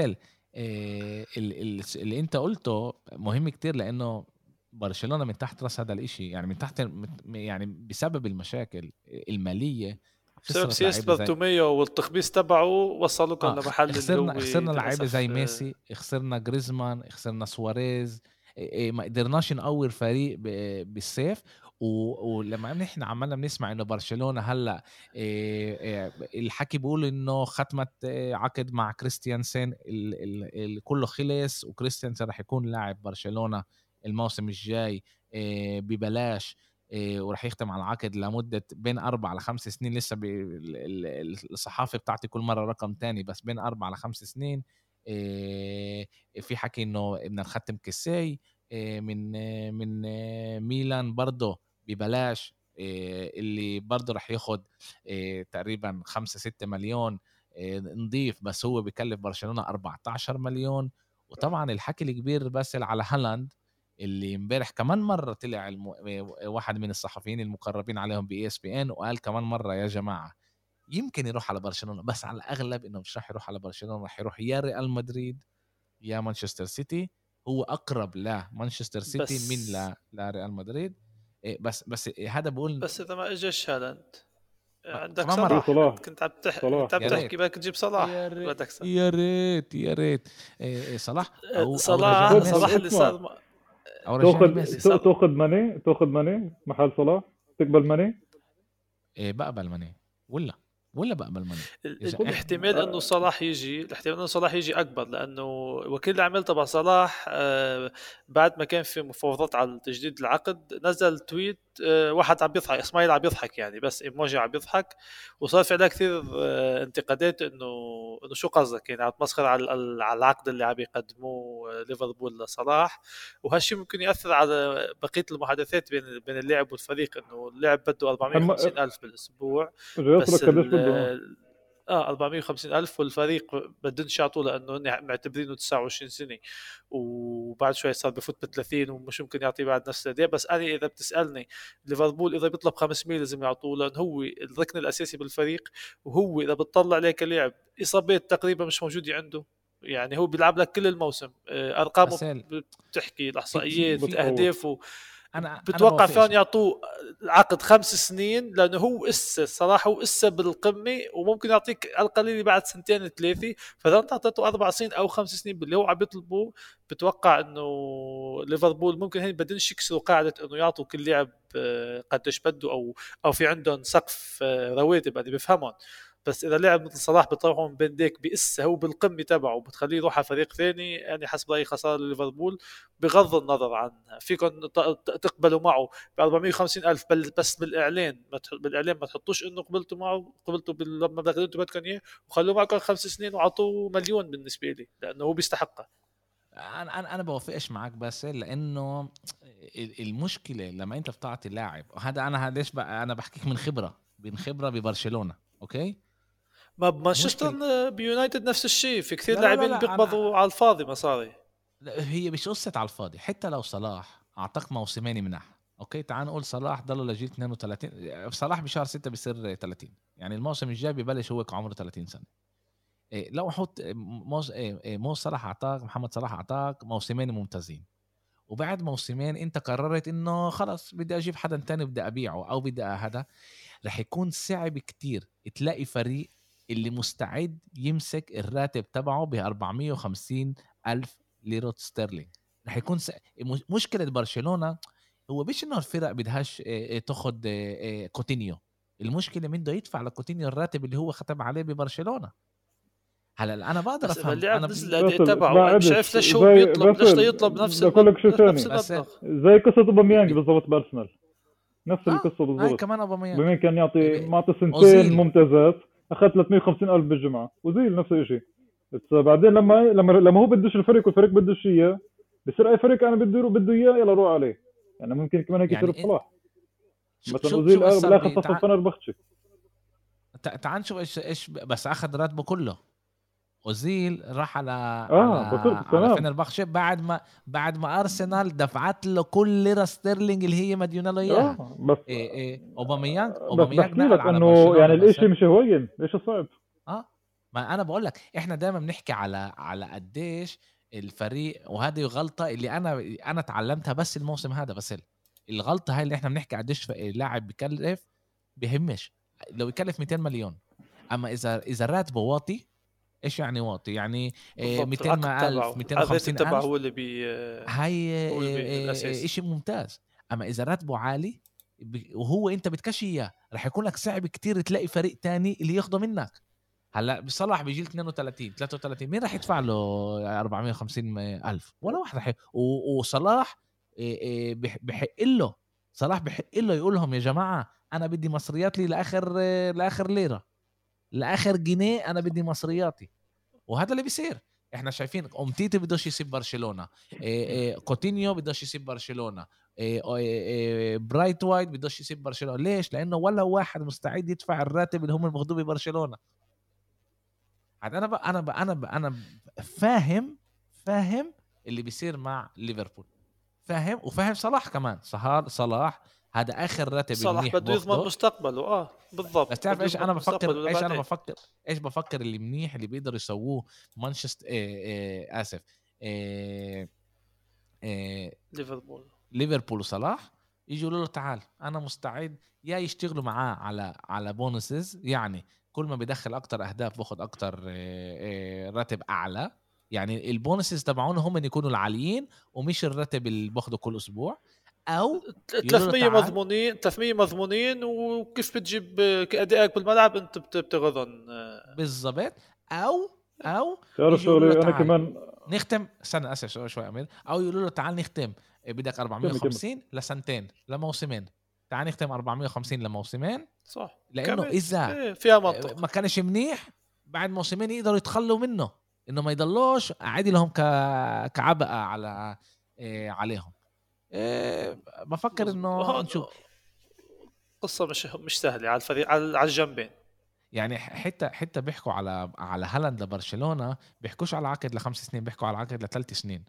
اللي انت قلته مهم كتير، لانه برشلونة من تحت راس هذا الاشي، يعني من تحت يعني بسبب المشاكل المالية بسبب سياسة بارتوميو والتخبيص تبعه وصلوكم آه لمحل خسرنا خسرنا لعيبة زي ميسي، خسرنا جريزمان، خسرنا سواريز، ما قدرناش نقوي الفريق بالسيف. ولما نحن عمالنا بنسمع انه برشلونة هلا الحكي بيقول انه ختمت عقد مع كريستيانسن، كله خلص وكريستيانسن رح يكون لاعب برشلونة الموسم الجاي ببلاش، وراح يختم على العقد لمدة بين أربع لخمس سنين. لسه الصحافة بتاعتي كل مرة رقم تاني، بس بين أربع لخمس سنين. في حكي إنه بدنا نختم كيسي من من ميلان برضه ببلاش، اللي برضه رح ياخد تقريبا خمسة ستة مليون نضيف، بس هو بيكلف برشلونة أربعة عشر مليون. وطبعا الحكي الكبير بس على هالاند، اللي امبارح كمان مرة طلع الم... واحد من الصحفيين المقربين عليهم بي اس بي ان وقال كمان مرة يا جماعة يمكن يروح على برشلونة، بس على الأغلب إنه مش راح يروح على برشلونة، راح يروح يا ريال مدريد يا مانشستر سيتي. هو أقرب لمانشستر سيتي من لا لريال مدريد. بس بس هذا بقول بس إذا ما إجاش هالاند عندك كمان صلاح. صلاح. كنت عم تح... صلاح. كنت عم يا تحكي ريت. بدك تجيب صلاح يا ريت بدك س- يا ريت يا ريت إيه صلاح أو صلاح أو رجعني صلاح ميسي اللي اسمع. صار م- أو رجعني تاخذ ميسي. صار- تاخذ ماني تاخذ ماني محل صلاح، تقبل ماني. إيه بقبل ماني ولا ولا بقبل ماني. ال- إذا ال- إح- الاحتمال انه صلاح يجي الاحتمال انه صلاح يجي اكبر، لانه وكيل الاعمال تبع صلاح آه، بعد ما كان في مفاوضات على تجديد العقد نزل تويت آه، واحد عم يضحك، اسماعيل عم يضحك يعني، بس ايموجي عم يضحك، وصار في عليه كثير آه، انتقادات انه انه شو قصدك يعني عم تمسخر على ال- على العقد اللي عم يقدموه آه، ليفربول لصلاح. وهالشيء ممكن ياثر على بقيه المحادثات بين بين اللاعب والفريق، انه اللاعب بده أربعمية وخمسين الف بالاسبوع جايت بس لك قديش ال- بده؟ اه أربعمية وخمسين ألف، والفريق بدنش يعطوه لأنه هن معتبرينه تسعة وعشرين سنة، وبعد شوي صار بفوت ب ثلاثين ومش ممكن يعطيه بعد نفس الأداء. بس أنا إذا بتسألني ليفربول إذا بيطلب خمسمية لازم يعطوه، لأن هو الركن الأساسي بالفريق، وهو إذا بتطلع عليه كلاعب إصابات تقريبا مش موجودة عنده، يعني هو بيلعب لك كل الموسم، آه، أرقامه بسال. بتحكي، في الإحصائيات في أهدافه انا انا بتوقع بوافقش. فين يعطوه عقد خمس سنين، لانه هو اسه صراحه هو اسه بالقمه، وممكن يعطيك القليل بعد سنتين ثلاثه. فاذا انت اعطيته اربع سنين او خمس سنين باللي هو عم بيطلبوه، بتوقع انه ليفربول ممكن هن بدنش يكسروا قاعده انه يعطوا كل لاعب آه، قديش بده، او او في عندهم سقف آه، رواتب اللي بيفهمون. بس اذا لاعب مثل صلاح بتروحوا من بين ديك باسه هو بالقمه تبعه وبتخليه يروح على فريق ثاني، يعني حسب رايي خساره لليفربول، بغض النظر عن فيكم تقبلوا معه ب أربعمية وخمسين ألف بس بالاعلان ما بالاعلان ما تحطوش انه قبلتوا معه، قبلتوا بالمبلغ اللي انتم بدكم اياه، وخلوه معكم خمس سنين وعطوه مليون بالنسبه لي، لانه هو بيستحقها. انا انا انا بوافقش معاك، بس لانه المشكله لما انت بتعطي لاعب، وهذا انا ليش بقى انا بحكيك من خبره من خبره ببرشلونه. اوكي ما بمانشستر مشكلة. بيونايتد نفس الشيء، في كثير لا لا لا لاعبين لا بيقبضوا أنا على الفاضي مصاري. لا، هي مش قصة على الفاضي. حتى لو صلاح أعطاك موسمين منح، أوكي تعال نقول صلاح ضله لجيل اثنين وثلاثين، صلاح بشهر ستة بيصير ثلاثين، يعني الموسم الجاي ببلش هو كعمره ثلاثين سنة. إيه لو أحط موس إيه إيه مو صلاح أعطاك محمد صلاح أعطاك موسمين ممتازين، وبعد موسمين أنت قررت إنه خلاص بدي أجيب حدا تاني بدي أبيعه أو بدي هذا، رح يكون صعب كتير تلاقي فريق اللي مستعد يمسك الراتب تبعه ب أربعمية وخمسين ألف ليرة ستيرلينج. رح يكون س... مشكلة برشلونة هو بيش إنه الفرق بدهاش تاخد كوتينيو، المشكلة من بده يدفع لكوتينيو الراتب اللي هو ختم عليه ببرشلونة. هلا أنا بقدر بس اذا أفهم اللاعب أنا نزل ب... الاداء بس تبعه ما انا مش عدش عارف ليش هو زي بيطلب، ليش بس يطلب نفس بدي اقول لك شو نفس ثاني. المبلغ. زي قصة اوباميانج ب... بالضبط بارسنال، نفس آه القصة هاي بالضبط. كمان أوباميانج اوباميانج كان يعطي ب... معطي سنتين أوزيل ممتازات، اخذ ثلاثمية وخمسين ألف بالجمعة. وزيل نفس الشيء. بس بعدين لما لما لما هو بدش الفريق والفريق بدش اياه، بصير اي فريق انا بدي بده اياه يلا روح عليه. يعني ممكن كمان هيك يصير يعني إيه؟ بصلاح. شو مثلا شو اوزيل شو قال أثر بالاخر ب... صفى تع... فنربختشي. تعال نشوف ايش ايش بس اخذ راتبه كله. اوزيل راح على اه على بكل على تمام. فينرباخشة بعد ما بعد ما ارسنال دفعت له كل ليره ستيرلينج اللي هي مديونه له اياها. اه بس إيه إيه اوباميانج بس اوباميانج بحكي نقل لك على انه يعني برشلونه بس الاشي مش هوين، ايش الصعب؟ اه ما انا بقول لك احنا دايما بنحكي على على قديش الفريق، وهذه غلطه اللي انا انا تعلمتها بس الموسم هذا. بس الغلطه هاي اللي احنا بنحكي قديش اللاعب بكلف، بيهمش لو يكلف مئتين مليون، اما اذا اذا راتبه واطي. ايش يعني واطي؟ يعني مئتين ألف مئتين وخمسين تبعه ألف هو اللي بي هاي هو اللي بي الاساس. اشي ممتاز. اما اذا راتبه عالي وهو انت بتكشي اياه، رح يكون لك صعب كتير تلاقي فريق تاني اللي ياخده منك. هلا بصلاح بيجي اثنين وثلاثين ثلاثة وثلاثين مين راح يدفع له أربعمية وخمسين ألف؟ ولا واحد راح. وصلاح بحق له صلاح بحق له يقول لهم يا جماعة أنا بدي مصريات لي لآخر لآخر ليرة لآخر جنيه أنا بدي مصرياتي. وهذا اللي بيصير. احنا شايفين أمتيتي بدوش يسيب برشلونة، كوتينيو بدوش يسيب برشلونة، برايت وايت بدوش يسيب برشلونة. ليش؟ لأنه ولا واحد مستعد يدفع الراتب اللي هم المخدوم ببرشلونة. انا بقى انا بقى انا بقى انا فاهم فاهم اللي بيصير مع ليفربول، فاهم وفاهم صلاح كمان. صلاح صلاح هذا اخر راتب صلاح بده يضمن مستقبله. اه بالضبط. بس تعرف ايش انا بفكر ايش انا بفكر ايش بفكر اللي منيح اللي بيقدروا يسووه مانشستر إيه إيه اسف إيه إيه ليفربول ليفربول وصلاح يجوا له تعال انا مستعد يا يشتغلوا معاه على على بونسز، يعني كل ما بيدخل اكتر اهداف باخد اكتر راتب اعلى. يعني البونسز تبعونه هم يكونوا العاليين ومش الراتب اللي باخده كل اسبوع. او ثلاثمية مضمونين ثلاثمية مضمونين وكيف بتجيب ادائك بالملعب انت بتغضن بالضبط. او او تعرف شغلي انا كمان نختم سنه اسف شوي شوي امير، او يقولوا له تعال نختم بدك أربعمية وخمسين لسنتين لموسمين، تعال نختم أربعمية وخمسين لموسمين. صح. لانه اذا فيها منطق ما كانش منيح بعد موسمين يقدروا يتخلوا منه، انه ما يضلوش عادي لهم كعبئه على إيه عليهم. إيه بفكر انه نشوف قصه مش مش سهله على الفريق على الجنبين. يعني حتى حتى بيحكوا على على هالاند لبرشلونه، بيحكوش على عقد لخمس سنين، بيحكوا على عقد لثلاث سنين.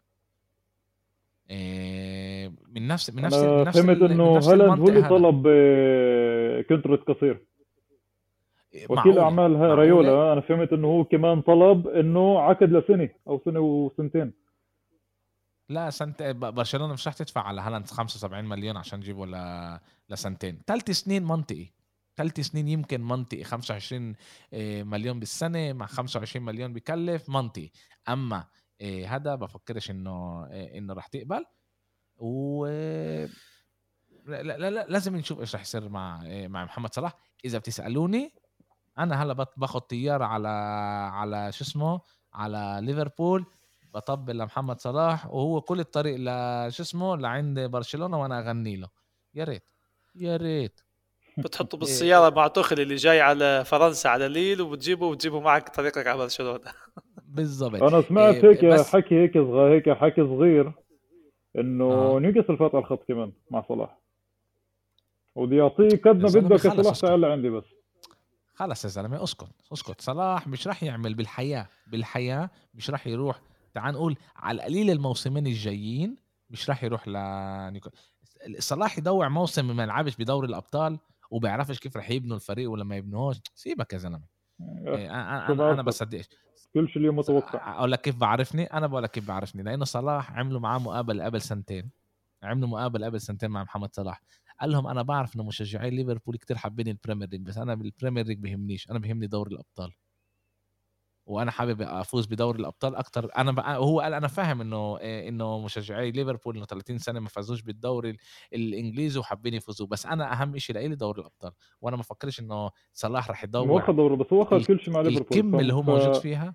إيه من نفس من نفس أنا من نفس فهمت انه هالاند هو اللي طلب كونترات قصير. وكيل اعمال ريولا انا فهمت انه هو كمان طلب انه عقد لسنه او سنه وسنتين. لا سنت برشلونه مش رح تدفع على هالاند خمسة وسبعين مليون عشان تجيبه ل لسنتين. ثلاث سنين منطقي، ثلاث سنين يمكن منطقي. خمسة وعشرين مليون بالسنه مع خمسة وعشرين مليون بكلف منطقي. اما هذا بفكرش انه انه رح تقبل. و لا لا لا لازم نشوف ايش رح يصير مع مع محمد صلاح. اذا بتسالوني انا هلا باخذ طياره على على شو اسمه على ليفربول، بطبل لمحمد صلاح وهو كل الطريق لشو اسمه لعند برشلونه وانا اغني له يا ريت يا ريت. بتحطه بالسياره مع توخل اللي جاي على فرنسا على ليل وبتجيبه وبتجيبه معك طريقك على برشلونه. بالضبط. انا سمعت هيك حكي هيك صغير هيك حكي صغير انه آه. نيوكاسل فات على الخط كمان مع صلاح ودي يعطيه قد ما بدك يا صلاح تعال عندي بس. خلص يا زلمه اسكت اسكت. صلاح مش راح يعمل بالحياه بالحياه مش راح يروح. تعال نقول على القليل الموسمين الجايين مش راح يروح لنيوكاسل. صلاح يدور موسم ما يلعبش بدوري الابطال وبيعرفش كيف راح يبنوا الفريق ولا ما يبنوهوش. سيبك يا زلمه. انا انا, أنا بصدقش كل شيء اليوم متوقع. اقول لك كيف بعرفني انا بقول لك كيف بعرفني لانه صلاح عملوا معاه مقابله قبل سنتين عملوا مقابله قبل سنتين مع محمد صلاح. قال لهم انا بعرف انه مشجعي ليفربول كتير حابين البريمير ليج بس انا بالبريمير ليج بيهمنيش، انا بيهمني دوري الابطال وانا حابب افوز بدوري الابطال اكتر. انا بقى هو قال انا فاهم انه انه مشجعي ليفربول انه ثلاثين سنه ما فازوش بالدوري الانجليزي وحابين يفوزوا بس انا اهم شيء لي دوري الابطال. وانا ما فكرش انه صلاح راح يدور هو اخذ دوري بس هو اخذ كل شيء مع ليفربول الكم اللي هو موجود فيها.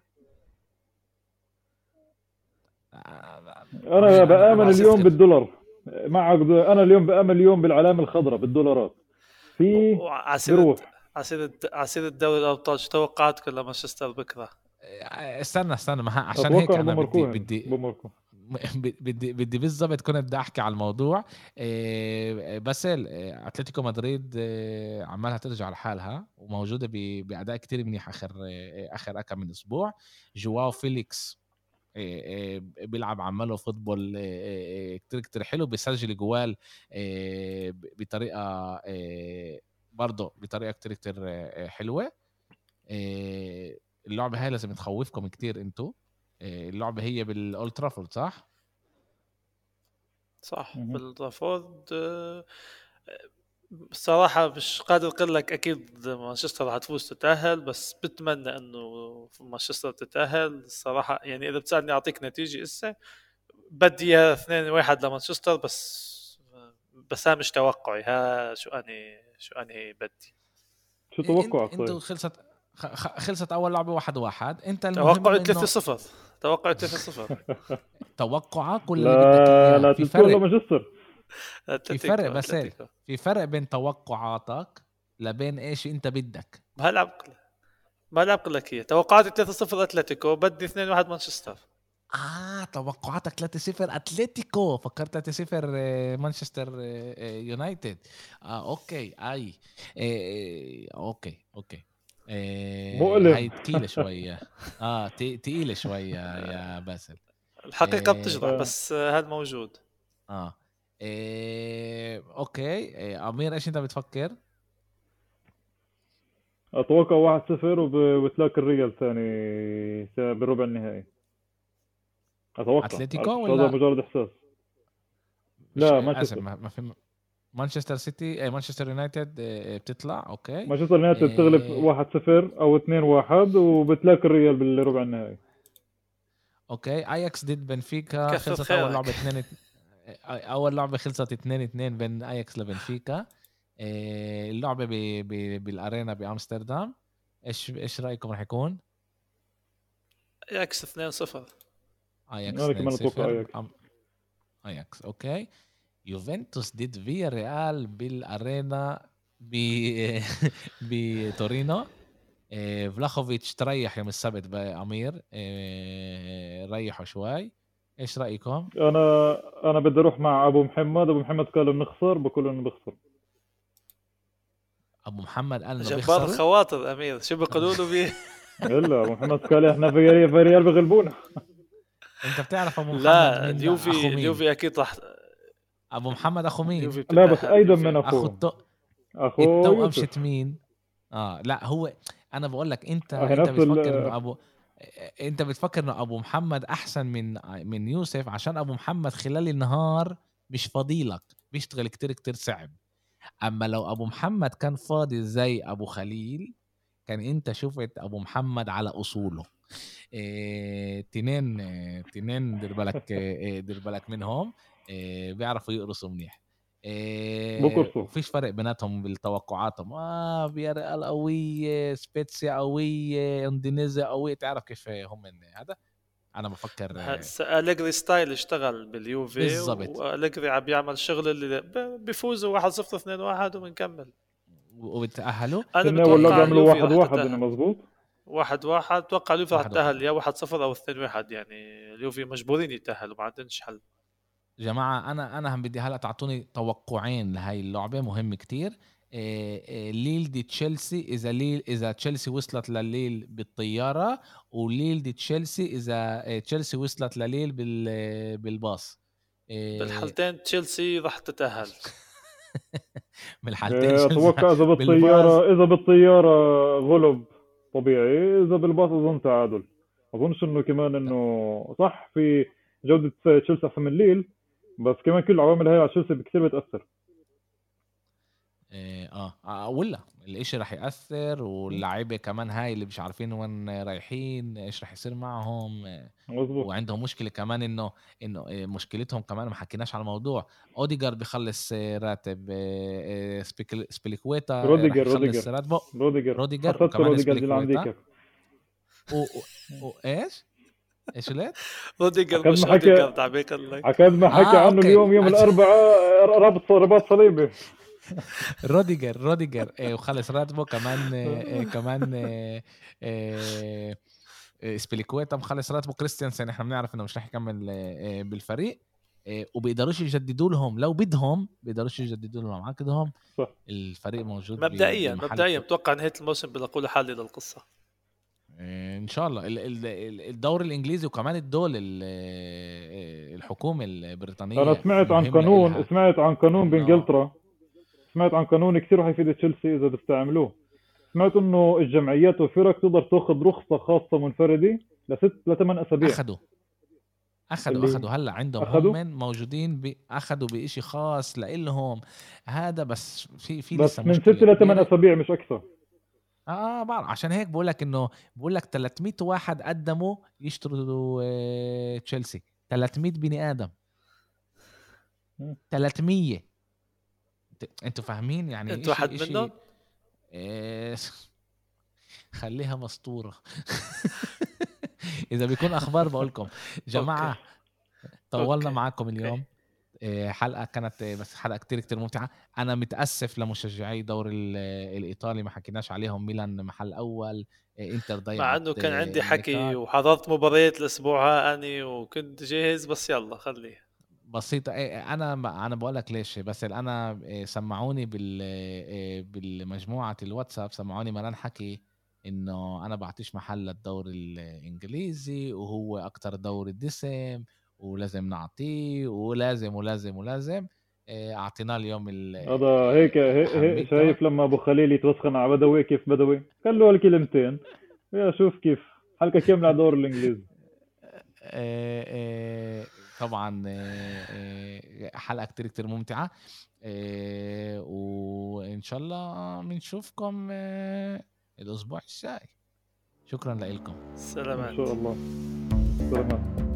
انا بامن اليوم بالدولار مع انا اليوم بامن اليوم بالعلامه الخضراء بالدولارات في بروح عسير عسير الدوري الابطال. شو توقعاتك لمانشستر بكره؟ استنى استنى ما عشان هيك انا بدي بدي بمركو. بدي بدي بالضبط كنت بدي احكي على الموضوع. بس اتلتيكو مدريد عمالها ترجع لحالها وموجوده باداء كتير منيح اخر اخر كم من اسبوع. جواو فيليكس بيلعب عماله فوتبول كتير كتير حلو، بيسجل جوال بطريقه برضه بطريقه كتير كتير حلوه. اللعبه هاي لازم تخوفكم كتير انتو. اللعبه هي بالاولد ترافورد صح صح بالترافورد. الصراحه مش قادر اقول لك اكيد مانشستر راح تفوز تتاهل بس بتمنى انه مانشستر تتاهل الصراحه. يعني اذا بتسالني اعطيك نتيجه اسا بدي اثنين واحد لمانشستر بس بس مش توقعي. ها شو اني شو اني بدي شو توقعك؟ انتوا خلصت خلصت اول لعبه واحد واحد انت توقعي ثلاثة صفر توقع ثلاثة صفر. توقعك ولا اللي بدك لا اياه؟ لا في تذكر فرق مانشستر. في أتلتيكو فرق بس هيك. أتلتيكو. في فرق بين توقعاتك لبين ايش انت بدك. ما هلعب ما هلعب لك هي توقعاتي ثلاثة صفر أتلتيكو، بدي اثنين واحد مانشستر. اه توقعاتك ثلاثة صفر اتلتيكو، فكرت ثلاثة صفر آه، مانشستر آه، آه، يونايتد. اه اوكي اي آه، اوكي اوكي آه، مؤلم. هاي تقيلة شوية. اه تي- تقيلة شوية يا باسل. الحقيقة آه، بتجرح آه. بس آه، هذا موجود. اه إيه، اوكي إيه، امير ايش انت بتفكر؟ اتوقع واحد صفر وب... وتلاقي الريال ثاني س- بالربع النهائي. اتوقع، اتلتيكو عارف، هذا ولا مجرد احساس. مش لا اسف مانشستر. ما ما في مانشستر سيتي إيه، مانشستر يونايتد إيه، بتطلع اوكي. مانشستر يونايتد تغلب إيه، واحد صفر او اثنين واحد وبتلاقي الريال بالربع النهائي. اوكي اياكس ضد بنفيكا كثر خلصت اول لعبة خيرك. اثنين. اول لعبة خلصت اثنين اثنين بين اياكس لبنفيكا. إيه، اللعبة ب... ب... بالارينا بامستردام. ايش ايش رايكم راح يكون؟ ياكس اثنين صفر. اياكس انا كمان اتوقع اثنين صفر اياكس. أم... اياكس اوكي. يوفنتوس ضد فيا ريال بالارينا ب بتورينو. إيه، فلاخوفيتش تريح يوم السبت بأمير. إيه، ريحوا شوي. ايش رايكم؟ انا انا بدي اروح مع ابو محمد. ابو محمد قال بنخسر، بقول انه بخسر. ابو محمد قال انه جبار بيخسروا. الخواطر امير، شو بيقولوا له بيه؟ الا ابو محمد قال احنا في ريال في ريال بغلبونا. انت بتعرف ابو محمد لا مين؟ اخو اليوفي مين؟ اليوفي اكيد راح. ابو محمد اخو مين؟ اليوفي لا بس بتتأهل. ايضا اليوفي من اخو اخوه التو... اخو التوأم يوسف. شت مين؟ اه لا هو انا بقول لك انت هي انت نفس ال... بتفكر انه ابو انت بتفكر انه ابو محمد احسن من من يوسف عشان ابو محمد خلال النهار مش فاضيلك، بيشتغل كتير كتير صعب. اما لو ابو محمد كان فاضي زي ابو خليل كان انت شفت ابو محمد على اصوله. إيه تنين إيه تنين دير بالك إيه دير بالك منهم. إيه بيعرفوا يقرصوا منيح. إيه بقرصوا. وفيش فرق بيناتهم بالتوقعاتهم. اه فياريال قوية، سبيتسيا قوية، اندونيسيا قوية. تعرف كيف هم هذا. انا بفكر آه، هسه أليجري ستايل اشتغل باليوفي، بالضبط. وأليجري عم بيعمل شغل اللي ب- بيفوزوا واحد صفر اثنين واحد وبنكمل. وبتأهلوا انا كنا ولا بتوقع بيعملوا اليوفي واحد راح واحد انه تتأهل مزبوط. واحد واحد. اتوقع اليوفي راح واحد واحد. تتأهل يا واحد صفر او اثنين واحد، يعني اليوفي مجبورين يتأهلوا، ما عندناش حل. جماعة أنا أنا هم بدي هلا تعطوني توقعين لهاي اللعبة مهم كتير. إيه إيه ليل دي تشيلسي إذا ليل إذا تشيلسي وصلت لليل بالطيارة، وليل دي تشيلسي إذا إيه تشيلسي وصلت لليل بال بالباص. إيه بالحالتين تشيلسي راح تتأهل. من الحالتين إيه، تشيلسي اتوقع اذا بالباص. بالطياره اذا بالطياره غلب طبيعي، اذا بالباص اظن تعادل. ما اظنش انه كمان انه صح في جوده تشيلسي احسن من ليل، بس كمان كل العوامل هاي على تشيلسي بكثير بتاثر. إيه آه. اه ولا الاشي رح يأثر، واللعيبة كمان هاي اللي مش عارفين وين رايحين ايش رح يصير معهم. إيه، مظبوط. وعندهم مشكله كمان انه انه إيه، مشكلتهم كمان ما حكيناش على الموضوع. اوديجار بيخلص إيه، راتب إيه، سبيكل سبيليكويتا إيه، رح روديجر يخلص روديجر راتبه. روديجر روديجر حسدت وكمان روديجر جيل عندي سبيليكويتا. كيف. و... و... و... ايش ايش قلت؟ اوديجر عكاد مش ما حكى اوديجر عم يقول لك. عكاد ما حكى اه عنه اوكي اليوم يوم الاربعاء رابط رباط صليبي. روديجر روديجر إيه، وخلص راتبه كمان إيه، إيه، كمان إيه، إيه، إيه، سبيليكويتا مخلص راتبه. كريستيانسن احنا بنعرف انه مش رح يكمل إيه، بالفريق. إيه، وبيقدروش يجددوا لهم لو بدهم، بيقدروش يجددوا لهم عقدهم. صح. الفريق موجود مبدئيا بمحل مبدئيا بتوقع نهاية الموسم بيلاقوا حل للقصة. إيه، ان شاء الله. ال- ال- ال- الدوري الانجليزي وكمان الدول ال- الحكومه البريطانيه انا سمعت عن مهم قانون لها سمعت عن قانون انه بانجلترا. سمعت عن قانون كثير حيفيد تشيلسي اذا بيستعملوه. سمعت انه الجمعيات والفرق تقدر تاخذ رخصه خاصه منفرده لست لثمان اسابيع. اخذوا اخذوا اللي اخذوا هلا عندهم اخذوا هم موجودين ب- اخذوا بإشي خاص لإلهم هذا. بس في في بس لسه من ست مشكله لثمان كبيره. اسابيع مش اكثر. اه بعرف عشان هيك بقول لك انه بقول لك ثلاثمية واحد قدموا يشتروا آه، تشيلسي. ثلاثمية بني ادم. مم. ثلاثمية. انت- انتوا فاهمين يعني انت اشي واحد اشي منهم. إيه، خليها مسطورة. اذا بيكون اخبار بقول لكم جماعه. أوكي. طولنا أوكي. معاكم اليوم. إيه، حلقه كانت إيه، بس حلقه كتير كتير ممتعه. انا متاسف لمشجعي دور ال- الايطالي، ما حكيناش عليهم. ميلان محل اول، إيه، انتر مع ضيعت انه كان عندي إيه، حكي النقاط. وحضرت مباريات الاسبوع هاني وكنت جاهز، بس يلا خليه. بسيطة. إيه، أنا أنا بقول لك ليش. بس أنا إيه، سمعوني بال إيه، بالمجموعة الواتساب، سمعوني ملان حكي إنه أنا بعطيش محل للدوري الإنجليزي وهو أكتر دوري دسم ولازم نعطيه ولازم ولازم ولازم. إيه، أعطينا اليوم ال- هذا هيك هي- هي- أهميته. شايف لما ابو خليل يتوسخن على بدوي كيف بدوي قال له هالكلمتين، يا شوف كيف حلقه كامله على الدور الانجليزي. إيه، إيه، طبعا إيه، إيه، حلقة كتير كتير ممتعة. إيه، وإن شاء الله بنشوفكم إيه، الأسبوع الجاي. شكرا لكم. ان سلامات. شاء الله. سلامات.